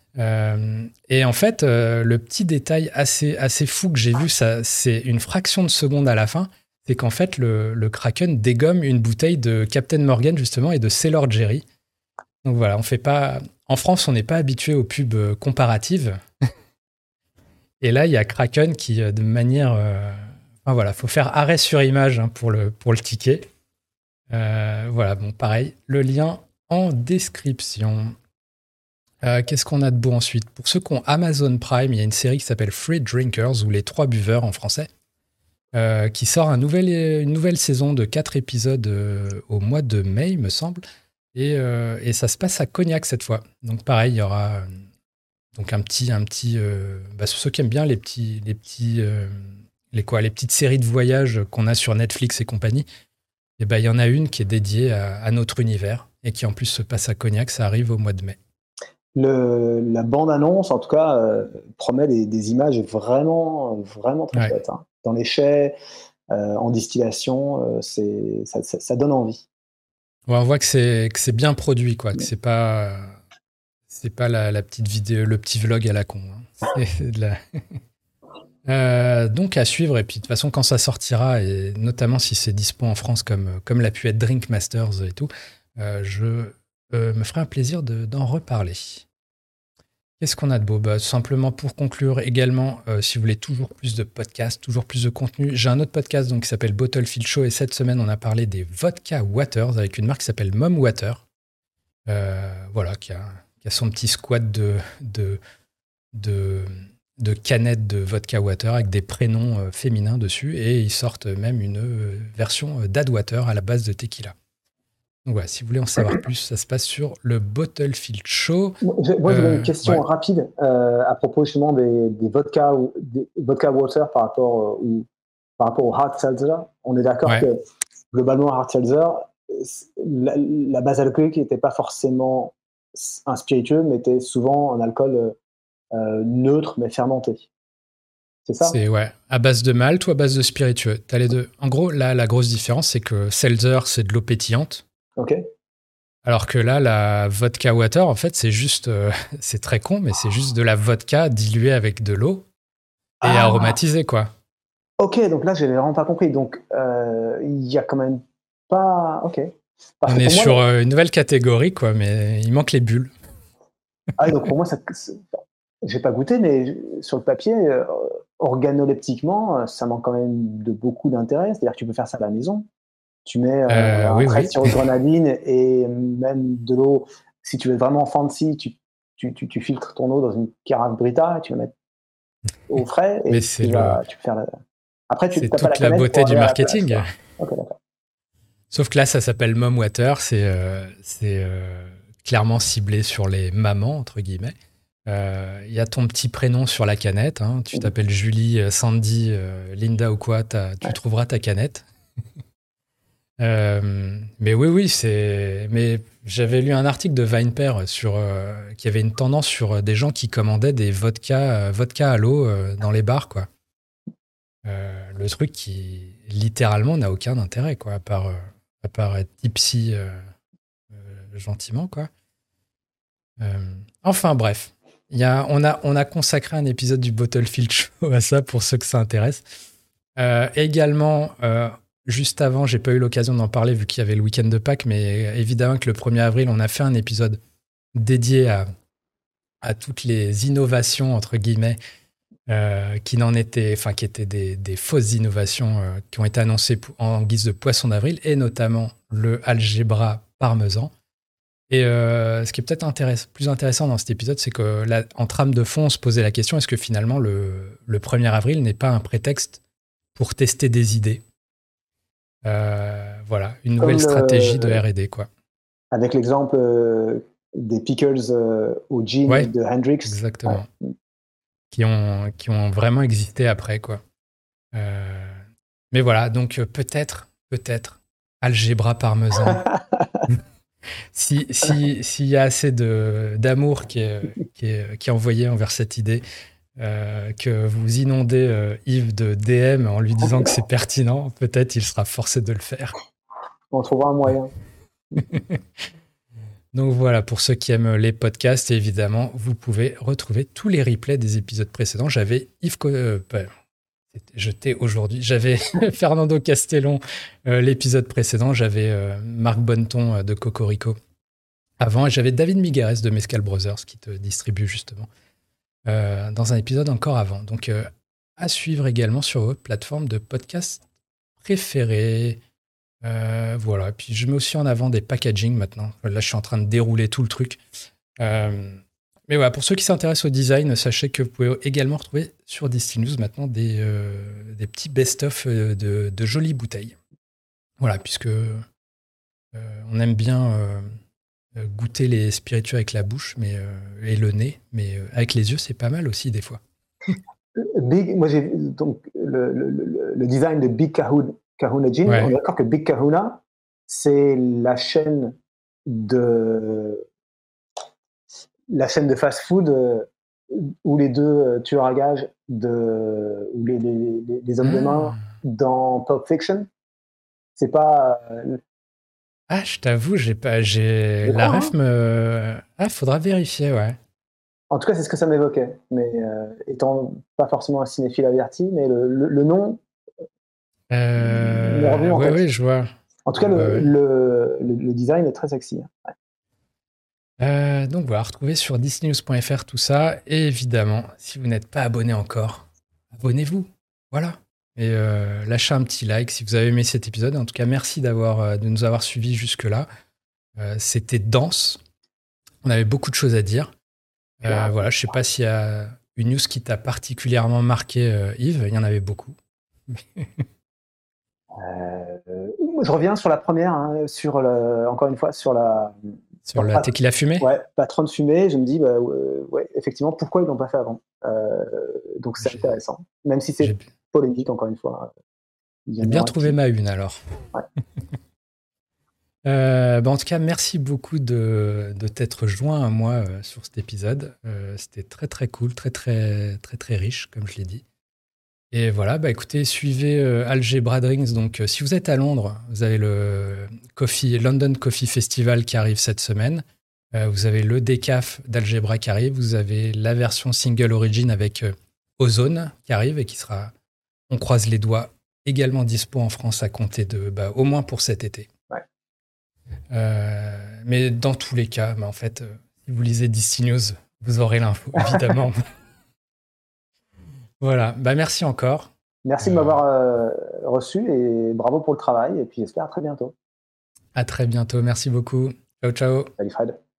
Et en fait, le petit détail assez fou que j'ai vu, ça, c'est une fraction de seconde à la fin, c'est qu'en fait, le Kraken dégomme une bouteille de Captain Morgan, justement, et de Sailor Jerry. Donc voilà, on fait pas... En France, on n'est pas habitué aux pubs comparatives. Et là, il y a Kraken qui, de manière... Enfin voilà, faut faire arrêt sur image hein, pour le ticket. Voilà, bon, pareil, le lien en description. Qu'est-ce qu'on a de beau ensuite ? Pour ceux qui ont Amazon Prime, il y a une série qui s'appelle Free Drinkers, ou Les Trois Buveurs en français. qui sort une nouvelle saison de 4 épisodes au mois de mai, il me semble. Et ça se passe à Cognac cette fois. Donc pareil, il y aura donc un petit ceux qui aiment bien les petites séries de voyages qu'on a sur Netflix et compagnie. Et ben il y en a une qui est dédiée à notre univers et qui en plus se passe à Cognac. Ça arrive au mois de mai. La bande-annonce, en tout cas, promet des images vraiment, vraiment très chouettes. Hein. Dans les chais, en distillation, ça donne envie. Ouais, on voit que c'est bien produit, quoi. Que c'est pas la petite vidéo, le petit vlog à la con. Hein. Donc à suivre, et puis de toute façon quand ça sortira, et notamment si c'est dispo en France comme l'a pu être Drink Masters et tout, je me ferai un plaisir d'en reparler. Qu'est-ce qu'on a de beau ? Simplement pour conclure également, si vous voulez toujours plus de podcasts, toujours plus de contenu, j'ai un autre podcast donc, qui s'appelle Bottlefield Show, et cette semaine on a parlé des vodka waters avec une marque qui s'appelle Mom Water, qui a son petit squad de canettes de vodka water avec des prénoms féminins dessus, et ils sortent même une version d'Adwater à la base de tequila. Donc voilà, si vous voulez en savoir plus, ça se passe sur le Bottlefield Show. Moi, j'avais une question rapide à propos justement des vodka water par rapport au hard seltzer. On est d'accord que globalement, hard seltzer, la base alcoolique n'était pas forcément un spiritueux, mais était souvent un alcool neutre mais fermenté. C'est ça ? C'est à base de malt ou à base de spiritueux. T'as les deux. En gros, là, la grosse différence, c'est que seltzer, c'est de l'eau pétillante. Ok. Alors que là, la vodka water, en fait, c'est juste, c'est très con, mais c'est juste de la vodka diluée avec de l'eau et aromatisée, quoi. Ok, donc là, je n'avais vraiment pas compris. Donc, il y a quand même pas. Ok. On est sur une nouvelle catégorie, quoi, mais il manque les bulles. Donc pour moi, j'ai pas goûté, mais sur le papier, organoleptiquement, ça manque quand même de beaucoup d'intérêt. C'est-à-dire que tu peux faire ça à la maison. Tu mets un trait de grenadine et même de l'eau. Si tu veux vraiment fancy, tu filtres ton eau dans une carafe Brita, tu vas mettre au frais et tu peux faire Après, tu n'as pas la toute la beauté du marketing. Okay, d'accord. Sauf que là, ça s'appelle Mom Water. C'est clairement ciblé sur les mamans, entre guillemets. Il y a ton petit prénom sur la canette. Hein. Tu t'appelles Julie, Sandy, Linda ou quoi, tu trouveras ta canette. Mais oui, mais j'avais lu un article de VinePair qui avait une tendance sur des gens qui commandaient des vodka à l'eau dans les bars, quoi. Le truc qui littéralement n'a aucun intérêt, quoi, à part être tipsy gentiment, quoi. Enfin bref, on a consacré un épisode du Bottlefield Show à ça pour ceux que ça intéresse. Également, juste avant, j'ai pas eu l'occasion d'en parler vu qu'il y avait le week-end de Pâques, mais évidemment que le 1er avril, on a fait un épisode dédié à toutes les innovations, entre guillemets, qui étaient des fausses innovations qui ont été annoncées en guise de poisson d'avril, et notamment le algebra parmesan. Et ce qui est peut-être plus intéressant dans cet épisode, c'est que en trame de fond, on se posait la question, est-ce que finalement le 1er avril n'est pas un prétexte pour tester des idées ? Une nouvelle stratégie de R&D, quoi. Avec l'exemple des pickles au gin de Hendrix. Exactement. Qui ont vraiment existé après, quoi. Mais voilà, donc peut-être, algebra parmesan. S'il y a assez d'amour qui est envoyé envers cette idée, que vous inondez Yves de DM en lui disant que c'est pertinent, peut-être il sera forcé de le faire. On trouvera un moyen. Donc voilà, pour ceux qui aiment les podcasts, évidemment, vous pouvez retrouver tous les replays des épisodes précédents. J'avais j'avais Fernando Castellon, l'épisode précédent, j'avais Marc Bonneton de Cocorico avant, et j'avais David Migueres de Mescal Brothers qui te distribue justement dans un épisode encore avant. Donc à suivre également sur votre plateforme de podcast préférée. Et puis je mets aussi en avant des packaging maintenant. Là, je suis en train de dérouler tout le truc. Mais Mais voilà, pour ceux qui s'intéressent au design, sachez que vous pouvez également retrouver sur Distil News maintenant des petits best-of de jolies bouteilles. Voilà, puisque on aime bien goûter les spiritueux avec la bouche et le nez, mais avec les yeux, c'est pas mal aussi des fois. Moi, j'ai donc le design de Big Kahuna Gin. Ouais. On est d'accord que Big Kahuna, c'est la chaîne de fast-food où les deux tueurs à gages ou les hommes de main dans Pulp Fiction. C'est pas. Ah, je t'avoue, la ref faudra vérifier, ouais. En tout cas, c'est ce que ça m'évoquait. Mais étant pas forcément un cinéphile averti, mais le nom m'est revenu en tête. Oui, je vois. En tout cas, le design est très sexy. Ouais. Donc voilà, retrouvez sur disneynews.fr tout ça. Et évidemment, si vous n'êtes pas abonné encore, abonnez-vous. Voilà. Et lâchez un petit like si vous avez aimé cet épisode. En tout cas, merci de nous avoir suivis jusque-là. C'était dense. On avait beaucoup de choses à dire. Voilà, je ne sais pas s'il y a une news qui t'a particulièrement marqué, Yves. Il y en avait beaucoup. Je reviens sur la première, hein, encore une fois, sur la tequila fumée. Ouais, patron de fumée. Je me dis, ouais, effectivement, pourquoi ils l'ont pas fait avant. Donc c'est intéressant, même si c'est polémique, encore une fois. J'ai bien trouvé ma une alors. Ouais. En tout cas, merci beaucoup de t'être joint à moi sur cet épisode. C'était très très cool, très très très très riche, comme je l'ai dit. Et voilà, écoutez, suivez Algebra Drinks. Donc, si vous êtes à Londres, vous avez le London Coffee Festival qui arrive cette semaine. Vous avez le décaf d'Algebra qui arrive. Vous avez la version single origin avec Ozone qui arrive et qui sera, on croise les doigts, également dispo en France à compter au moins pour cet été. Ouais. Mais dans tous les cas, en fait, si vous lisez Distil News, vous aurez l'info, évidemment. Voilà, merci encore. Merci de m'avoir reçu et bravo pour le travail. Et puis j'espère à très bientôt. À très bientôt, merci beaucoup. Ciao, ciao. Salut Fred.